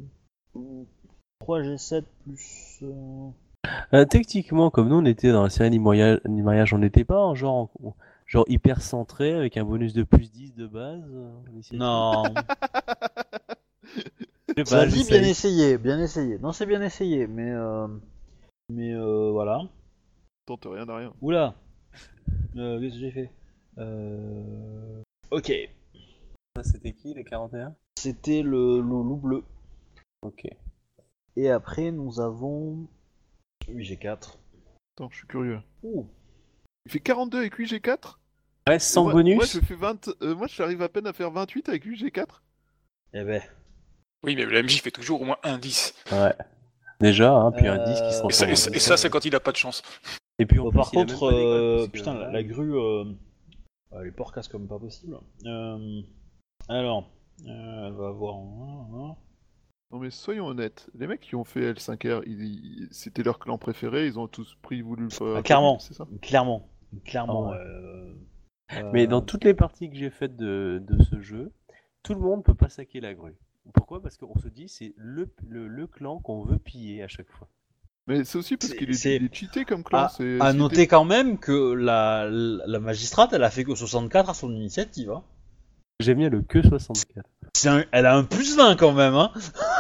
3G7 plus... Techniquement, comme nous on était dans la série du mariage, on n'était pas en genre hyper centré avec un bonus de plus 10 de base initiative. Non, Je sais ça pas, dit j'essaye. bien essayé. Non, c'est bien essayé, mais voilà. Tente rien à rien. Oula, qu'est-ce que j'ai fait Ok, Ça, c'était qui, les 41? c'était le loup bleu. Ok. Et après, nous avons 8G4. Attends, je suis curieux. Ouh, Il fait 42 avec 8G4. Ouais, sans Moi, bonus. je fais 20. Moi, j'arrive à peine à faire 28 avec 8G4. eh ben. Oui, mais le MJ fait toujours au moins un 10. Ouais. Déjà, hein, puis un 10 qui se Et Et ça, transforme en et ça, c'est quand il a pas de chance. Et puis en Bon, plus, par il a même contre, pas d'école, parce que, putain, là, la grue, elle est porcasse comme pas possible. Alors, elle va avoir un. Non, mais soyons honnêtes. Les mecs qui ont fait L5R, c'était leur clan préféré. Ils ont tous voulu le faire. Clairement, C'est ça. clairement. Ah ouais. euh, Mais dans toutes les parties que j'ai faites de ce jeu, tout le monde peut pas saquer la grue. Pourquoi? Parce qu'on se dit c'est le clan qu'on veut piller à chaque fois. Mais c'est aussi parce C'est- qu'il est, c'est- il est cheaté comme clan. à noter quand même que la magistrate, elle a fait que 64 à son initiative. Hein. J'aime bien le que 64. Elle a un plus 20 quand même. Hein.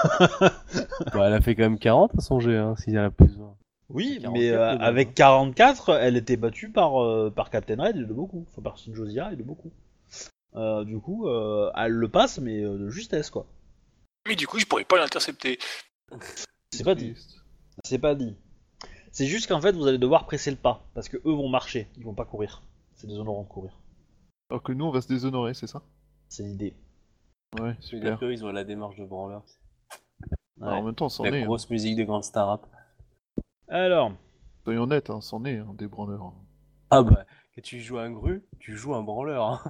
Bah, elle a fait quand même 40 à son jet, hein, si elle a plus 20. Oui, 44 mais de base, avec hein. 44, elle était battue par Captain Red et de beaucoup. Enfin, par Shinjozia et de beaucoup. Du coup, elle le passe, mais de justesse, quoi. Mais du coup, je pourrais pas l'intercepter. C'est pas dit. C'est pas dit. C'est juste qu'en fait, vous allez devoir presser le pas. Parce que eux vont marcher, ils vont pas courir. C'est des honorants de courir. Alors que nous, on va se déshonorer, c'est ça? C'est l'idée. Ouais, Parce que super. d'après eux, ils ont la démarche de branleur. Ouais. Alors, en même temps, c'en La est. grosse musique de Grand Star Rap. Alors, Soyons honnêtes, hein, c'en est, des branleurs. Ah bah, quand tu joues un grue, tu joues un branleur. Hein.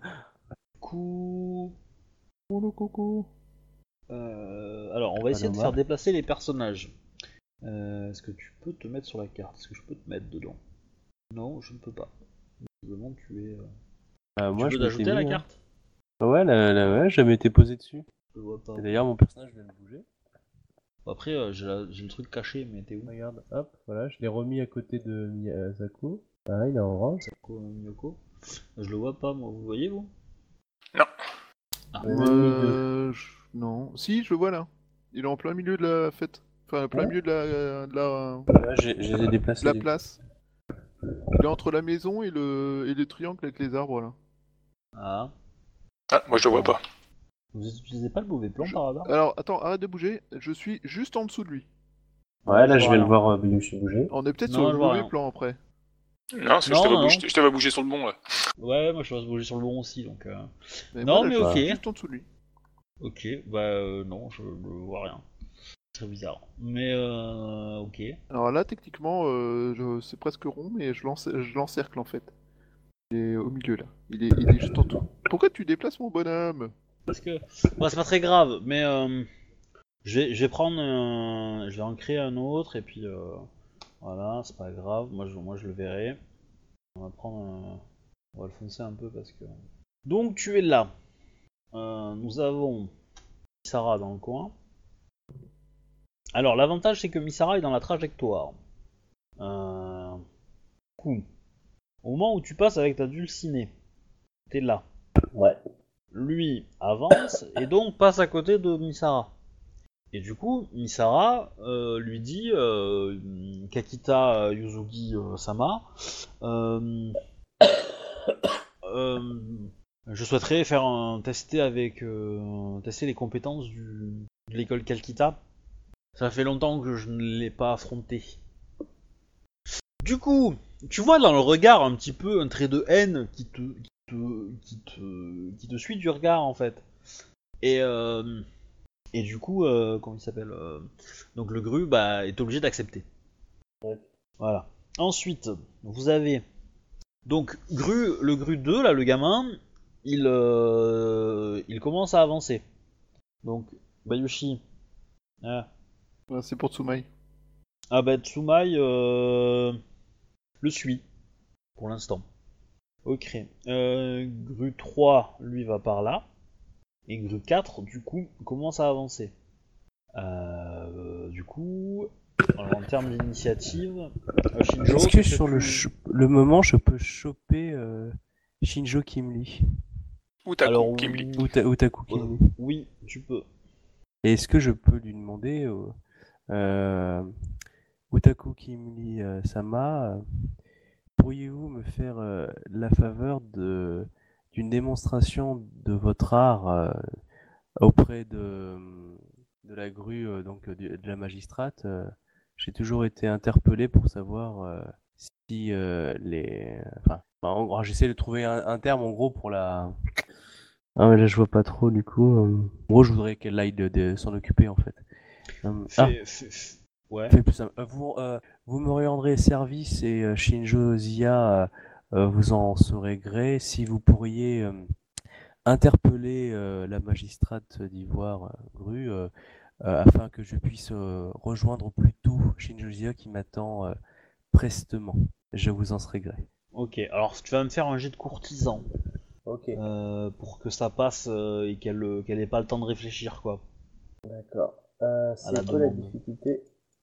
coup. Oh le coco. Alors, on va essayer de Paloma. faire déplacer les personnages. Est-ce que tu peux te mettre sur la carte? Est-ce que je peux te mettre dedans? Non, je ne peux pas. Visiblement, tu es. Moi, tu je peux m'étais t'ajouter à la mis, hein. carte? Ouais, ouais, j'avais été posé dessus. Je le vois pas. Et d'ailleurs, mon personnage vient de bouger. Après, j'ai le truc caché, mais t'es où? Regarde, hop, voilà, je l'ai remis à côté de Miyazako. Ah, il est en orange. Sako Miyoko. Je le vois pas, moi. Vous voyez, vous? Non. Ah. Non. Si, je le vois là. Il est en plein milieu de la fête. Enfin, plein milieu de Là, je les ai déplacés. la place. Il est entre la maison et le triangle avec les arbres là. Ah. Ah, moi, je le vois pas. Vous utilisez pas le mauvais plan par hasard? Alors, attends, arrête de bouger. Je suis juste en dessous de lui. Ouais, là, Je je vois vais le rien. voir, je suis bougé. On est peut-être Non, sur je le vois mauvais rien. plan après. Non, parce que Non, non. je te vois bouger sur le bon, là. Ouais, moi je vais se bouger sur le bon aussi, donc. Moi, là, mais je ok. suis juste en dessous de lui. Ok, non, je ne vois rien. Très bizarre. Mais ok. Alors là, techniquement, c'est presque rond, mais je l'encercle en fait. Il est au milieu là. Il est juste en dessous. Pourquoi tu déplaces mon bonhomme? Parce que. Bon, c'est pas très grave, mais je vais prendre je vais en créer un autre, et puis voilà, c'est pas grave. Moi je le verrai. On va on va le foncer un peu parce que. Donc tu es là. Nous avons Misara dans le coin. Alors l'avantage c'est que Misara est dans la trajectoire. Coup. Au moment où tu passes avec ta dulcinée, t'es là. Ouais. Lui avance et donc passe à côté de Misara. Et du coup, Misara lui dit Kakita Yuzugi Sama, je souhaiterais tester les compétences de l'école Kalkita. Ça fait longtemps que je ne l'ai pas affronté. Du coup, tu vois dans le regard un petit peu un trait de haine qui te suit du regard en fait. Et du coup, comment il s'appelle donc le Gru est obligé d'accepter. Ouais. Voilà. Ensuite, vous avez donc le Gru 2 là, le gamin, il commence à avancer. Donc Bayushi. Ouais, c'est pour Tsumaï. Tsumaï le suit pour l'instant. Ok. Grue 3, lui, va par là. Et Grue 4, du coup, commence à avancer. Du coup, alors, en termes d'initiative, Shinjo, Est-ce que qu'est-ce sur tu... le moment, je peux choper Shinjo Kimli Ou Taku, Alors, Kimli. ou Taku Kimli? oui, tu peux. Et est-ce que je peux lui demander, euh, Utaku Kimli Sama, pourriez-vous me faire la faveur d'une démonstration de votre art auprès de la grue de la magistrate? J'ai toujours été interpellé pour savoir si en gros, j'essaie de trouver un terme en gros pour la. Ah mais là je vois pas trop du coup. En gros je voudrais qu'elle aille s'en occuper en fait. Ah, Ouais. fait plus simple. Vous me rendrez service et Shinjo Zia vous en saurez gré si vous pourriez interpeller la magistrate d'Ivoire Grue afin que je puisse rejoindre au plus tôt Shinjo Zia qui m'attend prestement. Je vous en serai gré. Ok, alors tu vas me faire un jet de courtisan Ok, pour que ça passe et qu'elle ait pas le temps de réfléchir, quoi, d'accord. à la C'est quoi la demande. difficulté?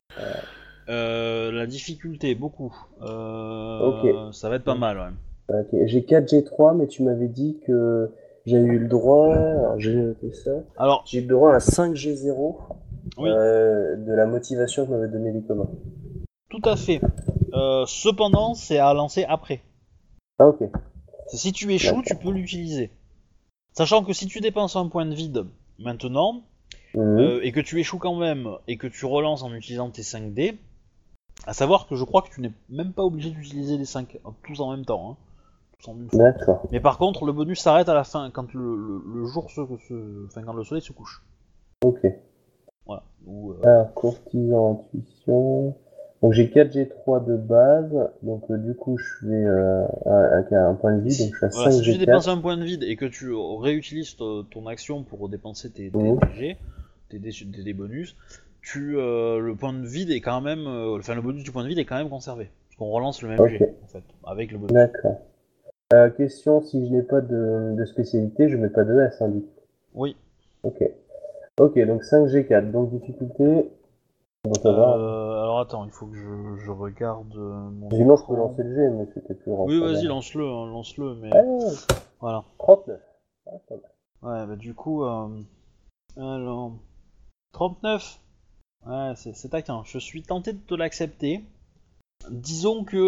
La difficulté, beaucoup. Ok, Ça va être pas mal, ouais. ok. J'ai 4G3, mais tu m'avais dit que j'avais eu le droit, alors j'ai noté ça, Alors, j'ai eu le droit à un 5G0 oui, de la motivation que m'avait donné les communs. tout à fait. Cependant, c'est à lancer après. Ah ok, Si tu échoues, tu d'accord. peux l'utiliser. Sachant que si tu dépenses un point de vide maintenant, Mhm. et que tu échoues quand même, et que tu relances en utilisant tes 5 dés, à savoir que je crois que tu n'es même pas obligé d'utiliser les 5 tous en même temps, hein, tous en une fois. D'accord, Mais par contre, le bonus s'arrête à la fin, quand le jour enfin, quand le soleil se couche. ok. Voilà. Ou, Alors, courtisan, intuition. Donc j'ai 4G3 de base, donc du coup je vais avec un point de et vie, donc je suis à voilà, si tu dépenses 5G4. un point de vide et que tu réutilises ton action pour dépenser Mhm. tes jets, tes dés bonus, le point de vide est quand même, enfin le bonus du point de vide est quand même conservé. Parce qu'on relance le même Ok, jet, en fait, avec le bonus. d'accord. Question, si je n'ai pas de spécialité, je mets pas de S, hein, du coup. Oui. Ok. Ok, donc 5G4, donc difficulté, bon ça va, hein. Alors attends, il faut que je regarde mon Sinon je peux écran. lancer le G, mais c'était plus grand, Oui, ça vas-y, va. lance-le, hein, lance-le, mais Ah, voilà. 39. Ah, pas mal. Ouais, bah du coup, alors, 39. Ouais, c'est taquin. Je suis tenté de te l'accepter. Disons que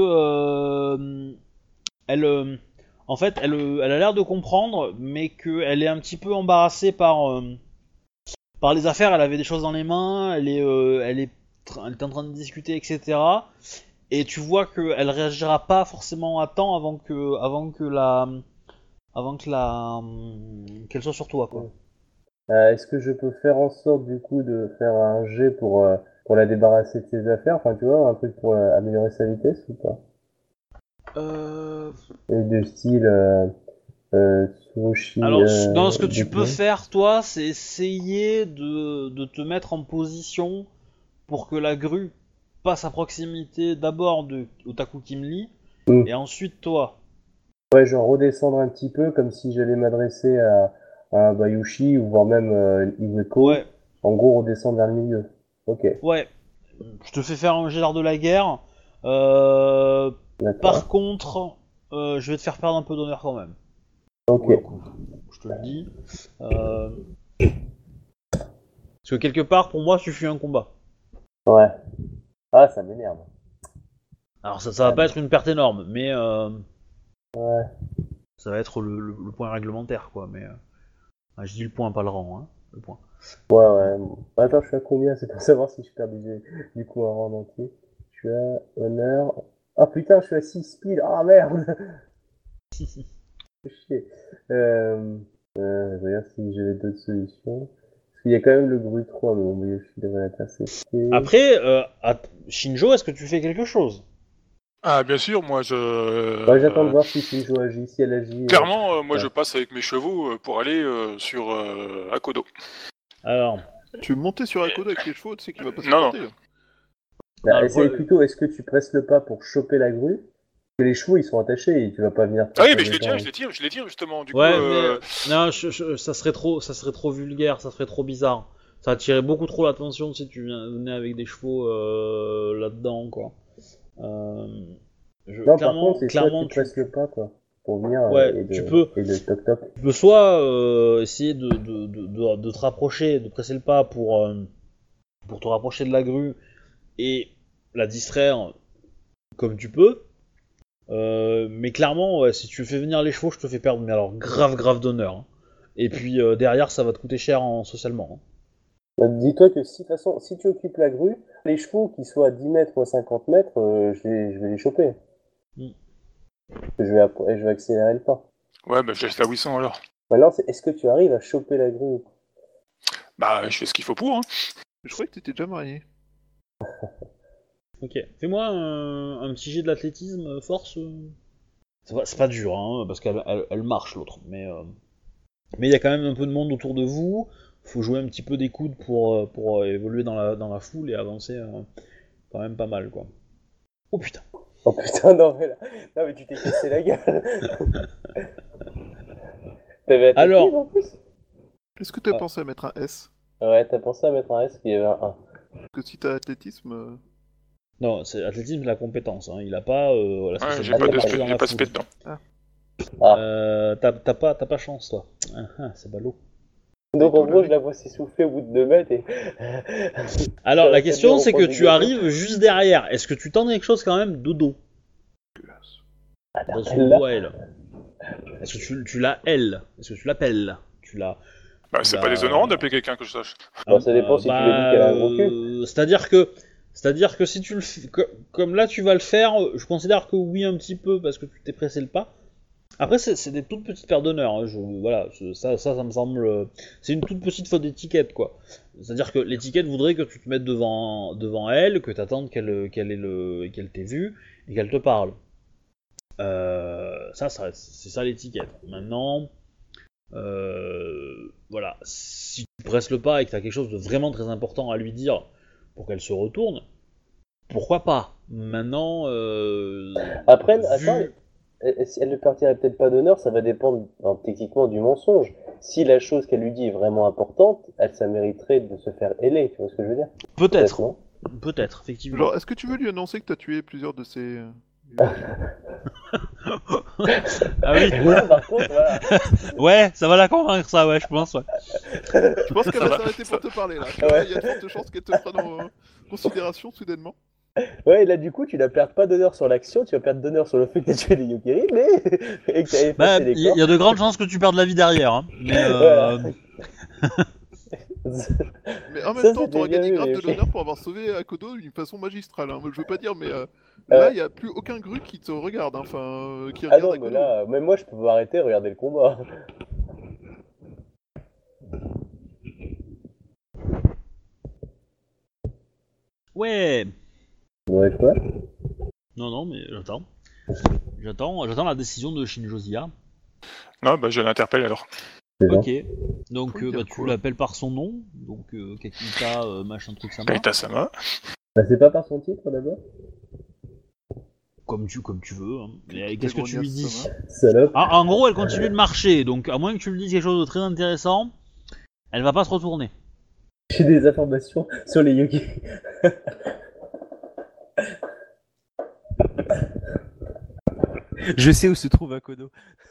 elle, en fait, elle a l'air de comprendre, mais qu'elle est un petit peu embarrassée par les affaires. Elle avait des choses dans les mains, elle est en train de discuter, etc. Et tu vois qu'elle réagira pas forcément à temps qu'elle soit sur toi, quoi. Est-ce que je peux faire en sorte du coup de faire un G pour la débarrasser de ses affaires, enfin tu vois, un truc pour améliorer sa vitesse ou pas? Euh... Et de style Tsurushi Alors, non, ce que tu peux Deku. faire, toi, c'est essayer de te mettre en position pour que la grue passe à proximité d'abord de Otaku Kimli Hmm. et ensuite toi. Ouais, genre redescendre un petit peu comme si j'allais m'adresser à Bayushi ou voire même Ouais, Izuko. En gros, redescendre vers le milieu. Ok, ouais. Je te fais faire un jet d'art de la guerre. Euh, d'accord. Par contre, je vais te faire perdre un peu d'honneur quand même. Ok, Pour le coup. Je te le dis. Euh, Parce que quelque part, pour moi, tu fuis un combat. ouais. Ah, ça m'énerve. Alors ça va pas être une perte énorme, mais Ouais. ça va être le point réglementaire, quoi. Mais je dis le point, pas le rang, hein. Le point. Ouais, ouais. Attends, je suis à combien? C'est pour savoir si je perds du coup un rang entier. Je suis à honneur. Ah putain, je suis à 6 piles. Ah merde! Chier. Euh, je regarde si j'avais d'autres solutions. Parce qu'il y a quand même le bruit 3, mais bon, je devrais l'intercepter. Après, Shinjo, est-ce que tu fais quelque chose? Ah, bien sûr, moi Ouais, j'attends de voir si Shinjo agit, si elle agit. clairement, moi Ouais. je passe avec mes chevaux pour aller sur Akodo. Alors, Tu veux monter sur Akodo avec tes chevaux, tu sais qu'il va pas Non, non. supporter. Bah, le c'est problème- plutôt, est-ce que tu presses le pas pour choper la grue? que les chevaux ils sont attachés et tu vas pas venir. Ah oui, faire mais des je temps. les tire justement. Du Ouais, coup, mais non, ça serait trop vulgaire, ça serait trop bizarre. Ça attirait beaucoup trop l'attention si tu venais avec des chevaux là-dedans, quoi. Non, par contre, c'est soit clairement, tu presses le pas, quoi, pour venir Ouais, et tu peux. de toc toc. tu peux soit essayer de te rapprocher, de presser le pas pour te rapprocher de la grue et la distraire comme tu peux. Mais clairement, ouais, si tu fais venir les chevaux, je te fais perdre, mais alors grave d'honneur, hein. Et puis derrière, ça va te coûter cher socialement, hein. Dis-toi que si, de toute façon, si tu occupes la grue, les chevaux, qu'ils soient à 10 mètres ou à 50 mètres, je vais les choper. Mm. Je vais accélérer le pas. ouais, bah je laisse la Wisson alors. Maintenant, est-ce que tu arrives à choper la grue? Bah, je fais ce qu'il faut pour. Hein. Je croyais que t'étais déjà marié. Ok, fais-moi un petit jet de l'athlétisme, force. C'est pas dur, hein, parce qu'elle marche l'autre, mais il y a quand même un peu de monde autour de vous. Faut jouer un petit peu des coudes pour évoluer dans la foule et avancer quand même pas mal, quoi. Oh putain. Oh putain, non mais tu t'es cassé la gueule. T'avais attaqué, Alors- en plus? Est-ce que t'as Ah. pensé à mettre un S? Ouais, t'as pensé à mettre un S, qu'il y avait un 1. Parce que si t'as athlétisme... Non, c'est l'athlétisme, la compétence, hein. Il a pas la Ouais, spécialité j'ai pas de de marcher dans la spé foule. dedans. T'as pas chance, toi. C'est ballot. Donc en gros, je la vois s'essouffler au bout de 2 mètres et... Alors, Ça la va question, peut-être c'est bien que reprendre tu des arrives juste derrière. Est-ce que tu tentes quelque chose quand même de dos dans son Là. dos à elle? Est-ce que tu l'as elle? Est-ce que tu l'appelles? Tu l'as. Bah, c'est Bah, pas déshonorant d'appeler quelqu'un que je sache. Bon, ça dépend si tu lui dis qu'elle a un gros cul. C'est-à-dire que si tu le fais, comme là tu vas le faire, je considère que oui un petit peu parce que tu t'es pressé le pas. Après c'est des toutes petites paires d'honneur, hein. Voilà, ça me semble, c'est une toute petite faute d'étiquette, quoi. C'est-à-dire que l'étiquette voudrait que tu te mettes devant elle, que t'attendes qu'elle t'ait vu et qu'elle te parle. C'est ça l'étiquette. Maintenant, voilà, si tu presses le pas et que tu as quelque chose de vraiment très important à lui dire pour qu'elle se retourne, pourquoi pas? Maintenant, Après, vu- attends, si elle ne partirait peut-être pas d'honneur, ça va dépendre techniquement du mensonge. Si la chose qu'elle lui dit est vraiment importante, ça mériterait de se faire héler, tu vois ce que je veux dire? peut-être, non effectivement. Genre, est-ce que tu veux lui annoncer que t'as tué plusieurs de ses... Ah oui, Là, par contre, voilà. ouais, ça va la convaincre, ça, ouais, je pense, ouais. Je pense qu'elle Ça va va. s'arrêter pour te parler là. Tu Ouais. vois, il y a de fortes chances qu'elle te prenne en considération soudainement. Ouais, et là, du coup, tu ne perds pas d'honneur sur l'action, tu vas perdre d'honneur sur le fait que tu as tué les Yokiri, mais. Et que tu as Bah, effacé les il corps. y a de grandes chances que tu perdes la vie derrière, hein. Mais, Voilà. Mais en même Ça, temps, c'était t'auras bien gagné vu, grave mais de ok. l'honneur pour avoir sauvé Akodo d'une façon magistrale. Hein. Je veux pas dire, mais là, il n'y a plus aucun grue qui te regarde. Hein. Enfin, qui Ah regarde non, mais Akodo. là, même moi, je peux arrêter, regarder le combat. ouais. Ouais, quoi? Non, mais j'attends la décision de Shinjozia. Non, bah je l'interpelle alors. C'est genre. Ok, donc Faut dire tu quoi l'appelles par son nom, donc Kakita, machin truc ça Kaita Sama. Bah, c'est pas par son titre d'abord? comme tu veux, hein. Mais qu'est-ce que tu lui dis? Salope. En gros, elle continue de marcher, donc à moins que tu lui dises quelque chose de très intéressant, elle va pas se retourner. J'ai des informations sur les Yokiri. Je sais où se trouve Akodo.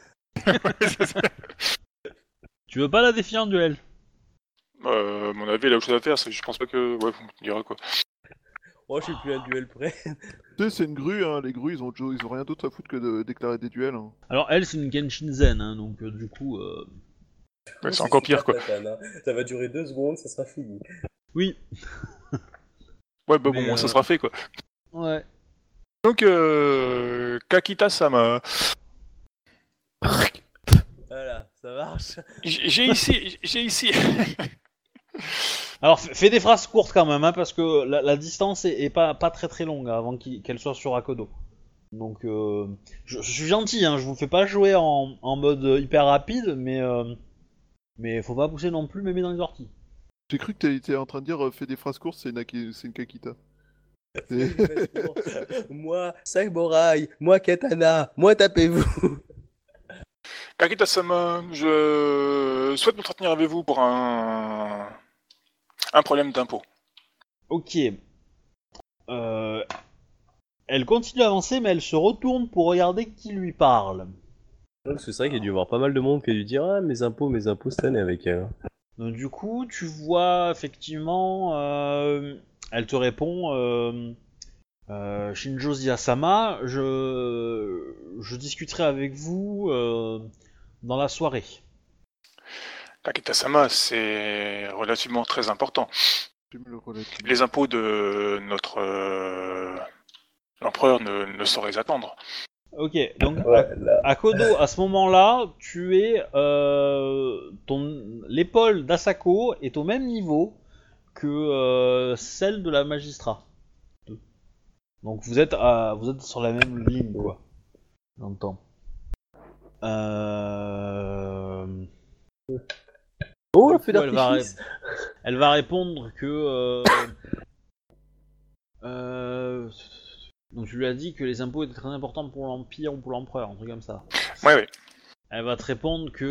Tu veux pas la défier en duel? À mon avis, elle a autre chose à faire, je pense pas que. Ouais, on dira quoi. Oh, je suis plus à un duel près. Tu sais, c'est une grue, hein. Les grues, ils ont rien d'autre à foutre que de déclarer des duels. Hein. Alors elle, c'est une Genshin Zen, hein, donc du coup... Ouais, c'est encore pire quoi. Tatane, hein. Ça va durer 2 secondes, ça sera fini. Oui. Ouais, bah Mais, bon, ça sera fait quoi. Ouais. Donc, Kakita Sama. Voilà, ça marche. J'ai ici. Alors fais des phrases courtes quand même, hein, parce que la distance est pas très très longue hein, avant qu'elle soit sur Akodo. Donc je suis gentil, hein, je vous fais pas jouer en mode hyper rapide, mais faut pas pousser non plus mémé dans les orties. J'ai cru que t'étais en train de dire fais des phrases courtes, c'est une Kakita. Moi, samouraï, moi, katana, moi, tapez-vous. Kakita-sama, je souhaite m'entretenir avec vous pour un problème d'impôt. Ok. Elle continue à avancer, mais elle se retourne pour regarder qui lui parle. Parce que c'est vrai qu'il y a dû y avoir pas mal de monde qui a dû dire ah mes impôts cette année avec elle. Donc du coup, tu vois effectivement, elle te répond, Shinjo Ziyasama, je discuterai avec vous dans la soirée. Kakita-sama, c'est relativement très important. Tu me le relativises. Les impôts de notre l'empereur ne sauraient attendre. Ok, donc Ouais, là. à Kodo, à ce moment-là, tu es l'épaule d'Asako est au même niveau que celle de la magistrat. Donc vous êtes sur la même ligne quoi. Dans le temps. Oh, Du un feu coup, elle va d'artifice. Elle va répondre que donc tu lui as dit que les impôts étaient très importants pour l'Empire ou pour l'Empereur, un truc comme ça. Ouais. Elle va te répondre que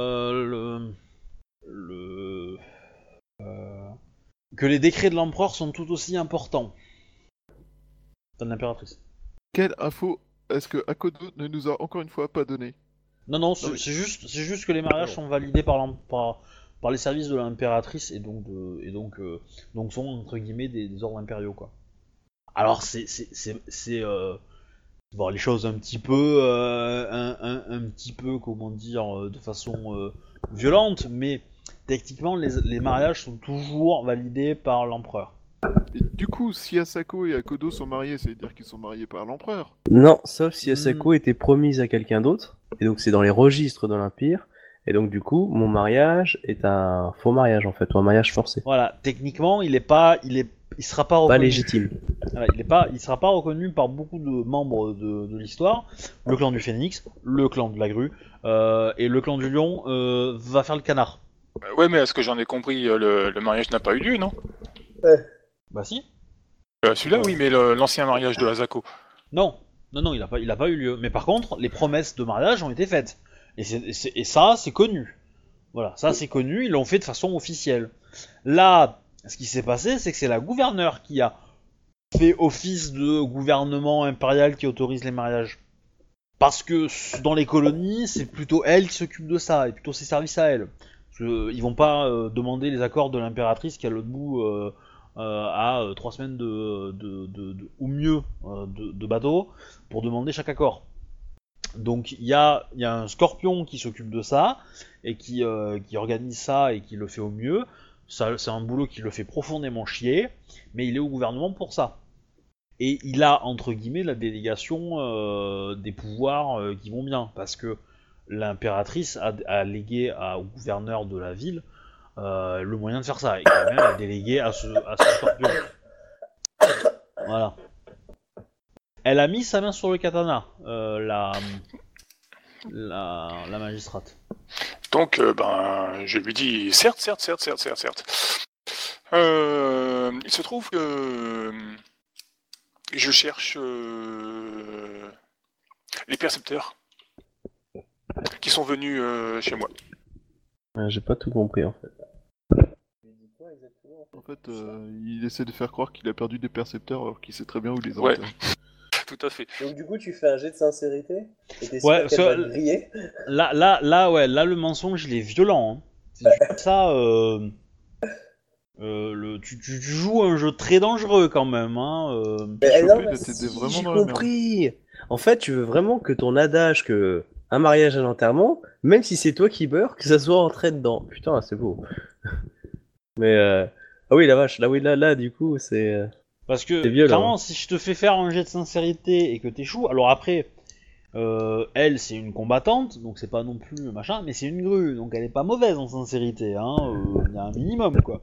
que les décrets de l'Empereur sont tout aussi importants. Enfin, de l'impératrice. Quelle info est-ce que Akodo ne nous a encore une fois pas donné? Non, Non, mais- c'est juste que les mariages sont validés par les services de l'impératrice et donc sont entre guillemets des ordres impériaux quoi. Alors c'est bon les choses un petit peu un petit peu comment dire de façon violente, mais techniquement les mariages sont toujours validés par l'empereur. Et du coup, si Asako et Akodo sont mariés, ça veut dire qu'ils sont mariés par l'empereur. Non, sauf si Asako était promise à quelqu'un d'autre, et donc c'est dans les registres de l'Empire, et donc du coup, mon mariage est un faux mariage en fait, ou un mariage forcé. Voilà, techniquement il sera pas Pas reconnu. légitime. Voilà, il sera pas reconnu par beaucoup de membres de l'histoire. Le clan du Phénix, le clan de la Grue et le clan du Lion va faire le canard. Ouais, mais à ce que j'en ai compris, le mariage n'a pas eu lieu, non? Bah si. Celui-là, oui, mais l'ancien mariage de Asako. Non, il a pas eu lieu. Mais par contre, les promesses de mariage ont été faites. Et ça, c'est connu. Voilà, ça c'est connu, ils l'ont fait de façon officielle. Là, ce qui s'est passé, c'est que c'est la gouverneure qui a fait office de gouvernement impérial qui autorise les mariages. Parce que dans les colonies, c'est plutôt elle qui s'occupe de ça, et plutôt ses services à elle. Ils vont pas demander les accords de l'impératrice qui est à l'autre bout à 3 semaines ou mieux de bateau pour demander chaque accord. Donc il y a un scorpion qui s'occupe de ça et qui organise ça et qui le fait au mieux. Ça, c'est un boulot qui le fait profondément chier, mais il est au gouvernement pour ça. Et il a entre guillemets la délégation des pouvoirs qui vont bien, parce que l'impératrice a légué au gouverneur de la ville le moyen de faire ça, et quand même a délégué à ce scorpion. Voilà. Elle a mis sa main sur le katana, la magistrate. Donc, je lui dis, certes. Il se trouve que je cherche les percepteurs qui sont venus chez moi. J'ai pas tout compris en fait. En fait, il essaie de faire croire qu'il a perdu des percepteurs alors qu'il sait très bien où les Ouais. enterre. Tout à fait. Donc du coup, tu fais un jet de sincérité et t'es Ouais, sûr qu'elle ça- va te griller. Là, le mensonge, il est violent. Hein. Si tu fais ça, tu joues un jeu très dangereux quand même. Hein, Chopé, non, là, mais t'étais si, vraiment j'ai dans la merde. compris. En fait, tu veux vraiment que ton adage que un mariage à l'enterrement, même si c'est toi qui meurs, que ça soit entré dedans. Putain, c'est beau. Mais ah oui, la vache. Là, oui, là, du coup, c'est. Parce que, C'est violent. clairement, si je te fais faire un jet de sincérité et que t'échoues, alors après, elle, c'est une combattante, donc c'est pas non plus machin, mais c'est une grue, donc elle est pas mauvaise en sincérité, hein, il y a un minimum, quoi.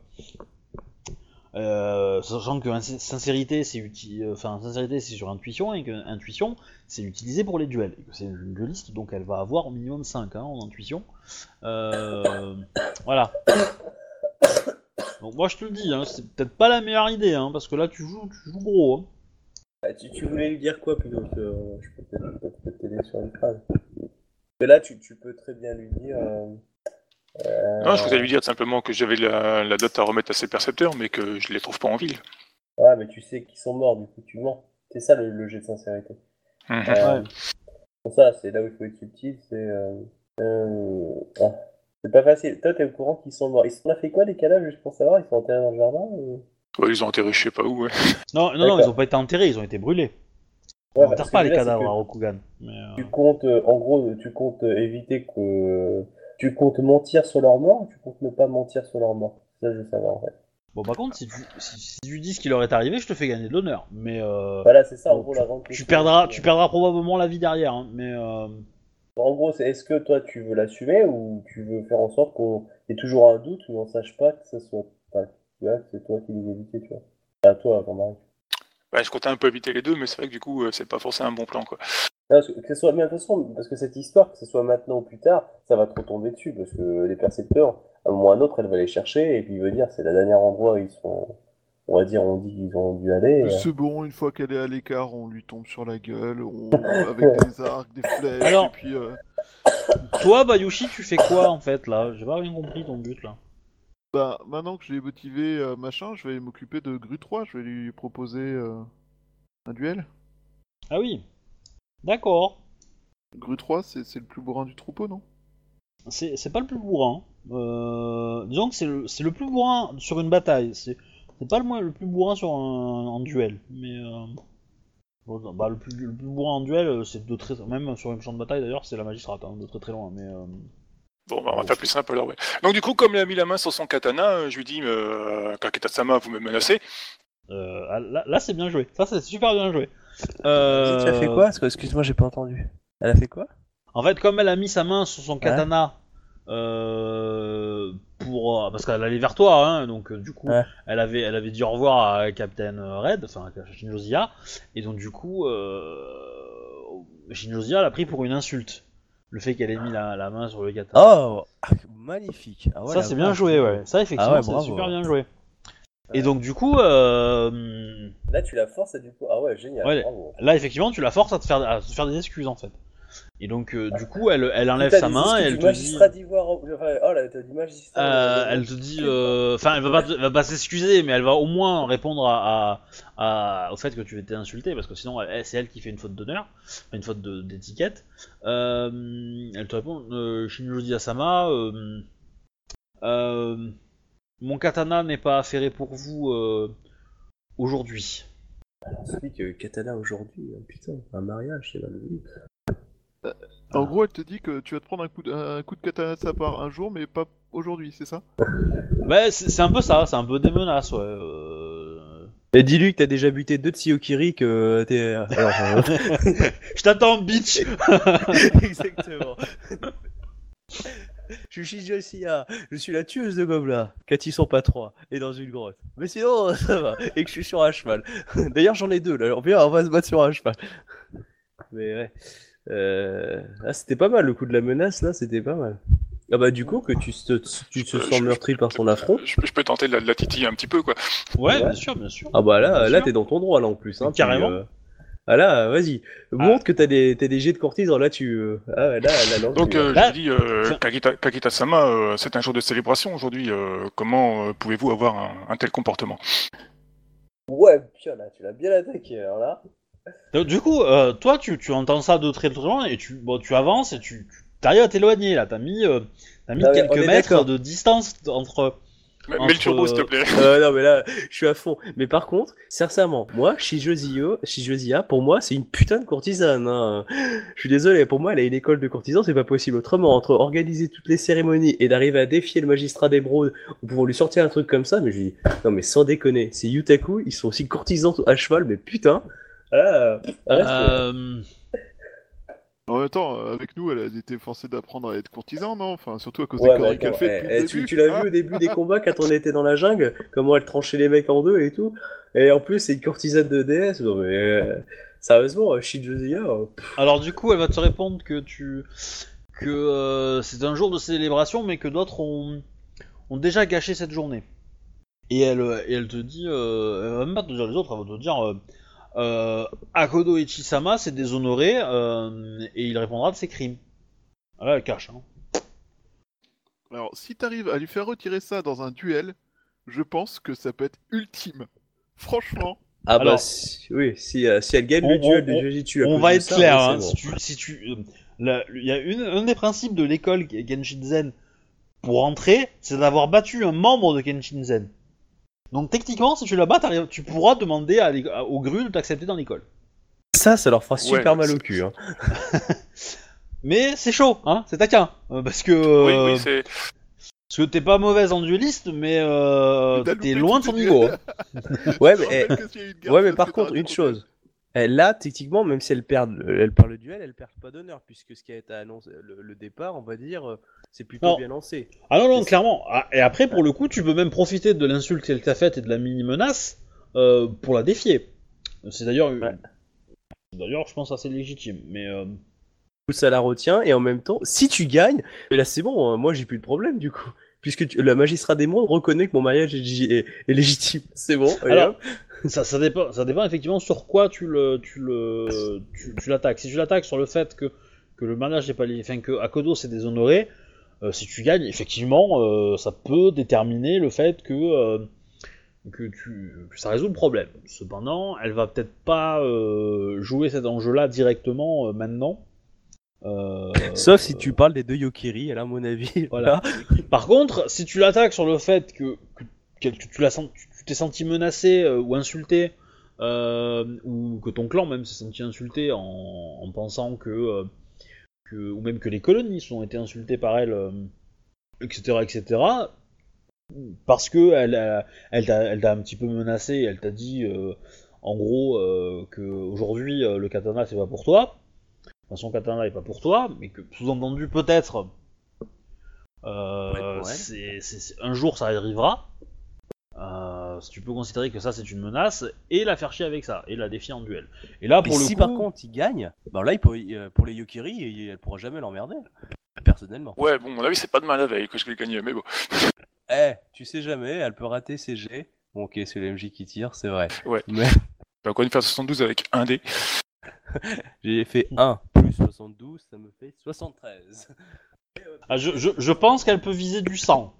Sachant que sincérité, sincérité, c'est sur intuition, et que intuition, c'est utilisé pour les duels, et que c'est une dueliste, donc elle va avoir au minimum 5 hein, en intuition. Voilà. Donc moi je te le dis, hein, c'est peut-être pas la meilleure idée, hein, parce que là tu joues gros. Hein. Ah, tu voulais lui dire quoi plutôt que je peux peut-être t'aider sur une phrase. Mais là, tu peux très bien lui dire. Non, je voulais lui dire simplement que j'avais la dot à remettre à ses percepteurs, mais que je les trouve pas en ville. Ouais, mais tu sais qu'ils sont morts, du coup, tu mens. C'est ça le jet de sincérité. Mhm. Ouais. Pour ça, c'est là où il faut être subtil, c'est. Ah, c'est pas facile. Toi, t'es au courant qu'ils sont morts. Ils s'en a fait quoi, les cadavres, juste pour savoir? Ils sont enterrés dans le jardin ou... Ouais, ils ont enterré je sais pas où, ouais. Non, D'accord. ils ont pas été enterrés, ils ont été brûlés. Ouais, On enterre ce que pas je les veux dire, c'est cadavres que à Rokugan. Mais, tu comptes, en gros, tu comptes éviter que. Tu comptes mentir sur leur mort ou tu comptes ne pas mentir sur leur mort? Ça, je veux savoir, en fait. Bon, par contre, si tu dis ce qui leur est arrivé, je te fais gagner de l'honneur. Mais Voilà, c'est ça, en bon, gros, la grande tu question. perdras probablement la vie derrière. Hein, mais En gros, c'est est-ce que toi, tu veux l'assumer ou tu veux faire en sorte qu'on ait toujours un doute ou on sache pas que ce soit. Enfin, tu vois, que c'est toi qui les évité, tu vois. À toi, Jean-Marie. Ouais, je comptais un peu éviter les deux, mais c'est vrai que du coup, c'est pas forcément un bon plan, quoi. Non, que ce soit, mais de toute façon, parce que cette histoire, que ce soit maintenant ou plus tard, ça va te retomber dessus, parce que les percepteurs, à un moment ou à un autre, elle va les chercher, et puis il veut dire, c'est le dernier endroit où ils sont, on va dire, on dit qu'ils ont dû aller. C'est bon, une fois qu'elle est à l'écart, on lui tombe sur la gueule, avec des arcs, des flèches, Alors- et puis... toi, Bayushi, tu fais quoi en fait là? J'ai pas bien compris ton but là. Bah, maintenant que je l'ai motivé, machin, je vais m'occuper de Gru 3, je vais lui proposer un duel. Ah oui, d'accord. Gru 3, c'est le plus bourrin du troupeau, non? C'est pas le plus bourrin. Disons que c'est le plus bourrin sur une bataille. C'est pas le plus bourrin sur un duel. Mais bon, bah, le plus bourrin en duel, c'est de très. Même sur un champ de bataille d'ailleurs, c'est la magistrate, hein, de très très loin. Mais Bon, bah, on va faire plus simple alors, ouais. Donc du coup, comme il a mis la main sur son katana, je lui dis, Kakita-sama, vous me menacez. là c'est bien joué. Ça c'est super bien joué. Tu as fait quoi? Parce que, excuse-moi, j'ai pas entendu. Elle a fait quoi? En fait, comme elle a mis sa main sur son Ouais. katana, parce qu'elle allait vers toi, hein, donc du coup, Ouais. elle avait dit au revoir à Captain Red, enfin à Shinjozia, et donc du coup, Shinjozia l'a pris pour une insulte, le fait qu'elle ait mis la main sur le katana. Oh, magnifique. Ah ouais, Ça la c'est bien vache. joué, ouais. Ça effectivement, Ah ouais, c'est bravo. super bien joué. Et donc du coup, Là, tu la forces à du coup. Ah ouais, génial, Ouais. bravo. là effectivement, tu la forces à te faire des excuses en fait. Et donc du coup, elle enlève T'as sa des main et excuses elle du te dit. magistrat d'Ivoire. Enfin, oh là, t'as du magistrat. Elle te dit, enfin, elle va pas s'excuser, mais elle va au moins répondre au fait que tu étais insulté, parce que sinon, c'est elle qui fait une faute d'honneur, enfin, une faute d'étiquette. Elle te répond, Shinjoji Asama, mon katana n'est pas affairé pour vous aujourd'hui. Celui que Katana aujourd'hui, putain, un mariage, c'est là le but. En gros, elle te dit que tu vas te prendre un coup de katana de sa part un jour, mais pas aujourd'hui, c'est ça? Ouais, c'est un peu ça, c'est un peu des menaces, ouais. Et dis-lui que t'as déjà buté 2 Tsuyokiri, que t'es. Alors, Je t'attends, bitch. Exactement. Je suis Josia, je suis la tueuse de gobelins, quand ils sont pas 3, et dans une grotte. Mais sinon, ça va, et que je suis sur un cheval. D'ailleurs, j'en ai 2, là, alors bien, on va se battre sur un cheval. Mais ouais. Ah, c'était pas mal, le coup de la menace, là, c'était pas mal. Ah bah du coup, que tu te sens meurtri par son affront. Je peux tenter de la titiller un petit peu, quoi. Ouais, Ouais. bien sûr, bien sûr. Ah bah Bien là, sûr. t'es dans ton droit, là, en plus. Hein, Carrément. Ah là, vas-y. Montre que t'as des jets de courtisan, là, tu... Ah ouais, là, langue. Donc Là- je lui dis, Kakita-sama, c'est un jour de célébration aujourd'hui. Comment pouvez-vous avoir un tel comportement? Ouais, putain, là, tu l'as bien attaqué, alors là. Donc, du coup, toi, tu entends ça de très loin et tu avances et tu arrives à t'éloigner là. T'as mis Non, mais on quelques est mètres d'accord. de distance entre. Mets le turbo, s'il te plaît. Non, mais là, je suis à fond. Mais par contre, sincèrement, moi, Shijozia, pour moi, c'est une putain de courtisane. Hein. Je suis désolé, pour moi, elle a une école de courtisans, c'est pas possible. Autrement, entre organiser toutes les cérémonies et d'arriver à défier le magistrat d'émeraude pour lui sortir un truc comme ça, mais je dis, non, mais sans déconner, c'est Yutaku, ils sont aussi courtisans à cheval, mais putain. Ah, arrête. En même temps, avec nous, elle a été forcée d'apprendre à être courtisan, non? Enfin, surtout à cause Ouais, des conneries mais qu'elle attends, fait depuis le début. Tu l'as hein. vu au début des combats quand on était dans la jungle, comment elle tranchait les mecs en deux et tout. Et en plus, c'est une courtisane de DS. Non mais sérieusement, Shijozia. Alors du coup, elle va te répondre que c'est un jour de célébration, mais que d'autres ont déjà gâché cette journée. Et elle te dit, elle va même pas te dire les autres, elle va te dire, Akodo Ichisama s'est déshonoré et il répondra de ses crimes. Voilà, elle cache. Hein. Alors, si t'arrives à lui faire retirer ça dans un duel, je pense que ça peut être ultime. Franchement. Ah Alors, bah oui, si elle gagne le duel de Jujutsu à on cause va de être ça, clair. ouais, Hein, c'est bon. Il y a un des principes de l'école Genshin pour rentrer, c'est d'avoir battu un membre de Genshin. Donc techniquement, si tu la bats, tu pourras demander aux grues de t'accepter dans l'école. Ça leur fera super Ouais, mal au c'est- cul. Hein. Mais c'est chaud, hein, c'est taquin. Parce que Oui, c'est. parce que t'es pas mauvaise en dueliste, mais T'as t'es loupé loin de tous son les niveau. duels. Hein. Ouais, Je mais, rappelle que s'il y a une guerre, ouais, mais c'est par parce que contre, t'arrêtes une trop chose. Là, techniquement, même si elle perd le duel, elle perd pas d'honneur, puisque ce qui a été annoncé, le départ, on va dire, c'est plutôt Non. bien lancé. Ah non, C'est- clairement. Ah, et après, pour le coup, tu peux même profiter de l'insulte qu'elle t'a faite et de la mini-menace pour la défier. C'est d'ailleurs, Ouais. d'ailleurs, je pense assez légitime. Mais Ça la retient, et en même temps, si tu gagnes, et là c'est bon, moi j'ai plus de problème du coup. Puisque la magistrat des mondes reconnaît que mon mariage est légitime. C'est bon, et alors, hop. ça dépend effectivement sur quoi tu l'attaques. Si tu l'attaques sur le fait que le mariage n'est pas, enfin que Akodo s'est déshonoré, si tu gagnes, effectivement, ça peut déterminer le fait que ça résout le problème. Cependant, elle va peut-être pas jouer cet enjeu-là directement maintenant. Sauf si tu parles des deux Yokiri, elle à mon avis. Voilà. Par contre, si tu l'attaques sur le fait que tu t'es senti menacé ou insulté, ou que ton clan même s'est senti insulté en pensant ou même que les colonies ont été insultées par elle, etc., etc., parce que elle t'a un petit peu menacé, elle t'a dit en gros que aujourd'hui le katana c'est pas pour toi, enfin son katana est pas pour toi, mais que sous-entendu peut-être pour elle. un jour ça arrivera. Si tu peux considérer que ça c'est une menace et la faire chier avec ça et la défier en duel. Et là Et pour le si coup, par contre il gagne, bah là pour les Yokiri, elle pourra jamais l'emmerder, personnellement. Ouais, bon, à mon avis, c'est pas de mal la veille que je vais gagner, mais bon. Tu sais jamais, elle peut rater ses jets. Bon, ok, c'est le MJ qui tire, c'est vrai. Ouais. Mais J'ai encore une faire 72 avec un dé. j'ai fait 1 plus 72, ça me fait 73. je pense qu'elle peut viser du 100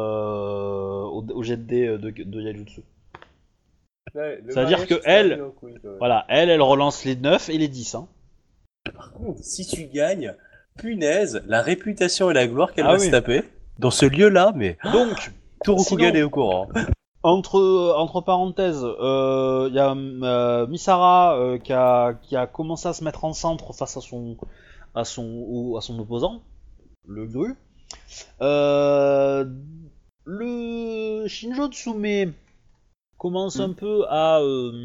au jet de dés de Yajutsu. C'est-à-dire que elle, voilà, elle relance les 9 et les 10. Hein. Par contre, si tu gagnes, punaise, la réputation et la gloire qu'elle Ah va oui. se taper dans ce lieu-là, mais Donc, Torokugan sinon- est au courant. entre parenthèses, il y a Misara qui a commencé à se mettre en centre face à son opposant, le Gru. Le Shinjo Tsume commence un peu à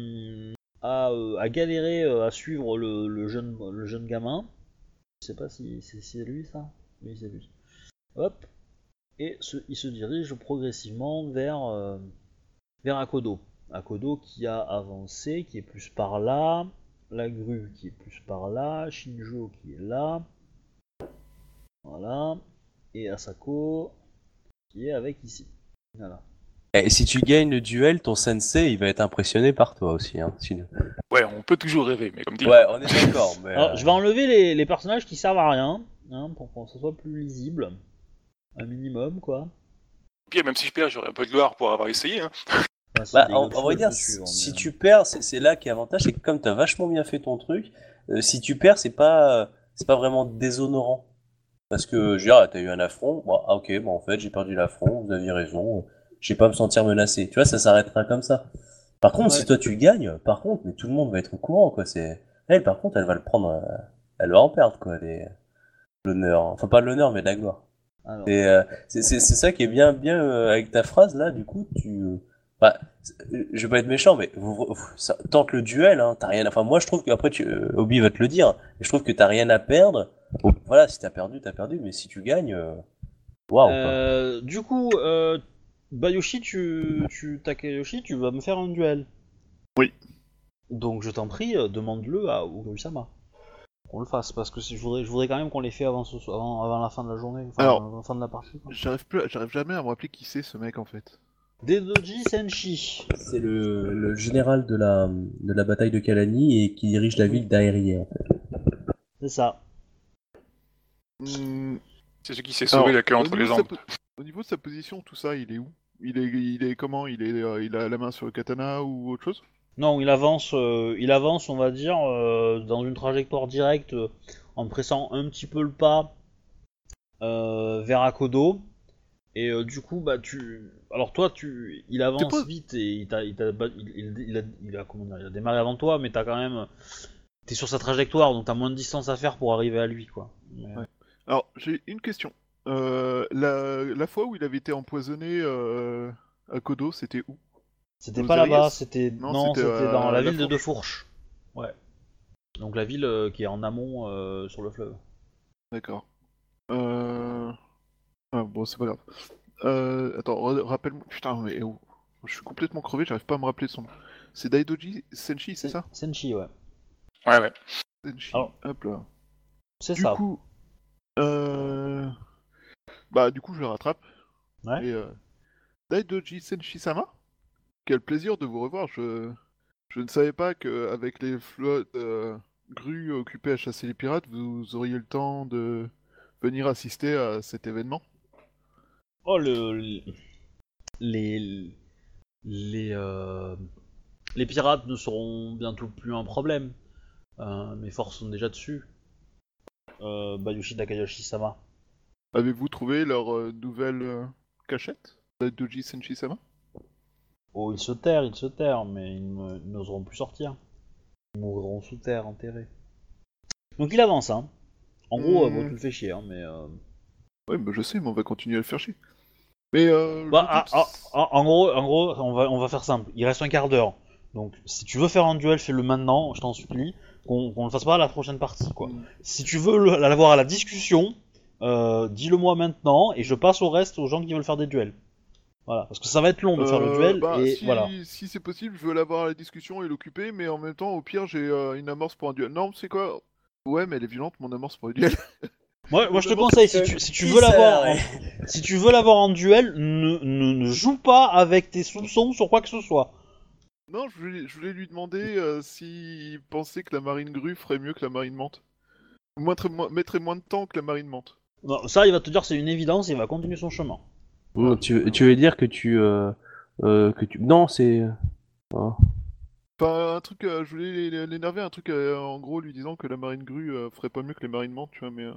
galérer à suivre le jeune gamin. Je sais pas si c'est lui ça. Oui, c'est lui. Hop. Et il se dirige progressivement vers Akodo. Akodo qui a avancé, qui est plus par là. La grue qui est plus par là. Shinjo qui est là. Voilà. Et Asako qui est avec ici. Voilà. Et si tu gagnes le duel, ton sensei, il va être impressionné par toi aussi. Hein, sinon. Ouais, on peut toujours rêver, mais comme dit. Ouais, on est d'accord. Mais Alors, je vais enlever les personnages qui servent à rien, hein, pour que ça soit plus lisible. Un minimum, quoi. Puis même si je perds, j'aurai un peu de gloire pour avoir essayé. Hein. Enfin, si Bah, les on autres va choses dire, te suivent, si mais, tu perds, c'est là qui est avantage, c'est que comme t'as vachement bien fait ton truc, si tu perds, c'est pas vraiment déshonorant. Parce que, je veux dire, t'as eu un affront, bon, ah, ok, bon, en fait, j'ai perdu l'affront, vous aviez raison, je vais pas me sentir menacé. Tu vois, ça s'arrêtera comme ça. Par contre, Ouais. si toi tu gagnes, par contre, mais tout le monde va être au courant, quoi. Elle, par contre, elle va le prendre, elle va en perdre, quoi, l'honneur. Enfin, pas l'honneur, mais de la gloire. alors, Et c'est ça qui est bien avec ta phrase là, du coup, bah, je vais pas être méchant, mais ça tente le duel, hein, t'as rien. Enfin, moi je trouve qu'après, Obi va te le dire, mais je trouve que t'as rien à perdre. Bon, voilà, si t'as perdu, mais si tu gagnes, waouh, quoi. du coup, Bayoshi, Takayoshi, tu vas me faire un duel. Oui. Donc je t'en prie, demande-le à Uguru-sama. Qu'on le fasse, parce que je voudrais quand même qu'on les fait avant la fin de la journée, enfin, Alors, avant la fin de la partie. Quoi. J'arrive jamais à me rappeler qui c'est ce mec en fait. Daidoji Senshi. C'est le général de la bataille de Kalani et qui dirige la ville d'Aerie. En fait. C'est ça. C'est celui qui s'est sauvé la queue entre les jambes. Au niveau de sa position, tout ça, il est où? Il est comment? Il a la main sur le katana ou autre chose? Non, il avance, on va dire, dans une trajectoire directe, en pressant un petit peu le pas vers Akodo. Et du coup, bah alors toi, il avance vite et il a démarré avant toi, mais t'es sur sa trajectoire, donc t'as moins de distance à faire pour arriver à lui, quoi. Mais... Ouais. Alors, j'ai une question. La fois où il avait été empoisonné à Kodo, c'était où? C'était Aux pas là-bas, Arias c'était Non, c'était dans la ville de Fourche. Defourche. Ouais. Donc la ville qui est en amont sur le fleuve. D'accord. Ah, bon, c'est pas grave. Attends, rappelle-moi. Putain, mais oh, je suis complètement crevé, j'arrive pas à me rappeler son nom. C'est Daidoji Senshi, c'est ça? Senshi, ouais. Ouais. Senshi, Alors, hop là. C'est Du ça. coup, bah du coup je le rattrape. Ouais. Et Daidoji Senshi-sama, quel plaisir de vous revoir. Je ne savais pas qu'avec les flottes grues occupées à chasser les pirates, vous auriez le temps de venir assister à cet événement. Oh, les pirates ne seront bientôt plus un problème. Mes forces sont déjà dessus. Bayushi Takayoshi-sama. Avez-vous trouvé leur nouvelle cachette, Daidoji Senshi-sama? Oh, ils se terrent, mais ils n'oseront plus sortir. Ils mourront sous terre, enterrés. Donc il avance, hein. En gros, bon, tu le fais chier, hein, mais... Ouais, bah je sais, mais on va continuer à le faire chier. Mais en gros, on va faire simple. Il reste un quart d'heure. Donc, si tu veux faire un duel, fais-le maintenant, je t'en supplie. Qu'on le fasse pas à la prochaine partie, quoi. Si tu veux l'avoir à la discussion, dis-le moi maintenant, et je passe au reste aux gens qui veulent faire des duels. Voilà, parce que ça va être long de faire le duel, et voilà. Si c'est possible, je veux l'avoir à la discussion et l'occuper, mais en même temps, au pire, j'ai une amorce pour un duel. Non, c'est quoi? Ouais, mais elle est violente, mon amorce pour le duel. Moi je te conseille, si tu veux l'avoir en duel, ne joue pas avec tes soupçons sur quoi que ce soit. Non, je voulais lui demander s'il pensait que la marine grue ferait mieux que la marine menthe. Mettrait moins de temps que la marine menthe. Non, ça, il va te dire c'est une évidence, et il va continuer son chemin. Tu veux dire que tu non, c'est Enfin, un truc, je voulais l'énerver, un truc en gros lui disant que la marine grue ferait pas mieux que les marines menthes, tu vois, mais...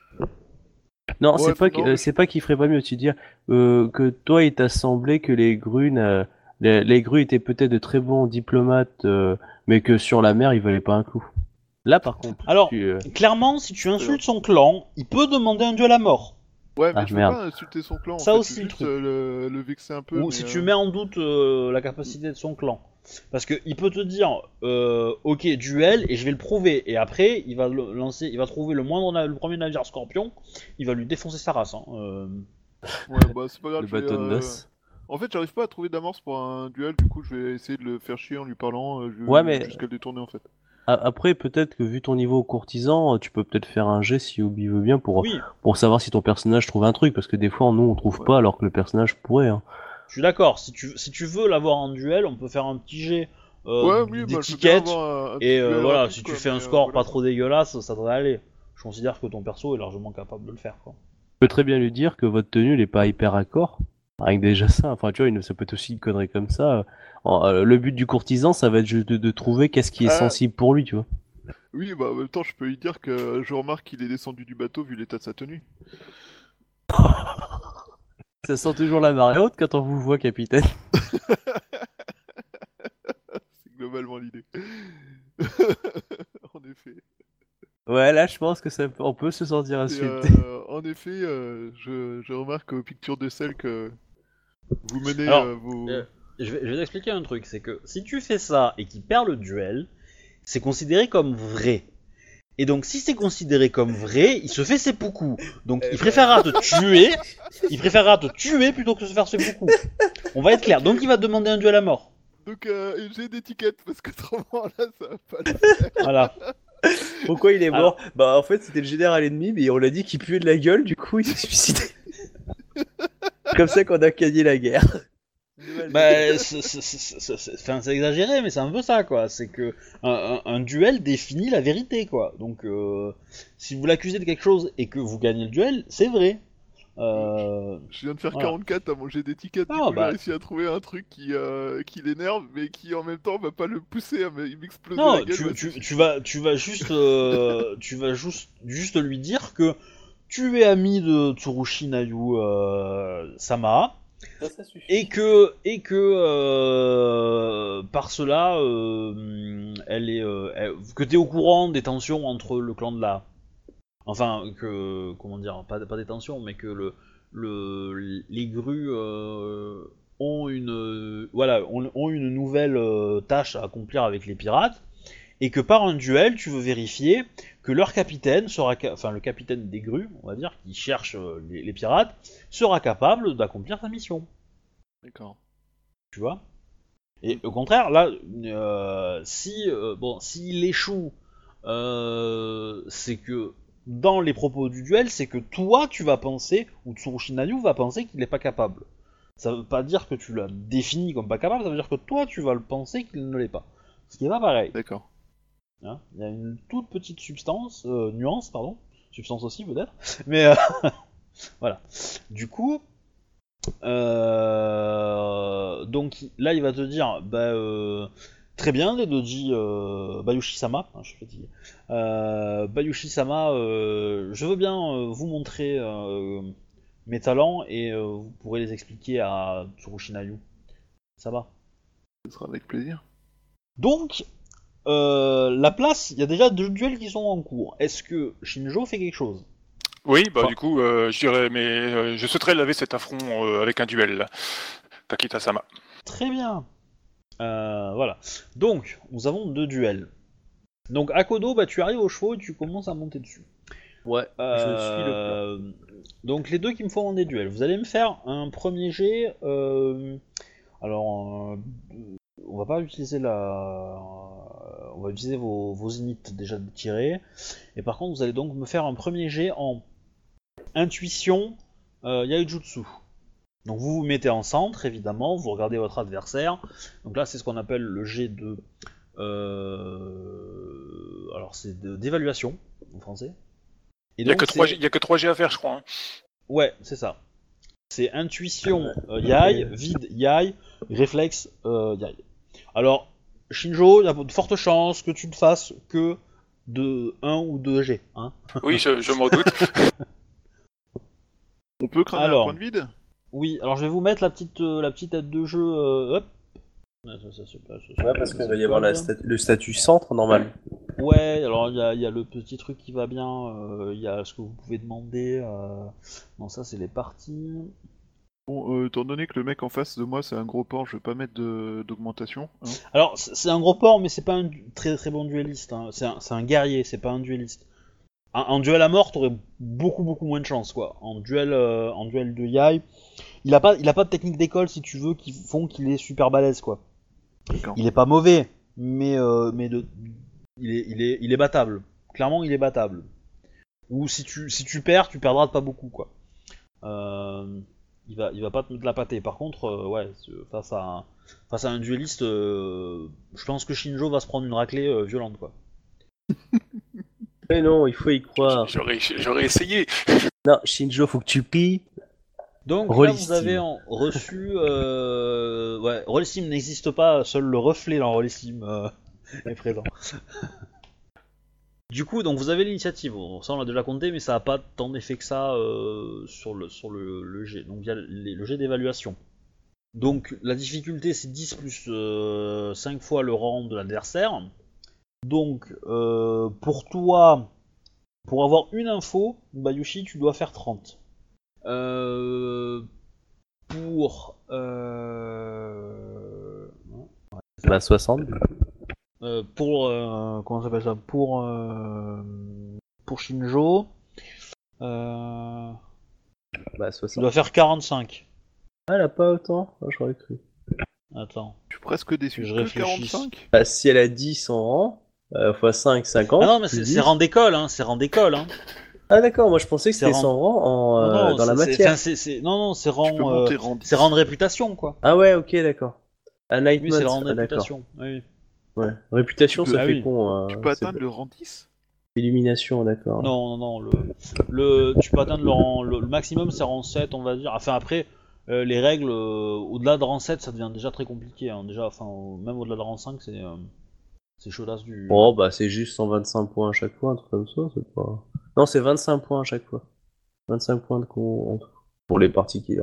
non, Ouais, c'est pas qu'il ferait pas mieux, tu dire que toi il t'a semblé que les grues les grues étaient peut-être de très bons diplomates, mais que sur la mer ils valaient pas un coup. Là par contre, Alors, clairement, si tu insultes son clan, il peut demander un duel à mort. Ouais, mais Ah, je veux merde. pas insulter son clan, Ça en fait, aussi, je veux le juste truc. le vexer un peu. Ou mais, si tu mets en doute la capacité de son clan. Parce que il peut te dire, ok, duel, et je vais le prouver. Et après, il va trouver le premier navire Scorpion, il va lui défoncer sa race. Hein. Ouais, bah c'est pas grave. le je vais, bateau de noces. En fait, j'arrive pas à trouver d'amorce pour un duel, du coup, je vais essayer de le faire chier en lui parlant Ouais, mais- jusqu'à le détourner, en fait. Après, peut-être que vu ton niveau courtisan, tu peux peut-être faire un jet si Obi veut bien pour Oui, savoir si ton personnage trouve un truc, parce que des fois, nous, on trouve Ouais. pas alors que le personnage pourrait. Hein. je suis d'accord. Si tu veux l'avoir en duel, on peut faire un petit jet Ouais, oui, bah, je veux bien d'étiquette. avoir un petit Et duel voilà, rapide, si quoi, tu fais un mais, score voilà. pas trop dégueulasse, ça devrait aller. Je considère que ton perso est largement capable de le faire. Quoi. Tu peux très bien lui dire que votre tenue n'est pas hyper accord. Avec déjà ça, enfin tu vois, ça peut être aussi une connerie comme ça. Le but du courtisan, ça va être juste de trouver qu'est-ce qui est sensible pour lui, tu vois. Oui, bah en même temps, je peux lui dire que je remarque qu'il est descendu du bateau vu l'état de sa tenue. Ça sent toujours la marée haute quand on vous voit, capitaine. C'est globalement l'idée. En effet. Ouais, là, je pense que on peut se sentir Et, insulté. en effet, je remarque aux pictures de sel que vous menez Alors, vos... Je vais t'expliquer un truc, c'est que si tu fais ça et qu'il perd le duel, c'est considéré comme vrai. Et donc si c'est considéré comme vrai, il se fait seppuku. Donc il préférera te tuer plutôt que de se faire seppuku. On va être clair. Donc il va te demander un duel à mort. Donc j'ai d'étiquette parce que autrement là ça va pas le faire. Voilà. Pourquoi il est mort? Bah, en fait, c'était le général ennemi, mais on l'a dit qu'il puait de la gueule, du coup, il s'est suicidé. Comme ça qu'on a gagné la guerre. Bah, c'est exagéré, mais c'est un peu ça, quoi. C'est que un duel définit la vérité, quoi. Donc, si vous l'accusez de quelque chose et que vous gagnez le duel, c'est vrai. Je viens de faire Voilà. 44 à manger des tickets, du Ah, coup bah. j'ai réussi à trouver un truc qui l'énerve, mais qui en même temps va pas le pousser à m'exploser Non, la gueule. tu vas juste, juste lui dire que tu es ami de Tsurushi Nayu Sama. Ça suffit. Et que par cela, que t'es au courant des tensions entre le clan de la, enfin que comment dire, pas des tensions, mais que les grues ont une nouvelle tâche à accomplir avec les pirates, et que par un duel, tu veux vérifier que leur capitaine le capitaine des grues, on va dire, qui cherche les pirates, sera capable d'accomplir sa mission. D'accord. Tu vois. Et au contraire, là, s'il échoue, c'est que dans les propos du duel, c'est que toi, tu vas penser, ou Tsurushi Nayu va penser qu'il n'est pas capable. Ça veut pas dire que tu l'as défini comme pas capable, ça veut dire que toi, tu vas le penser qu'il ne l'est pas. Ce qui est pas pareil. D'accord. Hein, il y a une toute petite nuance, pardon. Substance aussi, peut-être. Mais, voilà. Du coup... donc là il va te dire très bien les doji Bayushi-sama, hein, je suis fatigué. Bayushi-sama, je veux bien vous montrer mes talents et vous pourrez les expliquer à Tsurushi Nayu. Ça va. Ce sera avec plaisir. Donc la place, il y a déjà 2 duels qui sont en cours. Est-ce que Shinjo fait quelque chose? Oui, bah Enfin. du coup, je dirais, mais je souhaiterais laver cet affront avec un duel, là. Takita-sama. Très bien. Voilà. Donc, nous avons 2 duels. Donc, Akodo, bah, tu arrives au chevaux et tu commences à monter dessus. Ouais, je suis le plan. Donc, les deux qui me font des duels. Vous allez me faire un premier jet. Alors, on va pas utiliser on va utiliser vos inits déjà tirés. Et par contre, vous allez donc me faire un premier jet en intuition Yaijutsu. Donc vous vous mettez en centre, évidemment, vous regardez votre adversaire. Donc là, c'est ce qu'on appelle le jet de... alors c'est d'évaluation, en français. Et Il y a donc, que 3 G à faire, je crois. Hein. Ouais, c'est ça. C'est intuition Yai, vide Yai, réflexe Yai. Alors, Shinjo, il y a de fortes chances que tu ne fasses que de 1 ou 2 G. Hein. Oui, je m'en doute. On peut cramer Alors. un point de vide? Oui, alors je vais vous mettre la petite aide de jeu. Hop. Ça, c'est pas, Ouais, parce qu'il va y avoir le statut centre normal. Ouais, alors il y a le petit truc qui va bien. Il y a ce que vous pouvez demander. Non, ça c'est les parties. Bon, étant donné que le mec en face de moi c'est un gros porc, je vais pas mettre d'augmentation. Hein. Alors c'est un gros porc, mais c'est pas un très très bon dueliste. Hein. C'est un guerrier, c'est pas un dueliste. En duel à mort, t'aurais beaucoup moins de chance, quoi. En duel de Yai, il a pas de technique d'école, si tu veux, qui font qu'il est super balèze, quoi. D'accord. Il est pas mauvais, mais il est battable. Clairement, il est battable. Ou si tu perds, tu perdras de pas beaucoup, quoi. Il va pas te mettre la pâtée. Par contre, ouais, face à un dueliste, je pense que Shinjo va se prendre une raclée violente, quoi. Mais non, il faut y croire. J'aurais essayé. Non, Shinjo, faut que tu pilles. Donc là, Rollistime. vous avez reçu... ouais, Rollistime n'existe pas, seul le reflet dans Rollistime est présent. Du coup, donc vous avez l'initiative, bon, ça on l'a déjà compté, mais ça n'a pas tant d'effet que ça sur le jet. Donc il y a le jet d'évaluation. Donc la difficulté c'est 10 plus 5 fois le rang de l'adversaire. Donc pour toi, pour avoir une info, Bayushi, tu dois faire 30. Pour... Bah 60. comment ça s'appelle ça? Pour Shinjo, Bah tu 60. dois faire 45. Ah, elle a pas autant. Ah, j'aurais cru. Attends. Je suis presque déçu. Je Que réfléchis. 45? Bah si elle a 10 en rang, x 5, 50. Ah non, mais plus c'est 10. rang d'école, hein, c'est rang d'école, hein. Ah d'accord, moi je pensais que C'est c'était rang- son rang Non, non, dans la c'est- matière. non, c'est Tu peux rang, monter rang 10. c'est rang de réputation, quoi. Ah ouais, ok, d'accord. Un Oui, c'est Nightmare, le rang de ah, d'accord. réputation. Oui. Ouais. Réputation, Tu ça peux- Ah fait oui. con. Tu peux C'est atteindre le rang 10. illumination, d'accord. Non, non, non, tu peux atteindre le maximum, c'est rang 7, on va dire. Enfin, après, les règles, au-delà de rang 7, ça devient déjà très compliqué. Hein. Déjà, enfin, même au-delà de rang 5, c'est chaudasse du. Oh bah c'est juste 125 points à chaque fois, un truc comme ça, c'est pas... Non, c'est 25 points à chaque fois. 25 points de con en tout, pour les parties killers.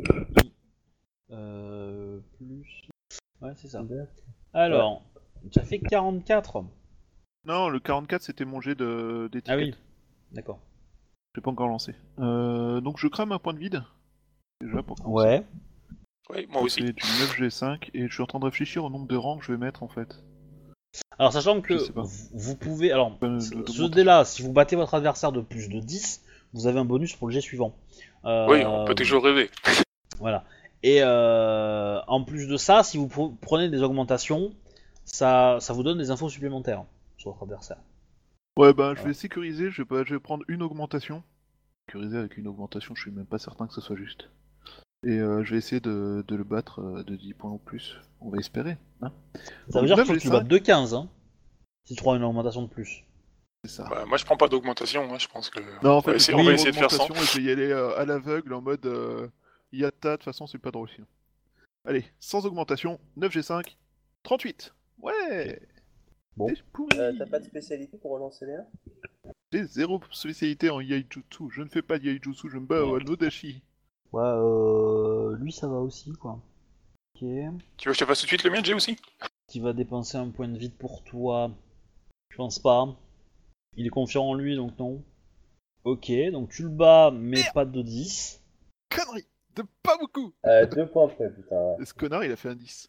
Plus. Ouais, c'est ça. Alors, ça fait 44. Non, le 44 c'était mon jet d'étiquette. Ah oui, d'accord. J'ai pas encore lancé. Donc je crame un point de vide. Déjà pour commencer. Ouais. Oui, moi aussi. C'est du 9G5 et je suis en train de réfléchir au nombre de rangs que je vais mettre en fait. Alors, sachant que Je sais pas. vous pouvez. Alors, De ce monter. dé-là, si vous battez votre adversaire de plus de 10, vous avez un bonus pour le jet suivant. Oui, on peut toujours rêver. Voilà. Et en plus de ça, si vous prenez des augmentations, ça vous donne des infos supplémentaires sur votre adversaire. Ouais, bah je vais sécuriser, je vais prendre une augmentation. Sécuriser avec une augmentation, je suis même pas certain que ce soit juste. Et je vais essayer de le battre de 10 points ou plus. On va espérer. Hein. Ça veut dire qu'il faut que tu battes de 15, hein, si tu prends une augmentation de plus. C'est ça. Bah, moi, je prends pas d'augmentation. Moi, je pense que. Non, en fait, on va essayer de faire ça. et je vais y aller à l'aveugle en mode Yatta, de toute façon, c'est pas drôle sinon. Allez, sans augmentation, 9G5, 38. Ouais. Bon. C'est pourri. T'as pas de spécialité pour relancer les 1 J'ai zéro spécialité en Yaijutsu. Je ne fais pas de Yaijutsu, je me bats au Nodashi. Ouais, lui ça va aussi, quoi. Ok. Tu veux que je te fasse tout de suite le mien, Jay aussi? Qui va dépenser un point de vide pour toi? Je pense pas. Il est confiant en lui, donc non. Ok, donc tu le bats, mais pas de 10. Connerie. De pas beaucoup. 2 points après, putain. Et ce connard, il a fait un 10.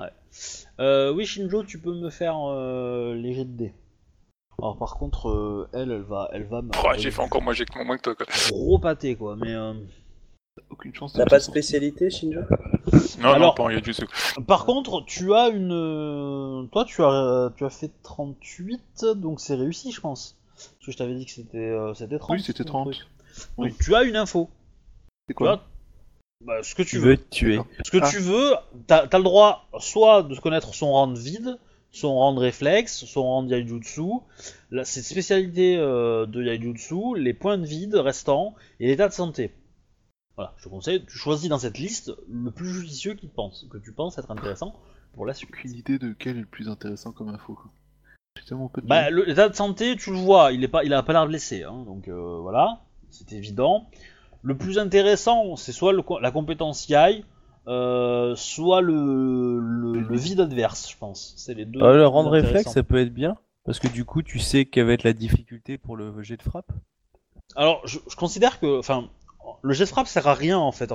Oui, Shinjo, tu peux me faire les jets de dés. Alors par contre, elle va me... Oh, j'ai fait encore moins que toi, quoi. gros pâté, quoi, mais... Aucune chance T'as de pas de s'en spécialité, Shinjo? Non, Alors- non, pas en Yajutsu. Par contre, tu as une... Toi, tu as fait 38, donc c'est réussi, je pense. Parce que je t'avais dit que c'était 30. Oui, c'était ton 30. truc. Oui. Donc tu as une info. C'est Tu quoi as... Bah, ce que tu Tu veux. veux te tuer. D'accord. Ce que Ah. tu veux, t'as le droit soit de connaître son rang de vide, son rang de réflexe, son rang de Yaijutsu, cette spécialité de Yaijutsu, les points de vide restants et l'état de santé. Voilà, je te conseille, tu choisis dans cette liste le plus judicieux que tu penses être intéressant pour la suite. Aucune idée de quel est le plus intéressant comme info, quoi. J'ai tellement peu de Bah, l'état de santé, tu le vois, il a pas l'air blessé, hein, donc voilà, c'est évident. Le plus intéressant, c'est soit la compétence YAI, soit le vide adverse, je pense. C'est les deux. Le plus rang de réflexe, intéressants. ça peut être bien. Parce que du coup, tu sais quelle va être la difficulté pour le jet de frappe. Alors, je considère que, enfin, le jet de frappe sert à rien en fait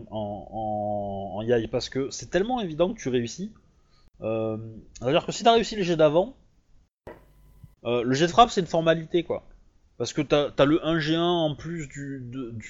en YAI parce que c'est tellement évident que tu réussis. C'est-à-dire que si t'as réussi le jet d'avant, le jet de frappe c'est une formalité quoi. Parce que t'as le 1G1 en plus du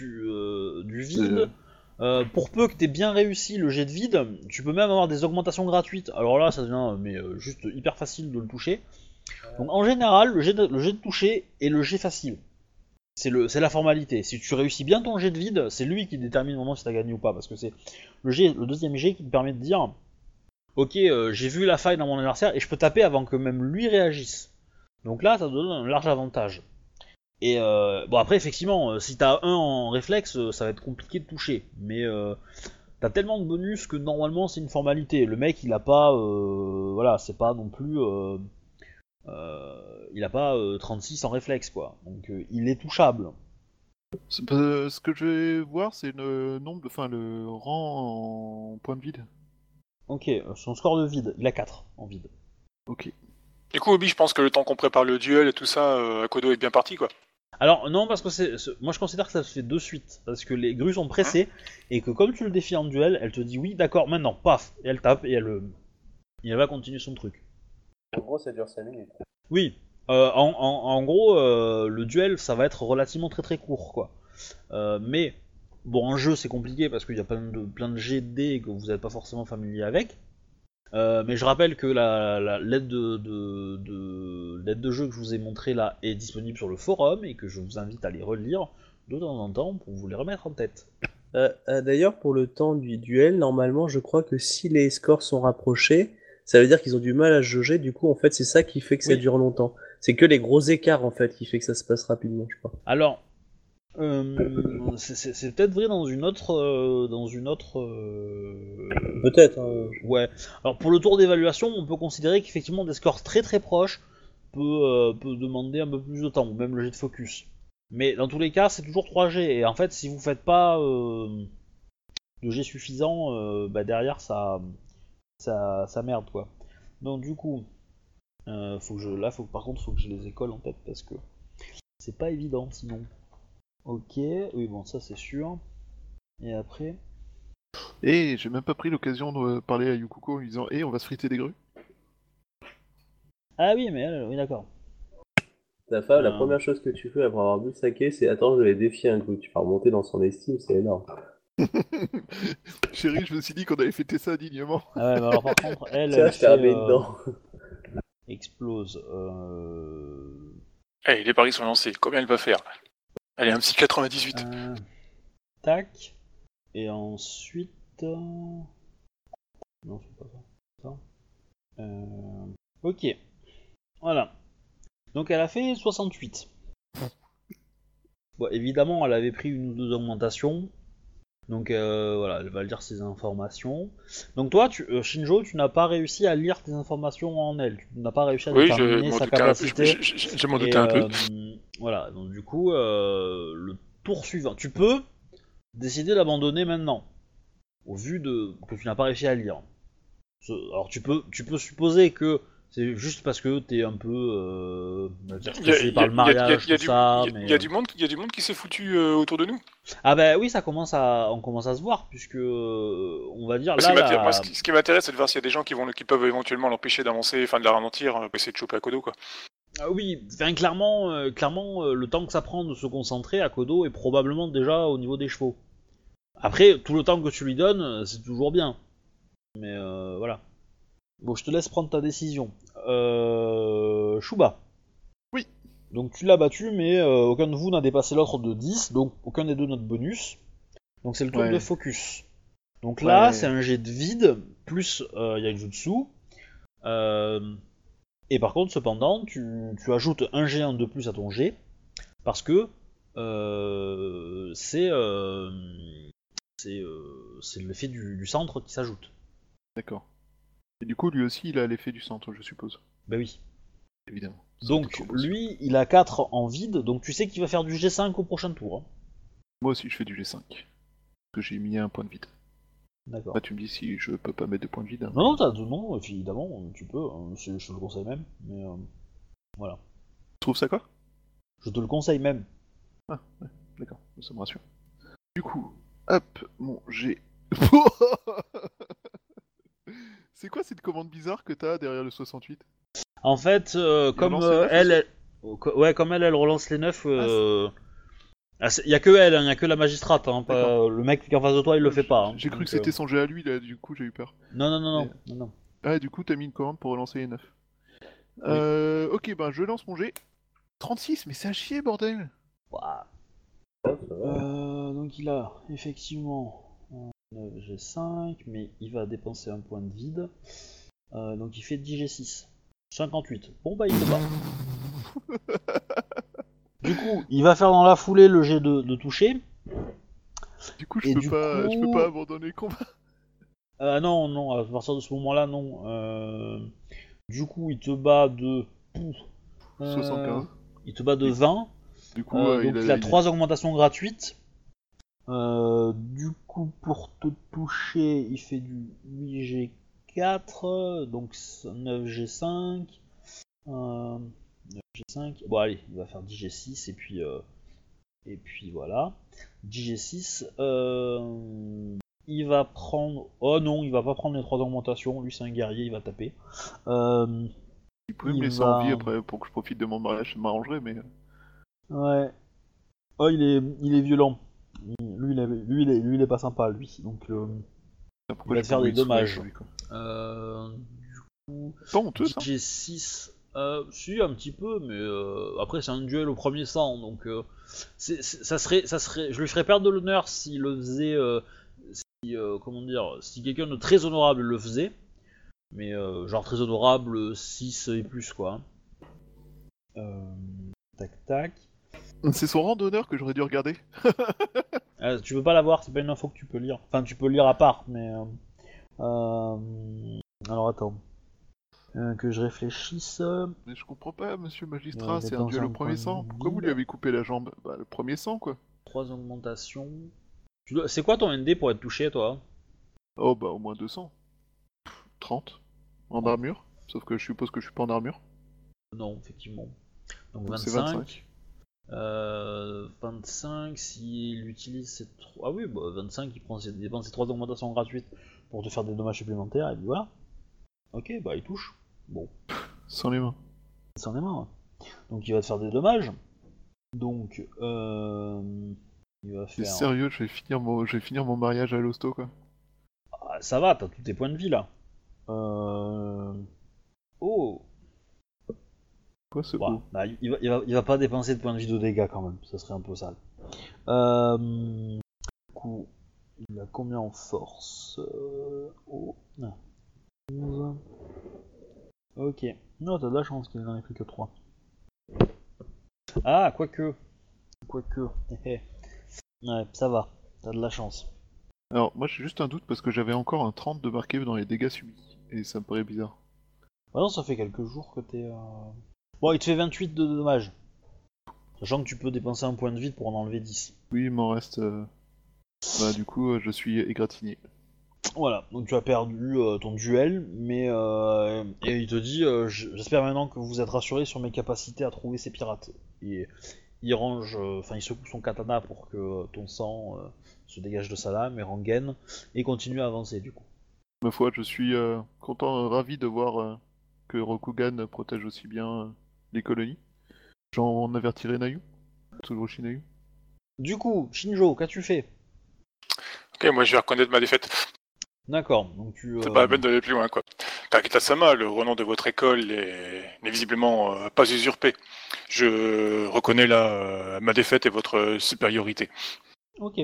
vide. Pour peu que t'aies bien réussi le jet de vide, tu peux même avoir des augmentations gratuites. Alors là, ça devient juste hyper facile de le toucher. Donc en général, le jet de toucher est le jet facile. C'est la formalité. Si tu réussis bien ton jet de vide, c'est lui qui détermine au moment si t'as gagné ou pas. Parce que c'est le deuxième jet qui te permet de dire ok, j'ai vu la faille dans mon adversaire et je peux taper avant que même lui réagisse. Donc là, ça te donne un large avantage. Et bon après effectivement, si t'as un en réflexe, ça va être compliqué de toucher. Mais t'as tellement de bonus que normalement c'est une formalité. Le mec il a pas, voilà, c'est pas non plus, il a pas 36 en réflexe quoi. Donc il est touchable. Ce que je vais voir, c'est le nombre, enfin le rang en point de vide. Ok, son score de vide, il a 4 en vide. Ok. Du coup, Obi, je pense que le temps qu'on prépare le duel et tout ça, Akodo est bien parti, quoi. Alors non parce que moi je considère que ça se fait de suite parce que les grues sont pressées et que comme tu le défies en duel, elle te dit oui d'accord maintenant paf et elle tape et elle va continuer son truc. En gros, ça dure 5 minutes. Oui, en gros le duel ça va être relativement très très court quoi. Mais bon en jeu c'est compliqué parce qu'il y a plein de GD que vous n'êtes pas forcément familier avec. Mais je rappelle que l'aide l'aide de jeu que je vous ai montrée là est disponible sur le forum et que je vous invite à les relire de temps en temps pour vous les remettre en tête. D'ailleurs, pour le temps du duel, normalement, je crois que si les scores sont rapprochés, ça veut dire qu'ils ont du mal à se jauger. Du coup, en fait, c'est ça qui fait que ça Oui. dure longtemps. C'est que les gros écarts, en fait, qui fait que ça se passe rapidement, je crois. Alors, c'est peut-être vrai dans une autre, Peut-être. Hein. ouais. Alors pour le tour d'évaluation, on peut considérer qu'effectivement des scores très très proches peut demander un peu plus de temps, ou même le jet de focus. Mais dans tous les cas, c'est toujours 3G, et en fait, si vous faites pas de jet suffisant, derrière ça merde quoi. Donc du coup, par contre, faut que je les école en tête parce que c'est pas évident sinon. Ok, oui bon ça c'est sûr. Et après. Et j'ai même pas pris l'occasion de parler à Yukuko en lui disant on va se friter des grues. Ah oui mais oui d'accord. Ta femme, la première chose que tu fais après avoir bu le saké, c'est attends, je vais défier un coup. Tu vas remonter dans son estime, c'est énorme. Chérie, je me suis dit qu'on allait fêter ça dignement. Ah ouais mais alors par contre elle Tiens, je t'ai ramené dedans. explose. Allez, les paris sont lancés. Combien elle va faire? Allez, un petit 98. Tac. Et ensuite. Non, c'est pas ça. Ok. Voilà. Donc elle a fait 68. Bon, évidemment, elle avait pris une ou deux augmentations. Donc voilà, elle va lire ses informations. Donc toi, Shinjo, tu n'as pas réussi à lire tes informations en elle. Tu n'as pas réussi à Oui, déterminer sa capacité. je m'en doutais un peu. Voilà, donc du coup, le tour suivant. Tu peux décider d'abandonner maintenant. Au vu de que tu n'as pas réussi à lire. Alors tu peux supposer que c'est juste parce que t'es un peu stressé par le mariage, tout ça. Il y a du monde qui s'est foutu autour de nous. Ah bah oui, on commence à se voir puisque on va dire Moi, ce qui m'intéresse, c'est de voir s'il y a des gens qui peuvent éventuellement l'empêcher d'avancer, enfin de la ralentir, pour essayer de choper Akodo quoi. Ah oui, enfin, clairement, le temps que ça prend de se concentrer, Akodo est probablement déjà au niveau des chevaux. Après, tout le temps que tu lui donnes, c'est toujours bien. Mais voilà. Bon, je te laisse prendre ta décision. Shuba. Oui. Donc tu l'as battu, mais aucun de vous n'a dépassé l'autre de 10, donc aucun des deux n'a de bonus. Donc c'est le tour de focus. Donc là, c'est un jet de vide, plus Yaijutsu. Et par contre, cependant, tu ajoutes un G1 de plus à ton G, parce que c'est l'effet du centre qui s'ajoute. D'accord. Et du coup, lui aussi, il a l'effet du centre, je suppose. Bah oui. Évidemment. Donc, lui, il a 4 en vide, donc tu sais qu'il va faire du G5 au prochain tour. Hein. Moi aussi, je fais du G5. Parce que j'ai mis un point de vide. D'accord. Bah, tu me dis si je peux pas mettre de points de vide. Hein. Non, évidemment, tu peux, hein, je te le conseille même, mais voilà. Tu trouves ça quoi? Je te le conseille même. Ah, ouais, d'accord, ça me rassure. Du coup, hop, mon G. C'est quoi cette commande bizarre que t'as derrière le 68? En fait, comme elle relance les 9, y a que elle, y a que la magistrate, hein, pas, le mec qui est en face de toi, il le fait pas. Hein, j'ai cru que c'était son jet à lui, là, du coup j'ai eu peur. Non. Ah, du coup t'as mis une commande pour relancer les 9. Oui. Ok, ben je lance mon G. 36, mais c'est à chier, bordel! Donc il a effectivement 9 G5, mais il va dépenser un point de vide. Donc il fait 10 G6. 58. Bon bah il fait pas. Du coup, il va faire dans la foulée le jet de toucher. Du coup, je peux pas abandonner le combat. Non, à partir de ce moment-là, non. Du coup, il te bat de... 75. Il te bat de 20. Du coup, donc il a 3 augmentations gratuites. Du coup, pour te toucher, il fait du 8G4, donc 9G5. 9G5. Bon allez, il va faire 10G6 et puis voilà. 10G6. Il va prendre... Oh non, il va pas prendre les 3 augmentations. Lui c'est un guerrier, il va taper. Il pouvait me laisser en vie après pour que je profite de mon mariage, ça m'arrangerait, mais... Ouais. Oh, il est violent. Lui, il est pas sympa, lui. Donc, il va te faire des dommages. C'est pas honteux, ça? G6. Si, un petit peu, mais après c'est un duel au premier sang, donc ça serait, je lui ferais perdre de l'honneur s'il le faisait, comment dire, si quelqu'un de très honorable le faisait, mais genre très honorable 6 et plus quoi. Tac tac. C'est son rang d'honneur que j'aurais dû regarder. Tu veux pas l'avoir, c'est pas une info que tu peux lire. Enfin, tu peux le lire à part, mais. Alors attends. Que je réfléchisse. Mais je comprends pas, monsieur le magistrat, c'est un dans duel au un premier point sang. de Pourquoi vous vide. lui avez coupé la jambe? Bah, le premier sang, quoi. 3 augmentations. C'est quoi ton ND pour être touché, toi? Oh, bah, au moins 200. 30. En Ouais. armure. Sauf que je suppose que je suis pas en armure. Non, effectivement. Donc Donc c'est 25. 25, s'il utilise ses 3. Ah oui, bah 25, il dépense ses 3 augmentations gratuites pour te faire des dommages supplémentaires, et puis voilà. Ok, bah il touche. Bon, Sans les mains. c'en est marre. Donc il va te faire des dommages. Donc, il va C'est faire. sérieux, je vais finir mon mariage à l'hosto, quoi. Ah, ça va, t'as tous tes points de vie là. Oh, Quoi, ce bah, coup? bah, il va pas dépenser de points de vie de dégâts quand même, ça serait un peu sale. Du coup, il a combien en force? Oh, non. 11. Ok. Non, t'as de la chance qu'il n'en ait plus que 3. Ah, quoique. Ouais, ça va. T'as de la chance. Alors, moi j'ai juste un doute parce que j'avais encore un 30 de marqué dans les dégâts subis. Et ça me paraît bizarre. Bah non, ça fait quelques jours que t'es... Bon, il te fait 28 de dommages. Sachant que tu peux dépenser un point de vie pour en enlever 10. Oui, il m'en reste. Bah, du coup, je suis égratigné. Voilà, donc tu as perdu ton duel, mais et il te dit j'espère maintenant que vous êtes rassuré sur mes capacités à trouver ces pirates. Et il range, enfin il secoue son katana pour que ton sang se dégage de sa lame et rengaine et continue à avancer du coup. Ma foi, je suis content, ravi de voir que Rokugan protège aussi bien les colonies. J'en avertirai Nayu. Tsurushi Nayu. Du coup, Shinjo, qu'as-tu fait? Ok, moi je vais reconnaître ma défaite. D'accord, donc tu. C'est pas la peine d'aller plus loin, quoi. Kakita-sama, le renom de votre école n'est visiblement pas usurpé. Je reconnais là ma défaite et votre supériorité. Ok.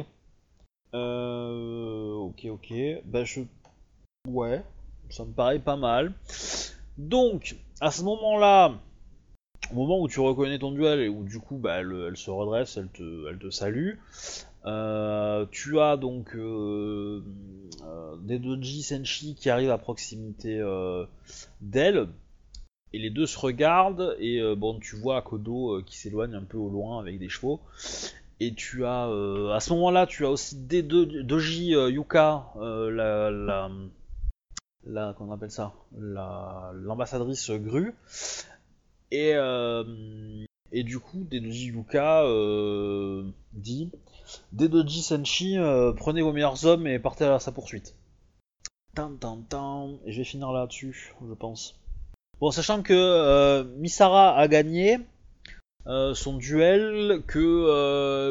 Ok. Bah ouais, ça me paraît pas mal. Donc, à ce moment-là, au moment où tu reconnais ton duel et où du coup bah, elle se redresse, elle te salue, tu as donc des doji senshi qui arrivent à proximité d'elle, et les deux se regardent, et bon, tu vois Akodo qui s'éloigne un peu au loin avec des chevaux, et tu as, à ce moment-là, tu as aussi des doji Yuka, qu'on appelle ça, l'ambassadrice Gru, et du coup, Dedoji Yuka dit Dedoji Senshi, prenez vos meilleurs hommes et partez à sa poursuite. Et je vais finir là-dessus, je pense. Bon, sachant que Misara a gagné son duel, que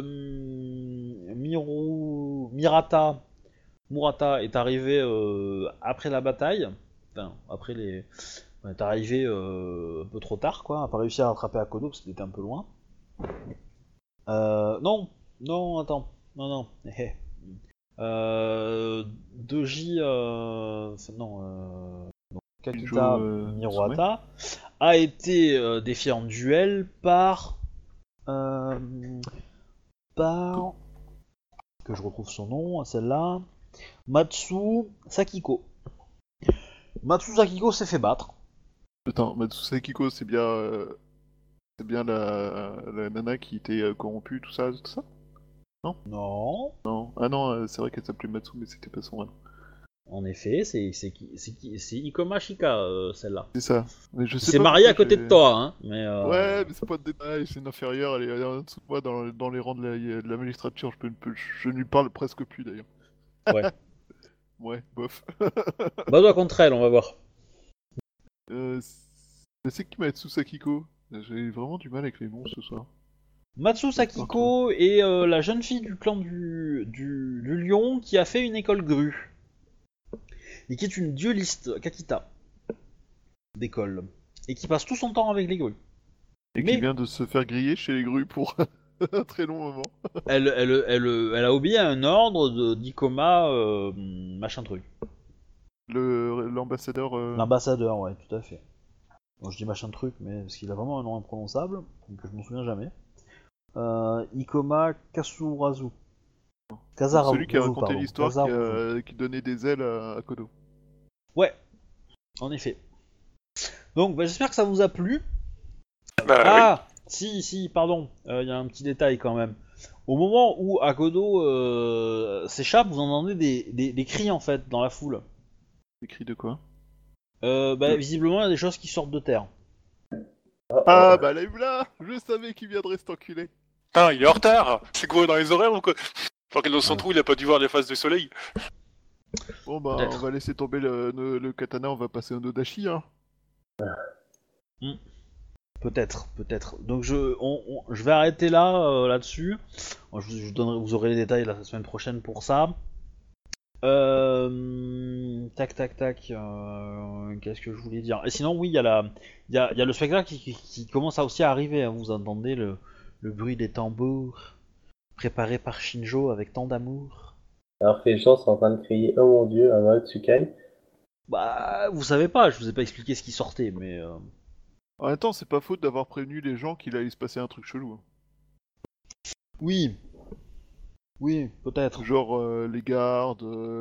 Murata est arrivé après la bataille, enfin, après les. On est arrivé un peu trop tard, quoi. On n'a pas réussi à rattraper Akodo parce qu'il était un peu loin. Non, attends. Non. Doji. Donc, Kakita Mirohata a été défié en duel par. Que je retrouve son nom, celle-là. Matsu Sakiko. Matsu Sakiko s'est fait battre. Attends, Matsusei Kiko, c'est bien la nana qui était corrompue, tout ça? Non. Non. Ah non, c'est vrai qu'elle s'appelait Matsu, mais c'était pas son nom. En effet, c'est Ikoma Shika, celle-là. C'est ça. Mais je Qui sais s'est pas mariée à pourquoi côté de toi, hein. Mais Ouais, mais c'est pas de détail, c'est une inférieure, elle est en dessous de moi dans les rangs de la magistrature, je ne lui parle presque plus d'ailleurs. Ouais. Ouais, bof. Bats-toi contre elle, on va voir. C'est qui Matsu Sakiko? J'ai vraiment du mal avec les noms ce soir. Matsu Sakiko est la jeune fille du clan du lion qui a fait une école grue. Et qui est une dueliste, Kakita. d'école et qui passe tout son temps avec les grues. Et Mais- qui vient de se faire griller chez les grues pour un très long moment. Elle a obéi à un ordre d'Ikoma, machin truc. L'ambassadeur. L'ambassadeur, ouais, tout à fait. Bon, je dis machin truc, mais parce qu'il a vraiment un nom imprononçable, donc je m'en souviens jamais. Ikoma Kasurazu. Kazarazu, Celui qui a raconté pardon. l'histoire Kazarazu. qui donnait des ailes à Kodo. Ouais, en effet. Donc, bah, j'espère que ça vous a plu. Bah, Ah, si, pardon. Il y a un petit détail quand même. Au moment où Akodo s'échappe, vous entendez des cris en fait dans la foule. Écrit de quoi? Visiblement, il y a des choses qui sortent de terre. Ah bah là, je savais qu'il viendrait cet enculé. Putain, il est en retard. C'est quoi dans les horaires ou quoi? Alors que dans son Ouais. trou, il a pas dû voir les phases de soleil. Bon bah Peut-être. on va laisser tomber le katana, on va passer au Nodashi hein. Peut-être. Donc je vais arrêter là, là-dessus. Vous aurez les détails la semaine prochaine pour ça. Tac. Qu'est-ce que je voulais dire? Et sinon, oui, il y a le spectacle qui commence aussi à arriver, hein. Vous entendez le bruit des tambours préparés par Shinjo avec tant d'amour. Alors que les gens sont en train de crier oh mon dieu, un Maotsukai. Bah, vous savez pas, je vous ai pas expliqué ce qui sortait, mais En même temps, c'est pas faute d'avoir prévenu les gens qu'il allait se passer un truc chelou. oui, peut-être. Genre les gardes,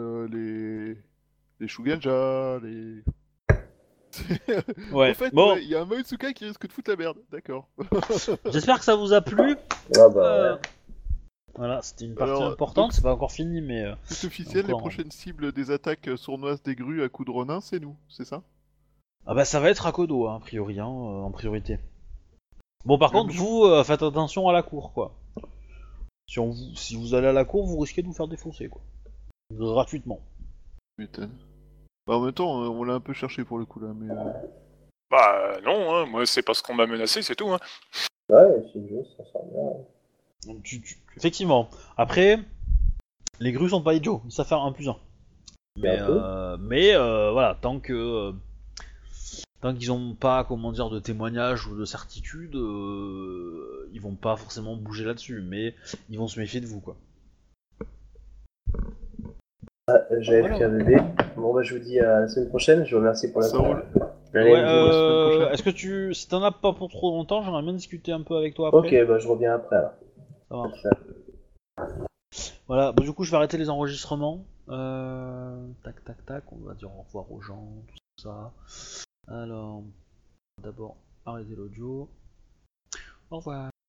les Shugenja, les... Ouais. En fait, Bon, ouais, il y a un Moitsukai qui risque de foutre la merde, d'accord. j'espère que ça vous a plu. Ah bah ouais. Voilà, c'était une partie Alors, importante, donc, c'est pas encore fini, mais C'est officiel, les Encore. prochaines cibles des attaques sournoises des grues à coups de ronin, c'est nous, c'est ça? ah bah ça va être Akodo, hein, a priori, hein, en priorité. Bon, par Mais contre, oui. vous faites attention à la cour, quoi. Si vous allez à la cour, vous risquez de vous faire défoncer, quoi. Gratuitement. M'étonne. Bah, en même temps, on l'a un peu cherché pour le coup là, mais... Bah non, hein, moi c'est parce qu'on m'a menacé, c'est tout. Hein. Ouais, Shinjo, ça sent bien. Donc, effectivement. Après, les grues sont pas idiots, ils savent faire 1+1. Mais voilà, tant qu'ils ont pas, comment dire, de témoignages ou de certitude, ils vont pas forcément bouger là-dessus, mais ils vont se méfier de vous, quoi. J'avais Voilà. pris un bébé. Bon bah je vous dis à la semaine prochaine, je vous remercie pour la Ça roule. Allez, Ouais, la semaine prochaine. est-ce que si t'en as pas pour trop longtemps, j'aimerais bien discuter un peu avec toi après. Ok, bah je reviens après alors. Ça marche. Voilà, bah, du coup je vais arrêter les enregistrements. Tac, on va dire au revoir aux gens, tout ça. Alors, d'abord arrêter l'audio. Au revoir.